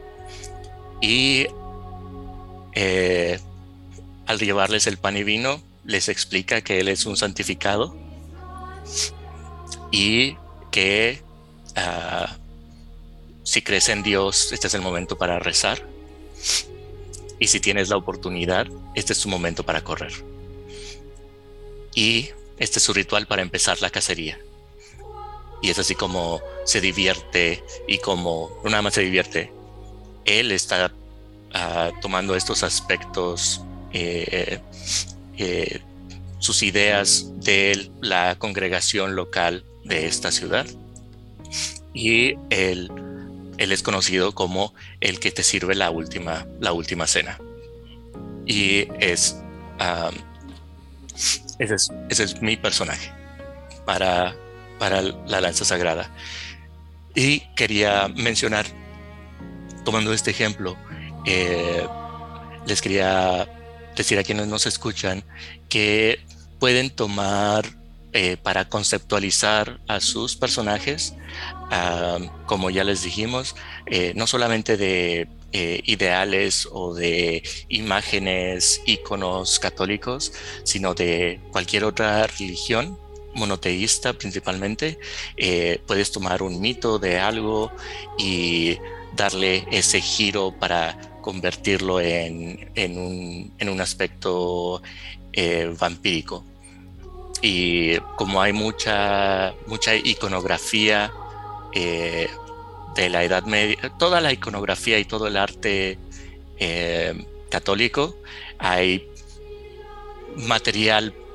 y eh, al llevarles el pan y vino les explica que él es un santificado y que uh, si crees en Dios, este es el momento para rezar, y si tienes la oportunidad, este es tu momento para correr. Y este es su ritual para empezar la cacería. Y es así como se divierte, y como no nada más se divierte, él está uh, tomando estos aspectos, eh, eh, sus ideas de la congregación local de esta ciudad, y él, él es conocido como el que te sirve la última, la última cena. Y es um, ese es, ese es mi personaje para, para la lanza sagrada. Y quería mencionar, tomando este ejemplo, eh, les quería decir a quienes nos escuchan que pueden tomar eh, para conceptualizar a sus personajes, uh, como ya les dijimos, eh, no solamente de eh, ideales o de imágenes, íconos católicos, sino de cualquier otra religión monoteísta principalmente. Eh, puedes tomar un mito de algo y darle ese giro para convertirlo en, en, un, en un aspecto eh, vampírico. Y como hay mucha, mucha iconografía eh, de la Edad Media, toda la iconografía y todo el arte eh, católico, hay material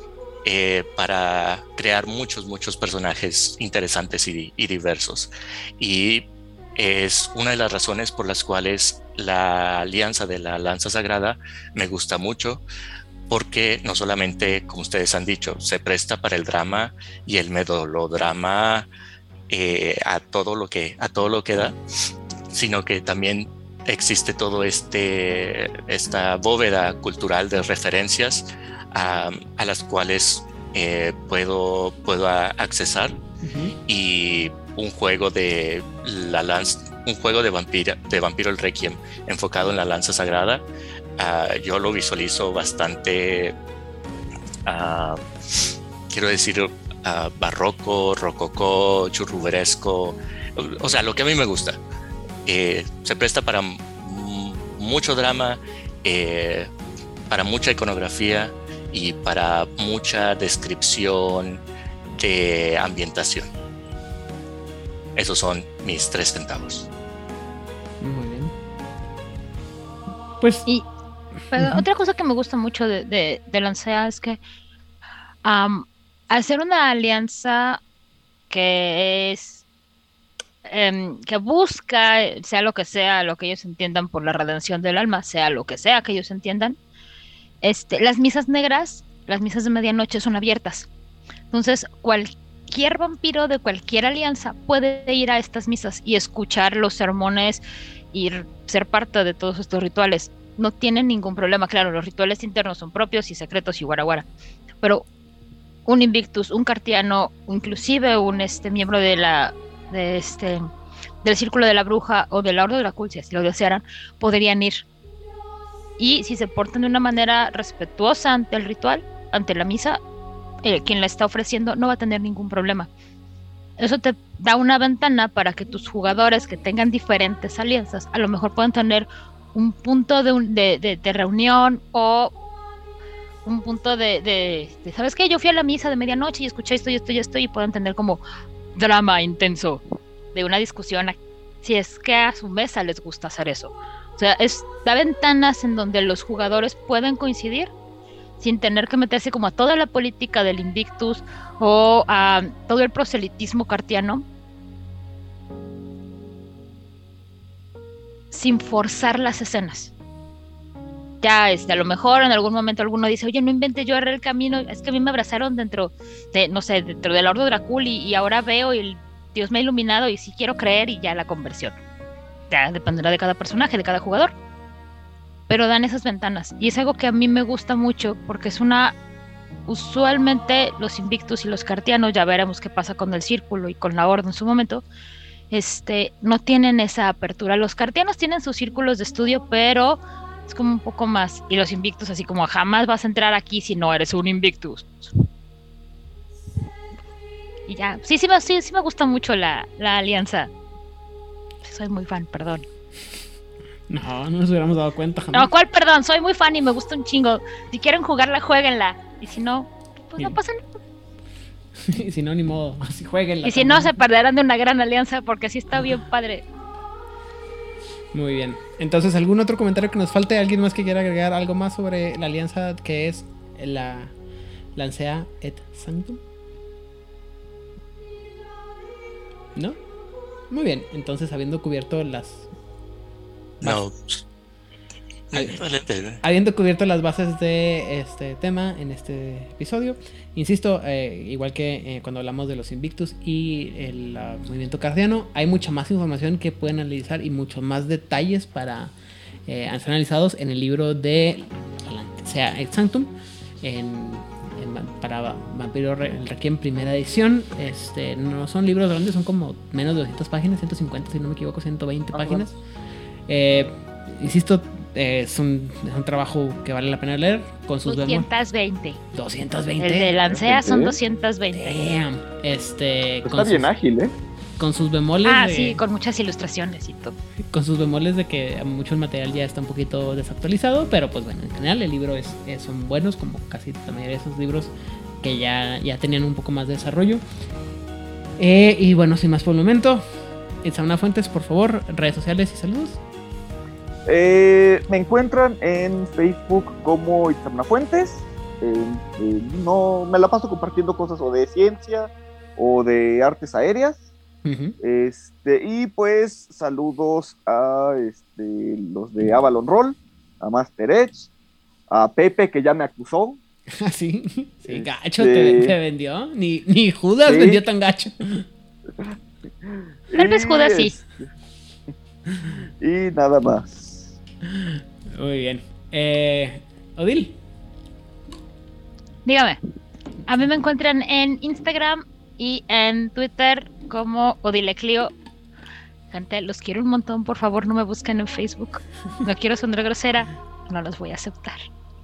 eh, para crear muchos, muchos personajes interesantes y, y diversos. Y es una de las razones por las cuales la alianza de la Lanza Sagrada me gusta mucho, porque no solamente, como ustedes han dicho, se presta para el drama y el melodrama eh, a todo lo que a todo lo que da, sino que también existe todo este esta bóveda cultural de referencias a, a las cuales eh, puedo puedo accesar. Uh-huh. Y un juego de la lanza, un juego de vampiro de Vampiro el Requiem enfocado en la Lanza Sagrada. Uh, yo lo visualizo bastante, uh, quiero decir, uh, barroco, rococó, churrigueresco, o sea, lo que a mí me gusta. Eh, se presta para m- mucho drama, eh, para mucha iconografía y para mucha descripción de ambientación. Esos son mis tres centavos. Muy bien. Pues... Y Pero uh-huh. Otra cosa que me gusta mucho de, de, de Lancea es que um, hacer una alianza que es um, que busca, sea lo que sea, lo que ellos entiendan por la redención del alma, sea lo que sea que ellos entiendan, este, las misas negras, las misas de medianoche son abiertas. Entonces, cualquier vampiro de cualquier alianza puede ir a estas misas y escuchar los sermones y ser parte de todos estos rituales. No tienen ningún problema. Claro, los rituales internos son propios y secretos y guaraguara, pero un Invictus, un Cartiano, inclusive un este miembro de la de este del Círculo de la Bruja o de la Orden de la Culcia, si lo desearan, podrían ir. Y si se portan de una manera respetuosa ante el ritual, ante la misa, eh, quien la está ofreciendo no va a tener ningún problema. Eso te da una ventana para que tus jugadores que tengan diferentes alianzas, a lo mejor puedan tener un punto de, un, de, de, de reunión o un punto de, de, de, ¿sabes qué? Yo fui a la misa de medianoche y escuché esto y esto y esto y puedo entender como drama intenso de una discusión, si es que a su mesa les gusta hacer eso. O sea, es, da ventanas en donde los jugadores pueden coincidir sin tener que meterse como a toda la política del Invictus o a todo el proselitismo cartiano, sin forzar las escenas. Ya, este, a lo mejor en algún momento alguno dice, oye, no inventé, yo erré el camino, es que a mí me abrazaron dentro de, no sé, dentro de la Orden Dracul y, y ahora veo y el Dios me ha iluminado y sí quiero creer y ya la conversión. Ya dependerá de cada personaje, de cada jugador. Pero dan esas ventanas y es algo que a mí me gusta mucho porque es una... Usualmente los Invictus y los Cartianos, ya veremos qué pasa con el Círculo y con la Orden en su momento, este, no tienen esa apertura. Los Cartianos tienen sus círculos de estudio, pero es como un poco más. Y los Invictus así como jamás vas a entrar aquí si no eres un Invictus. Y ya, sí, sí, sí, sí me gusta mucho la, la alianza. Soy muy fan, perdón. No, no nos hubiéramos dado cuenta jamás. No, ¿cuál perdón? Soy muy fan y me gusta un chingo. Si quieren jugarla, jueguenla. Y si no, pues no pasa nada. Y si no, ni modo, así jueguenla. Y si no, se perderán de una gran alianza porque sí está bien padre. Muy bien. Entonces, ¿algún otro comentario que nos falte? ¿Alguien más que quiera agregar algo más sobre la alianza que es la Lancea et Sanctum? ¿No? Muy bien. Entonces, habiendo cubierto las... No. Habiendo cubierto las bases de este tema en este episodio, insisto, eh, igual que eh, cuando hablamos de los Invictus y el uh, movimiento cardiano, hay mucha más información que pueden analizar y muchos más detalles para eh, ser analizados en el libro de Lancea et Sanctum en, en, para Vampiro el Requiem primera edición. Este, no son libros grandes, son como menos de doscientas páginas, ciento cincuenta si no me equivoco, ciento veinte ah, páginas. Eh, insisto, eh, es, un, es un trabajo que vale la pena leer con sus doscientas veinte. doscientas veinte. El de Lancea son doscientas veinte. Damn. Este, está bien sus, ágil, ¿eh? Con sus bemoles. Ah, de, sí, con muchas ilustraciones y todo. Con sus bemoles de que mucho el material ya está un poquito desactualizado, pero pues bueno, en general el libro es, es son buenos, como casi la mayoría de esos libros que ya, ya tenían un poco más de desarrollo. Eh, y bueno, sin más por el momento, Itzamna Fuentes, por favor, redes sociales y saludos. Eh, me encuentran en Facebook como Itzamna Fuentes, eh, eh, no me la paso compartiendo cosas o de ciencia o de artes aéreas. Uh-huh. Este, y pues saludos a este, los de Avalon Roll, a Master Edge, a Pepe que ya me acusó. Sí, sí, Este... gacho te, te vendió. Ni, ni Judas ¿Sí? vendió tan gacho. Tal vez Judas sí. Y nada más. Muy bien. Eh, Odil. Dígame. A mí me encuentran en Instagram y en Twitter como Odileclio. Gente, los quiero un montón. Por favor, no me busquen en Facebook. No quiero sonar grosera. No los voy a aceptar.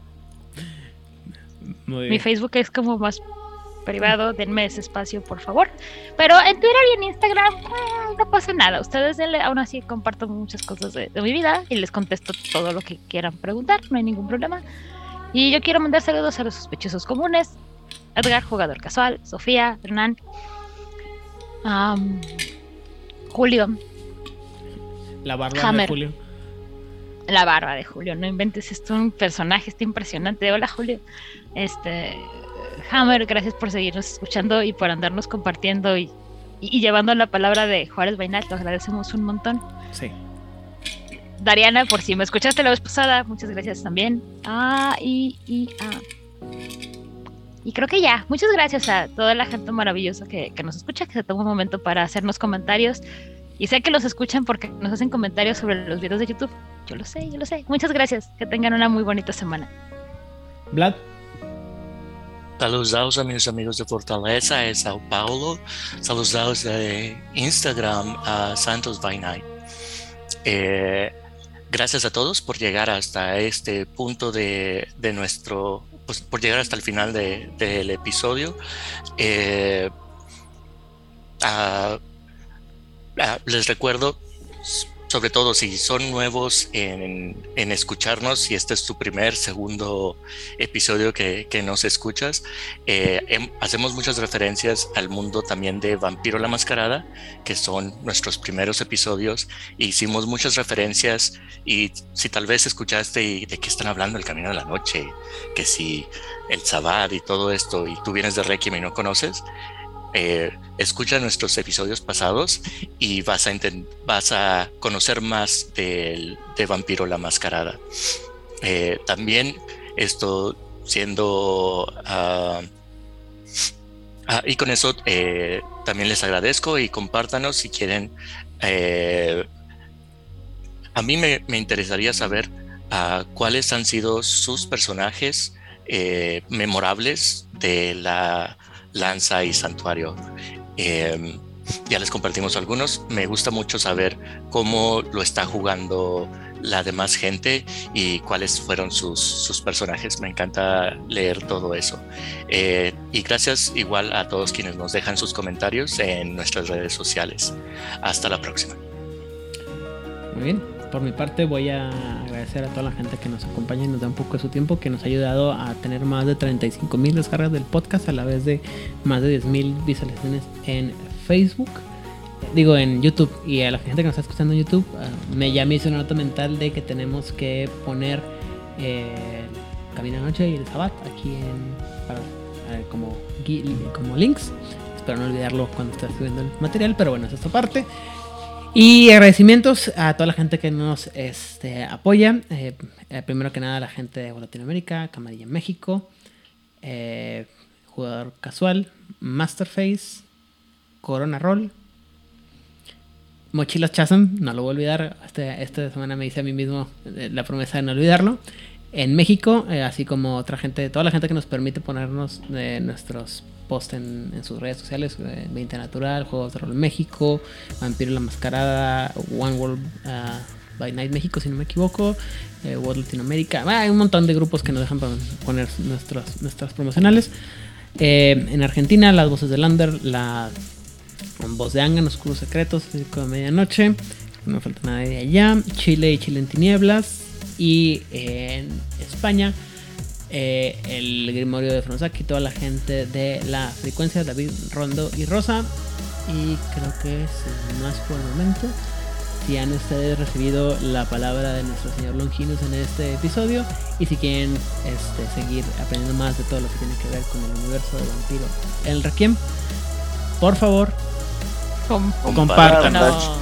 Muy bien. Mi Facebook es como más privado, denme ese espacio, por favor. Pero en Twitter y en Instagram eh, no pasa nada. Ustedes denle, aún así comparto muchas cosas de, de mi vida y les contesto todo lo que quieran preguntar, no hay ningún problema. Y yo quiero mandar saludos a los sospechosos comunes: Edgar, jugador casual, Sofía, Hernán, um, Julio, la barba Hammer. de Julio. La barba de Julio, no inventes, esto es un personaje, está impresionante. Hola Julio. Este Hammer, gracias por seguirnos escuchando y por andarnos compartiendo y, y, y llevando la palabra de Juárez by Night, lo agradecemos un montón. Sí. Dariana, por si me escuchaste la vez pasada, muchas gracias también. Ah, y, y, ah. y creo que ya, muchas gracias a toda la gente maravillosa que, que nos escucha, que se toma un momento para hacernos comentarios. Y sé que los escuchan porque nos hacen comentarios sobre los videos de YouTube. Yo lo sé, yo lo sé. Muchas gracias. Que tengan una muy bonita semana. Vlad. Saludos a mis amigos de Fortaleza, de Sao Paulo. Saludos de Instagram a Santos by Night. Eh, gracias a todos por llegar hasta este punto de, de nuestro... Pues, por llegar hasta el final de, del episodio. Eh, a, Ah, les recuerdo, sobre todo si son nuevos en, en escucharnos, si este es tu primer, segundo episodio que, que nos escuchas, eh, em, hacemos muchas referencias al mundo también de Vampiro la Mascarada, que son nuestros primeros episodios. Hicimos muchas referencias y si tal vez escuchaste y de qué están hablando El Camino de la Noche, que si el Sabbat y todo esto, y tú vienes de Requiem y no conoces, Eh, escucha nuestros episodios pasados y vas a, enten- vas a conocer más del, de Vampiro la Mascarada. Eh, también esto siendo... Uh, uh, y con eso eh, también les agradezco y compártanos si quieren. Eh, a mí me, me interesaría saber uh, cuáles han sido sus personajes eh, memorables de la Lanza y Santuario. Eh, ya les compartimos algunos. Me gusta mucho saber cómo lo está jugando la demás gente y cuáles fueron sus, sus personajes. Me encanta leer todo eso. Eh, y gracias igual a todos quienes nos dejan sus comentarios en nuestras redes sociales. Hasta la próxima. Muy bien. Por mi parte voy a agradecer a toda la gente que nos acompaña y nos da un poco de su tiempo, que nos ha ayudado a tener más de treinta y cinco mil descargas del podcast, a la vez de más de diez mil visualizaciones en Facebook, digo en YouTube. Y a la gente que nos está escuchando en YouTube, uh, me ya me hizo una nota mental de que tenemos que poner eh, Camino de la Noche y el Sabbat aquí en, para, uh, como, como links. Espero no olvidarlo cuando esté subiendo el material, pero bueno, esa es esta parte. Y agradecimientos a toda la gente que nos este, apoya. Eh, eh, primero que nada a la gente de Latinoamérica, Camarilla México, eh, Jugador Casual, Masterface, Corona Roll, Mochilas Chasm, no lo voy a olvidar. Este, esta semana me hice a mí mismo eh, la promesa de no olvidarlo. En México, eh, así como otra gente, toda la gente que nos permite ponernos de nuestros posts en, en sus redes sociales, eh, veinte Natural, Juegos de Rol México, Vampiro la Mascarada, One World uh, by Night México, si no me equivoco, eh, World Latinoamérica. Ah, hay un montón de grupos que nos dejan poner nuestras, nuestras promocionales. Eh, en Argentina, Las Voces del Under, la Voz de Angan, Oscuros Secretos, Circo de Medianoche, no me falta nada de allá. Chile y Chile en Tinieblas. Y en España, eh, el Grimorio de Fronzaki, toda la gente de La Frecuencia, David, Rondo y Rosa. Y creo que es más por el momento. si han ustedes recibido la palabra de nuestro señor Longinus en este episodio y si quieren este, seguir aprendiendo más de todo lo que tiene que ver con el universo de Vampiro el Requiem, por favor, Com- compartan. no.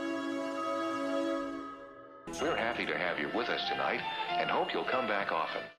We're happy to have you with us tonight and hope you'll come back often.